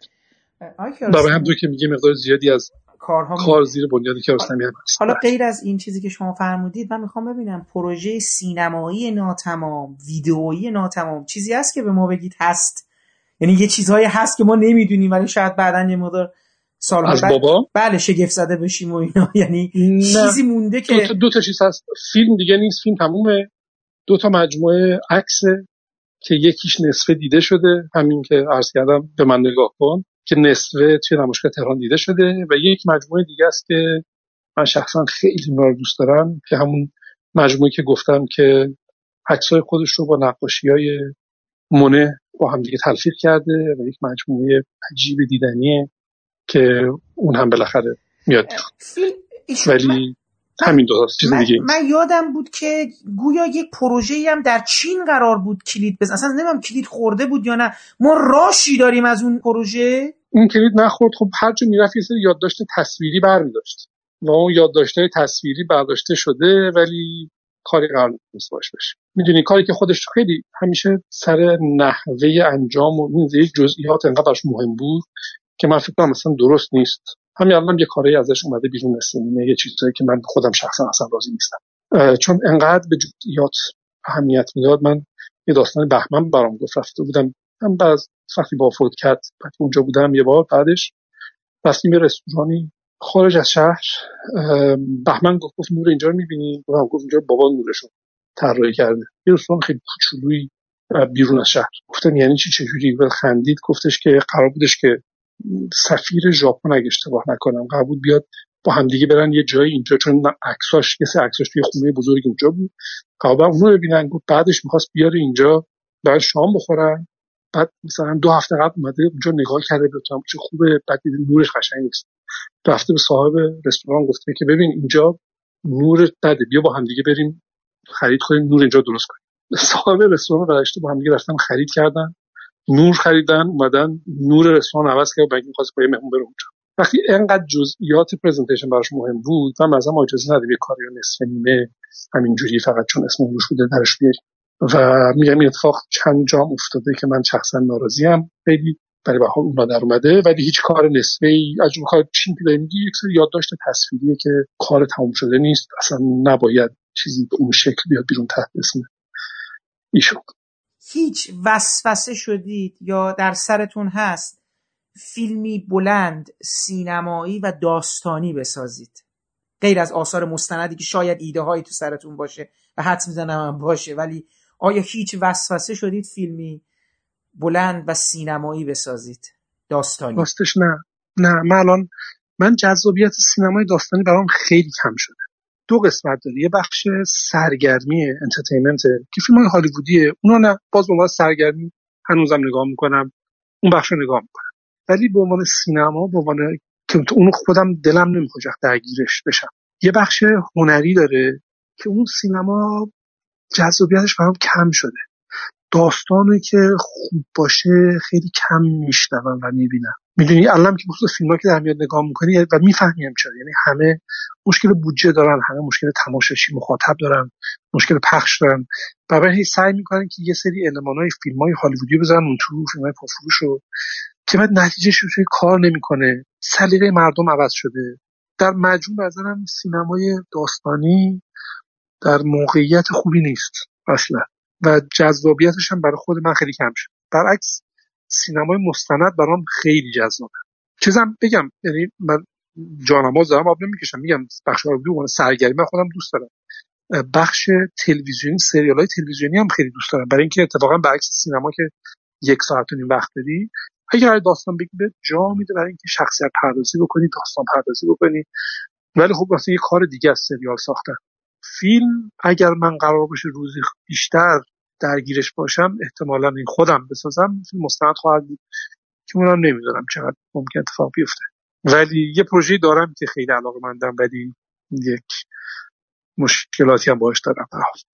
Speaker 2: آینده. برای هم دو که میگه مقدار زیادی از
Speaker 1: کارها
Speaker 2: کار زیر بنیاد کیارستمی هست.
Speaker 1: حالا غیر از این چیزی که شما فرمودید من میخوام ببینم پروژه سینمایی ناتمام، ویدئویی ناتمام چیزی هست که به ما بگید هست؟ یعنی یه چیزهایی هست که ما نمیدونیم ولی شاید بعداً یه مقدار سال‌ها
Speaker 2: از
Speaker 1: بعد
Speaker 2: بابا
Speaker 1: بله شگفت زده بشیم و اینا. یعنی چیزی مونده که
Speaker 2: دو تا, دو تا چیز هست. فیلم دیگه نیست، فیلم تمومه. دو تا مجموعه عکس که یکیش نصفه دیده شده، همین که عرض کردم به من نگاه کن، که نصفه توی نمایشگاه تهران دیده شده، و یک مجموعه دیگه است که من شخصا خیلی اونها رو دوست دارم که همون مجموعه که گفتم که عکسای خودش رو با نقاشی‌های مونه با هم دیگه تلفیق کرده و یک مجموعه عجیب دیدنیه که اون هم بالاخره میاد ولی همین دو چیز دیگه.
Speaker 1: من یادم بود که گویا یک پروژه‌ای هم در چین قرار بود کلید بزن، اصلا نمیدونم کلید خورده بود یا نه. ما راشی داریم از اون پروژه؟
Speaker 2: اون کلید نخورد. خب هر جا میرفت یه سری یادداشت تصویری برمی‌داشت و اون یادداشت‌های تصویری برداشته شده ولی کاری قرار نیست باش بشه. میدونی کاری که خودش خیلی همیشه سر نحوه انجام و یک جزئیات انقدر براش مهم بود که من فکر کنم مثلا درست نیست. همین الان یه کاری ازش اومده بیرون سینما، یه چیزایی که من خودم شخصا اصلا راضی نیستم چون انقدر به جزئیات اهمیت میداد. من یه داستان بهمن برام گفت، رفته بودم من بعد وقتی با فوت کرد بعد اونجا بودم یه بار، بعدش رفتیم یه رستورانی خارج از شهر. بهمن گفت گفت نور اینجا رو می‌بینی؟ گفتم گفت اینجا بابا نورشون طراحی کرده. یه رستوران خیلی کوچولویی بیرون از شهر. گفتم یعنی چی؟ چجوری؟ ول خندید، گفتش که قرار بودش که سفیر ژاپن اگه اشتباه نکنم قرار بود بیاد با هم دیگه برن یه جایی اینجا، چون عکساش یه سری عکساش توی خونه بزرگ اونجا بود، قرار بود اونو ببینن. گفت بعدش می‌خواست بیاره اینجا برای شام بخورن. بعد مثلا دو هفته قبل اومده اونجا نگاه کرده گفتم چه خوبه، بعد دید نورش قشنگ نیست. رفته به صاحب رستوران گفته که ببین اینجا نور بده، بیا با هم دیگه بریم خرید کنیم نور اینجا درست کنیم. صاحب رستوران براشته با هم دیگه رفتن خرید کردن، نور خریدن، اومدن نور رستوران عوض کرد، بعد می‌خواست با یه مهمون بره اونجا. وقتی اینقدر جزئیات پرزنتیشن براش مهم بود و مثلا اجازه ندید یه کاری رو نصف نیمه همینجوری فقط چون اسم اون روش بوده درش بیاری. و میگم این اتفاق چند جام افتاده که من شخصا ناراضی‌ام خیلی، برای به حال اونا در اومده ولی هیچ کار نصفه‌ای از اون کار چین که میگی یک سری یادداشت تصویریه که کار تموم شده نیست، اصلا نباید چیزی به اون شکل بیاد بیرون تحت اسم ایشون.
Speaker 1: هیچ وسوسه شدید یا در سرتون هست فیلمی بلند سینمایی و داستانی بسازید غیر از آثار مستندی که شاید ایده هایی تو سرتون باشه و حدس میزنم هم باشه، ولی آیا هیچ وسوسه شدید فیلمی بلند و سینمایی بسازید داستانی؟
Speaker 2: راستش نه نه من الان من جذابیت سینمای داستانی برام خیلی کم شده. دو قسمت داره، یه بخش سرگرمی انترتینمنت که فیلم‌های هالیوودیه، اونا نه باز به عنوان سرگرمی هنوزم نگاه میکنم، اون بخش رو نگاه میکنم، ولی به عنوان سینما به عنوان که اون خودم دلم نمیخواد درگیرش بشم. یه بخش هنری داره که اون سینما جذابیتش برام کم شده. داستانی که خوب باشه خیلی کم میشنوم و میبینم. میدونی الان که بخصوص فیلم‌ها که در میاد نگاه میکنی و میفهمیم چرا، یعنی همه مشکل بودجه دارن، همه مشکل تماشاچی مخاطب دارن، مشکل پخش دارن، برای هی سعی میکنن که یه سری المان‌های فیلم‌های هالیوودی بزنن اون تو فیلم‌های پرفروش رو که بعد نتیجهش رو توی کار نمیکنه، سلیقه مردم عوض شده. در مجموع نظرم سینمای داستانی در موقعیت خوبی نیست اصلا و جذابیتش هم برای خود من خیلی کم شد. برعکس سینمای مستند برام خیلی جذابه. چیزم بگم، یعنی من جانماز دارم آب نمیکشم، میگم بخش هالیوودی اون سرگرمی من خودم دوست دارم. بخش تلویزیونی، سریال‌های تلویزیونی هم خیلی دوست دارم، برای اینکه اتفاقا برعکس سینما که یک ساعت و نیم وقت داری، اگر داستان بگی به جا میده برای اینکه شخصیت پردازی بکنی، داستان پردازی بکنی، ولی خب واسه یه کار دیگه از سریال ساختن. فیلم اگر من قرار باشه روزی بیشتر درگیرش باشم احتمالاً این خودم بسازم فیلم مستند خواهد بود که اونم نمیدونم چقدر ممکن اتفاق بیفته، ولی یه پروژه‌ای دارم که خیلی علاقه‌مندم ولی یک مشکلاتی هم باهاش دارم.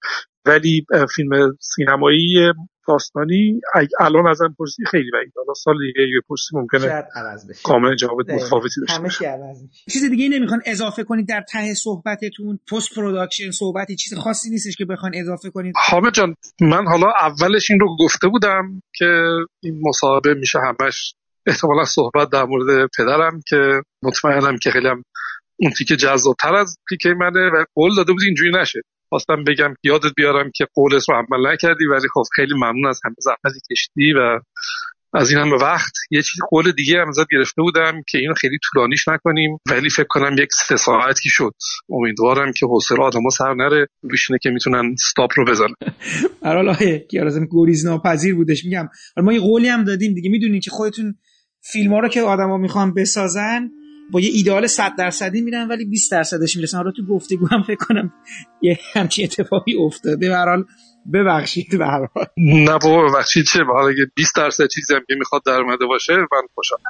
Speaker 2: ولی فیلم سینمایی داستانی الان ازم پرسی خیلی بعید، حالا سال دیگه یه پرسی ممکنه کاملا جواب متفاوتی داشته باشه.
Speaker 1: چیز دیگه نمیخوان اضافه کنید در ته صحبتتون؟ پست پروداکشن صحبتی چیز خاصی نیستش که بخواید اضافه کنید؟
Speaker 2: حامد جان من حالا اولش این رو گفته بودم که این مصاحبه میشه همش احتمالا صحبت در مورد پدرم که مطمئنم که خیلی هم اون تیکه جذاب‌تر از تیکه منه و قول داده بود اینجوری نشه. خواستم بگم یادت بیارم که قولت رو عمل نکردی، ولی خب خیلی ممنون از همه زحمتی کشیدی و از این هم به وقت. یه چیز قول دیگه هم ازت گرفته بودم که اینو خیلی طولانیش نکنیم، ولی فکر کنم یک سه ساعتی شد. امیدوارم که حوصله آدم‌ها سر نره، بشینه که میتونن استاپ رو بزنن.
Speaker 1: برای که لازم گریزناپذیر بودش. میگم ما یه قولی هم دادیم دیگه، میدونین که خودتون فیلم‌ها رو که آدم‌ها میخوان بسازن با یه ایدئال صد درصدی میرن ولی بیست درصدش میرسن. حالا تو گفتگو هم فکر کنم یه همچین اتفاقی افتاده. به هر حال ببخشید. به هر حال
Speaker 2: نه بابا ببخشید چه، حالا اگه بیست درصد چیزی هم که میخواد در اومده باشه من خوشحالم.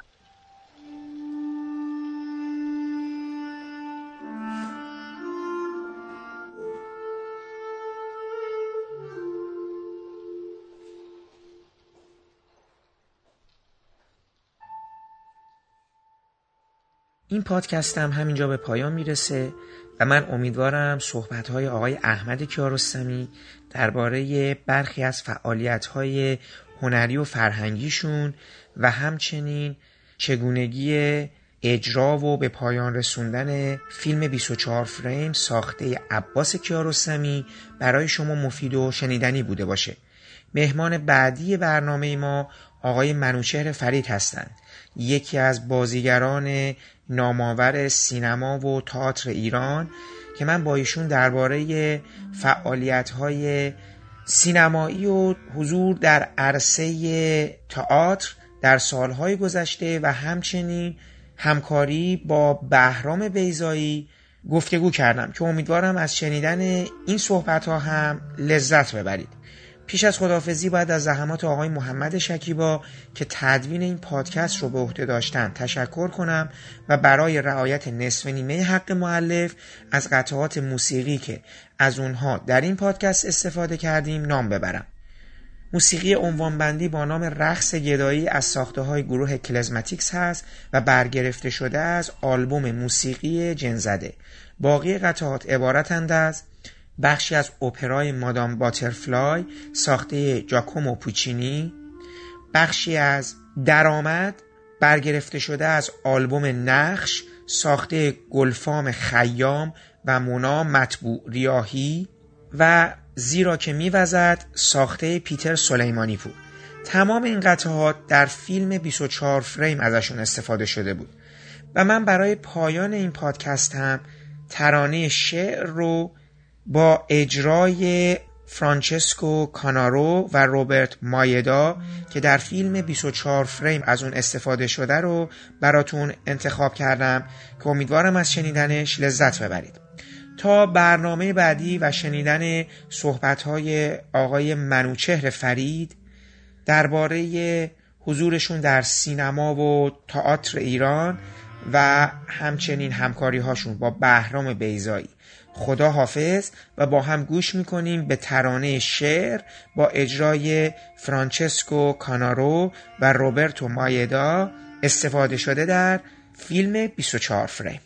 Speaker 1: این پادکستم همینجا به پایان میرسه و من امیدوارم صحبت‌های آقای احمد کیارستمی درباره برخی از فعالیت‌های هنری و فرهنگیشون و همچنین چگونگی اجرا و به پایان رسوندن فیلم بیست و چهار فریم ساخته عباس کیارستمی برای شما مفید و شنیدنی بوده باشه. مهمان بعدی برنامه ما آقای منوچهر فرید هستند، یکی از بازیگران نامآور سینما و تئاتر ایران که من با ایشون درباره فعالیت‌های سینمایی و حضور در عرصه تئاتر در سالهای گذشته و همچنین همکاری با بهرام بیضایی گفتگو کردم که امیدوارم از شنیدن این صحبت‌ها هم لذت ببرید. پیش از خداحافظی باید از زحمات آقای محمد شکیبا که تدوین این پادکست رو به عهده داشتن تشکر کنم و برای رعایت نصف نیمه حق مؤلف از قطعات موسیقی که از اونها در این پادکست استفاده کردیم نام ببرم. موسیقی عنوانبندی با نام رقص گدایی از ساخته های گروه کلزماتیکس هست و برگرفته شده از آلبوم موسیقی جنزده. باقی قطعات عبارتند از بخشی از اپرای مادام باترفلای ساخته جاکومو پوچینی، بخشی از درآمد برگرفته شده از آلبوم نقش ساخته گلفام خیام و مونا مطبوع ریاحی و زیرا که میوزد ساخته پیتر سلیمانی پور. تمام این قطعات در فیلم بیست و چهار فریم ازشون استفاده شده بود و من برای پایان این پادکست هم ترانه شعر رو با اجرای فرانچسکو کانارو و روبرت مایدا که در فیلم بیست و چهار فریم از اون استفاده شده رو براتون انتخاب کردم که امیدوارم از شنیدنش لذت ببرید. تا برنامه بعدی و شنیدن صحبت‌های آقای منوچهر فرید درباره حضورشون در سینما و تئاتر ایران و همچنین همکاری‌هاشون با بهرام بیضایی، خدا حافظ و با هم گوش میکنیم به ترانه شعر با اجرای فرانچسکو کانارو و روبرتو مایدا استفاده شده در فیلم بیست و چهار فریم.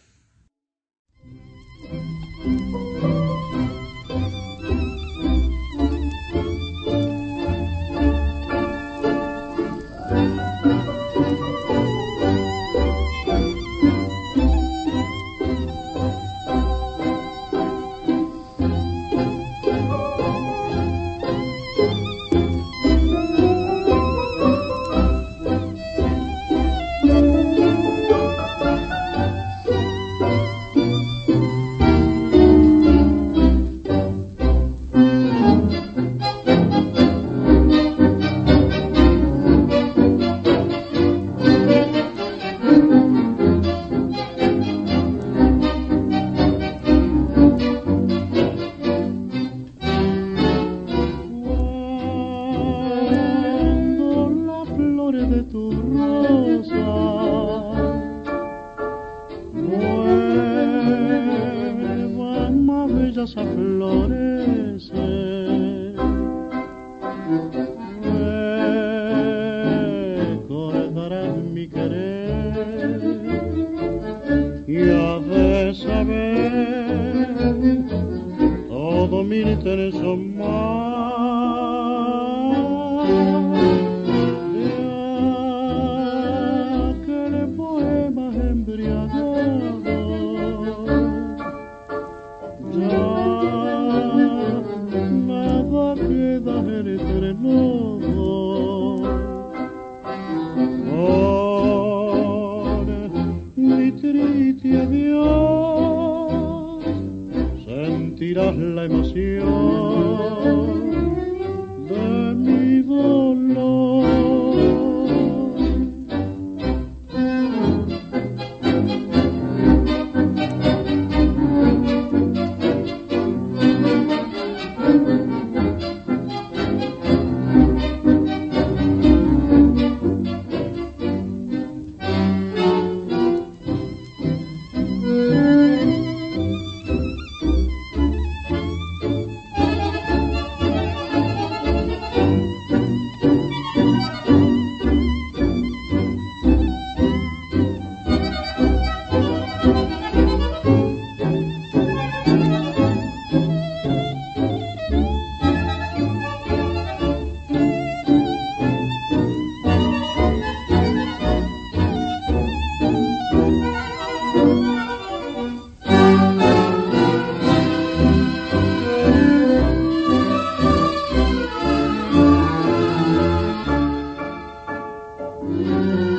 Speaker 1: شما.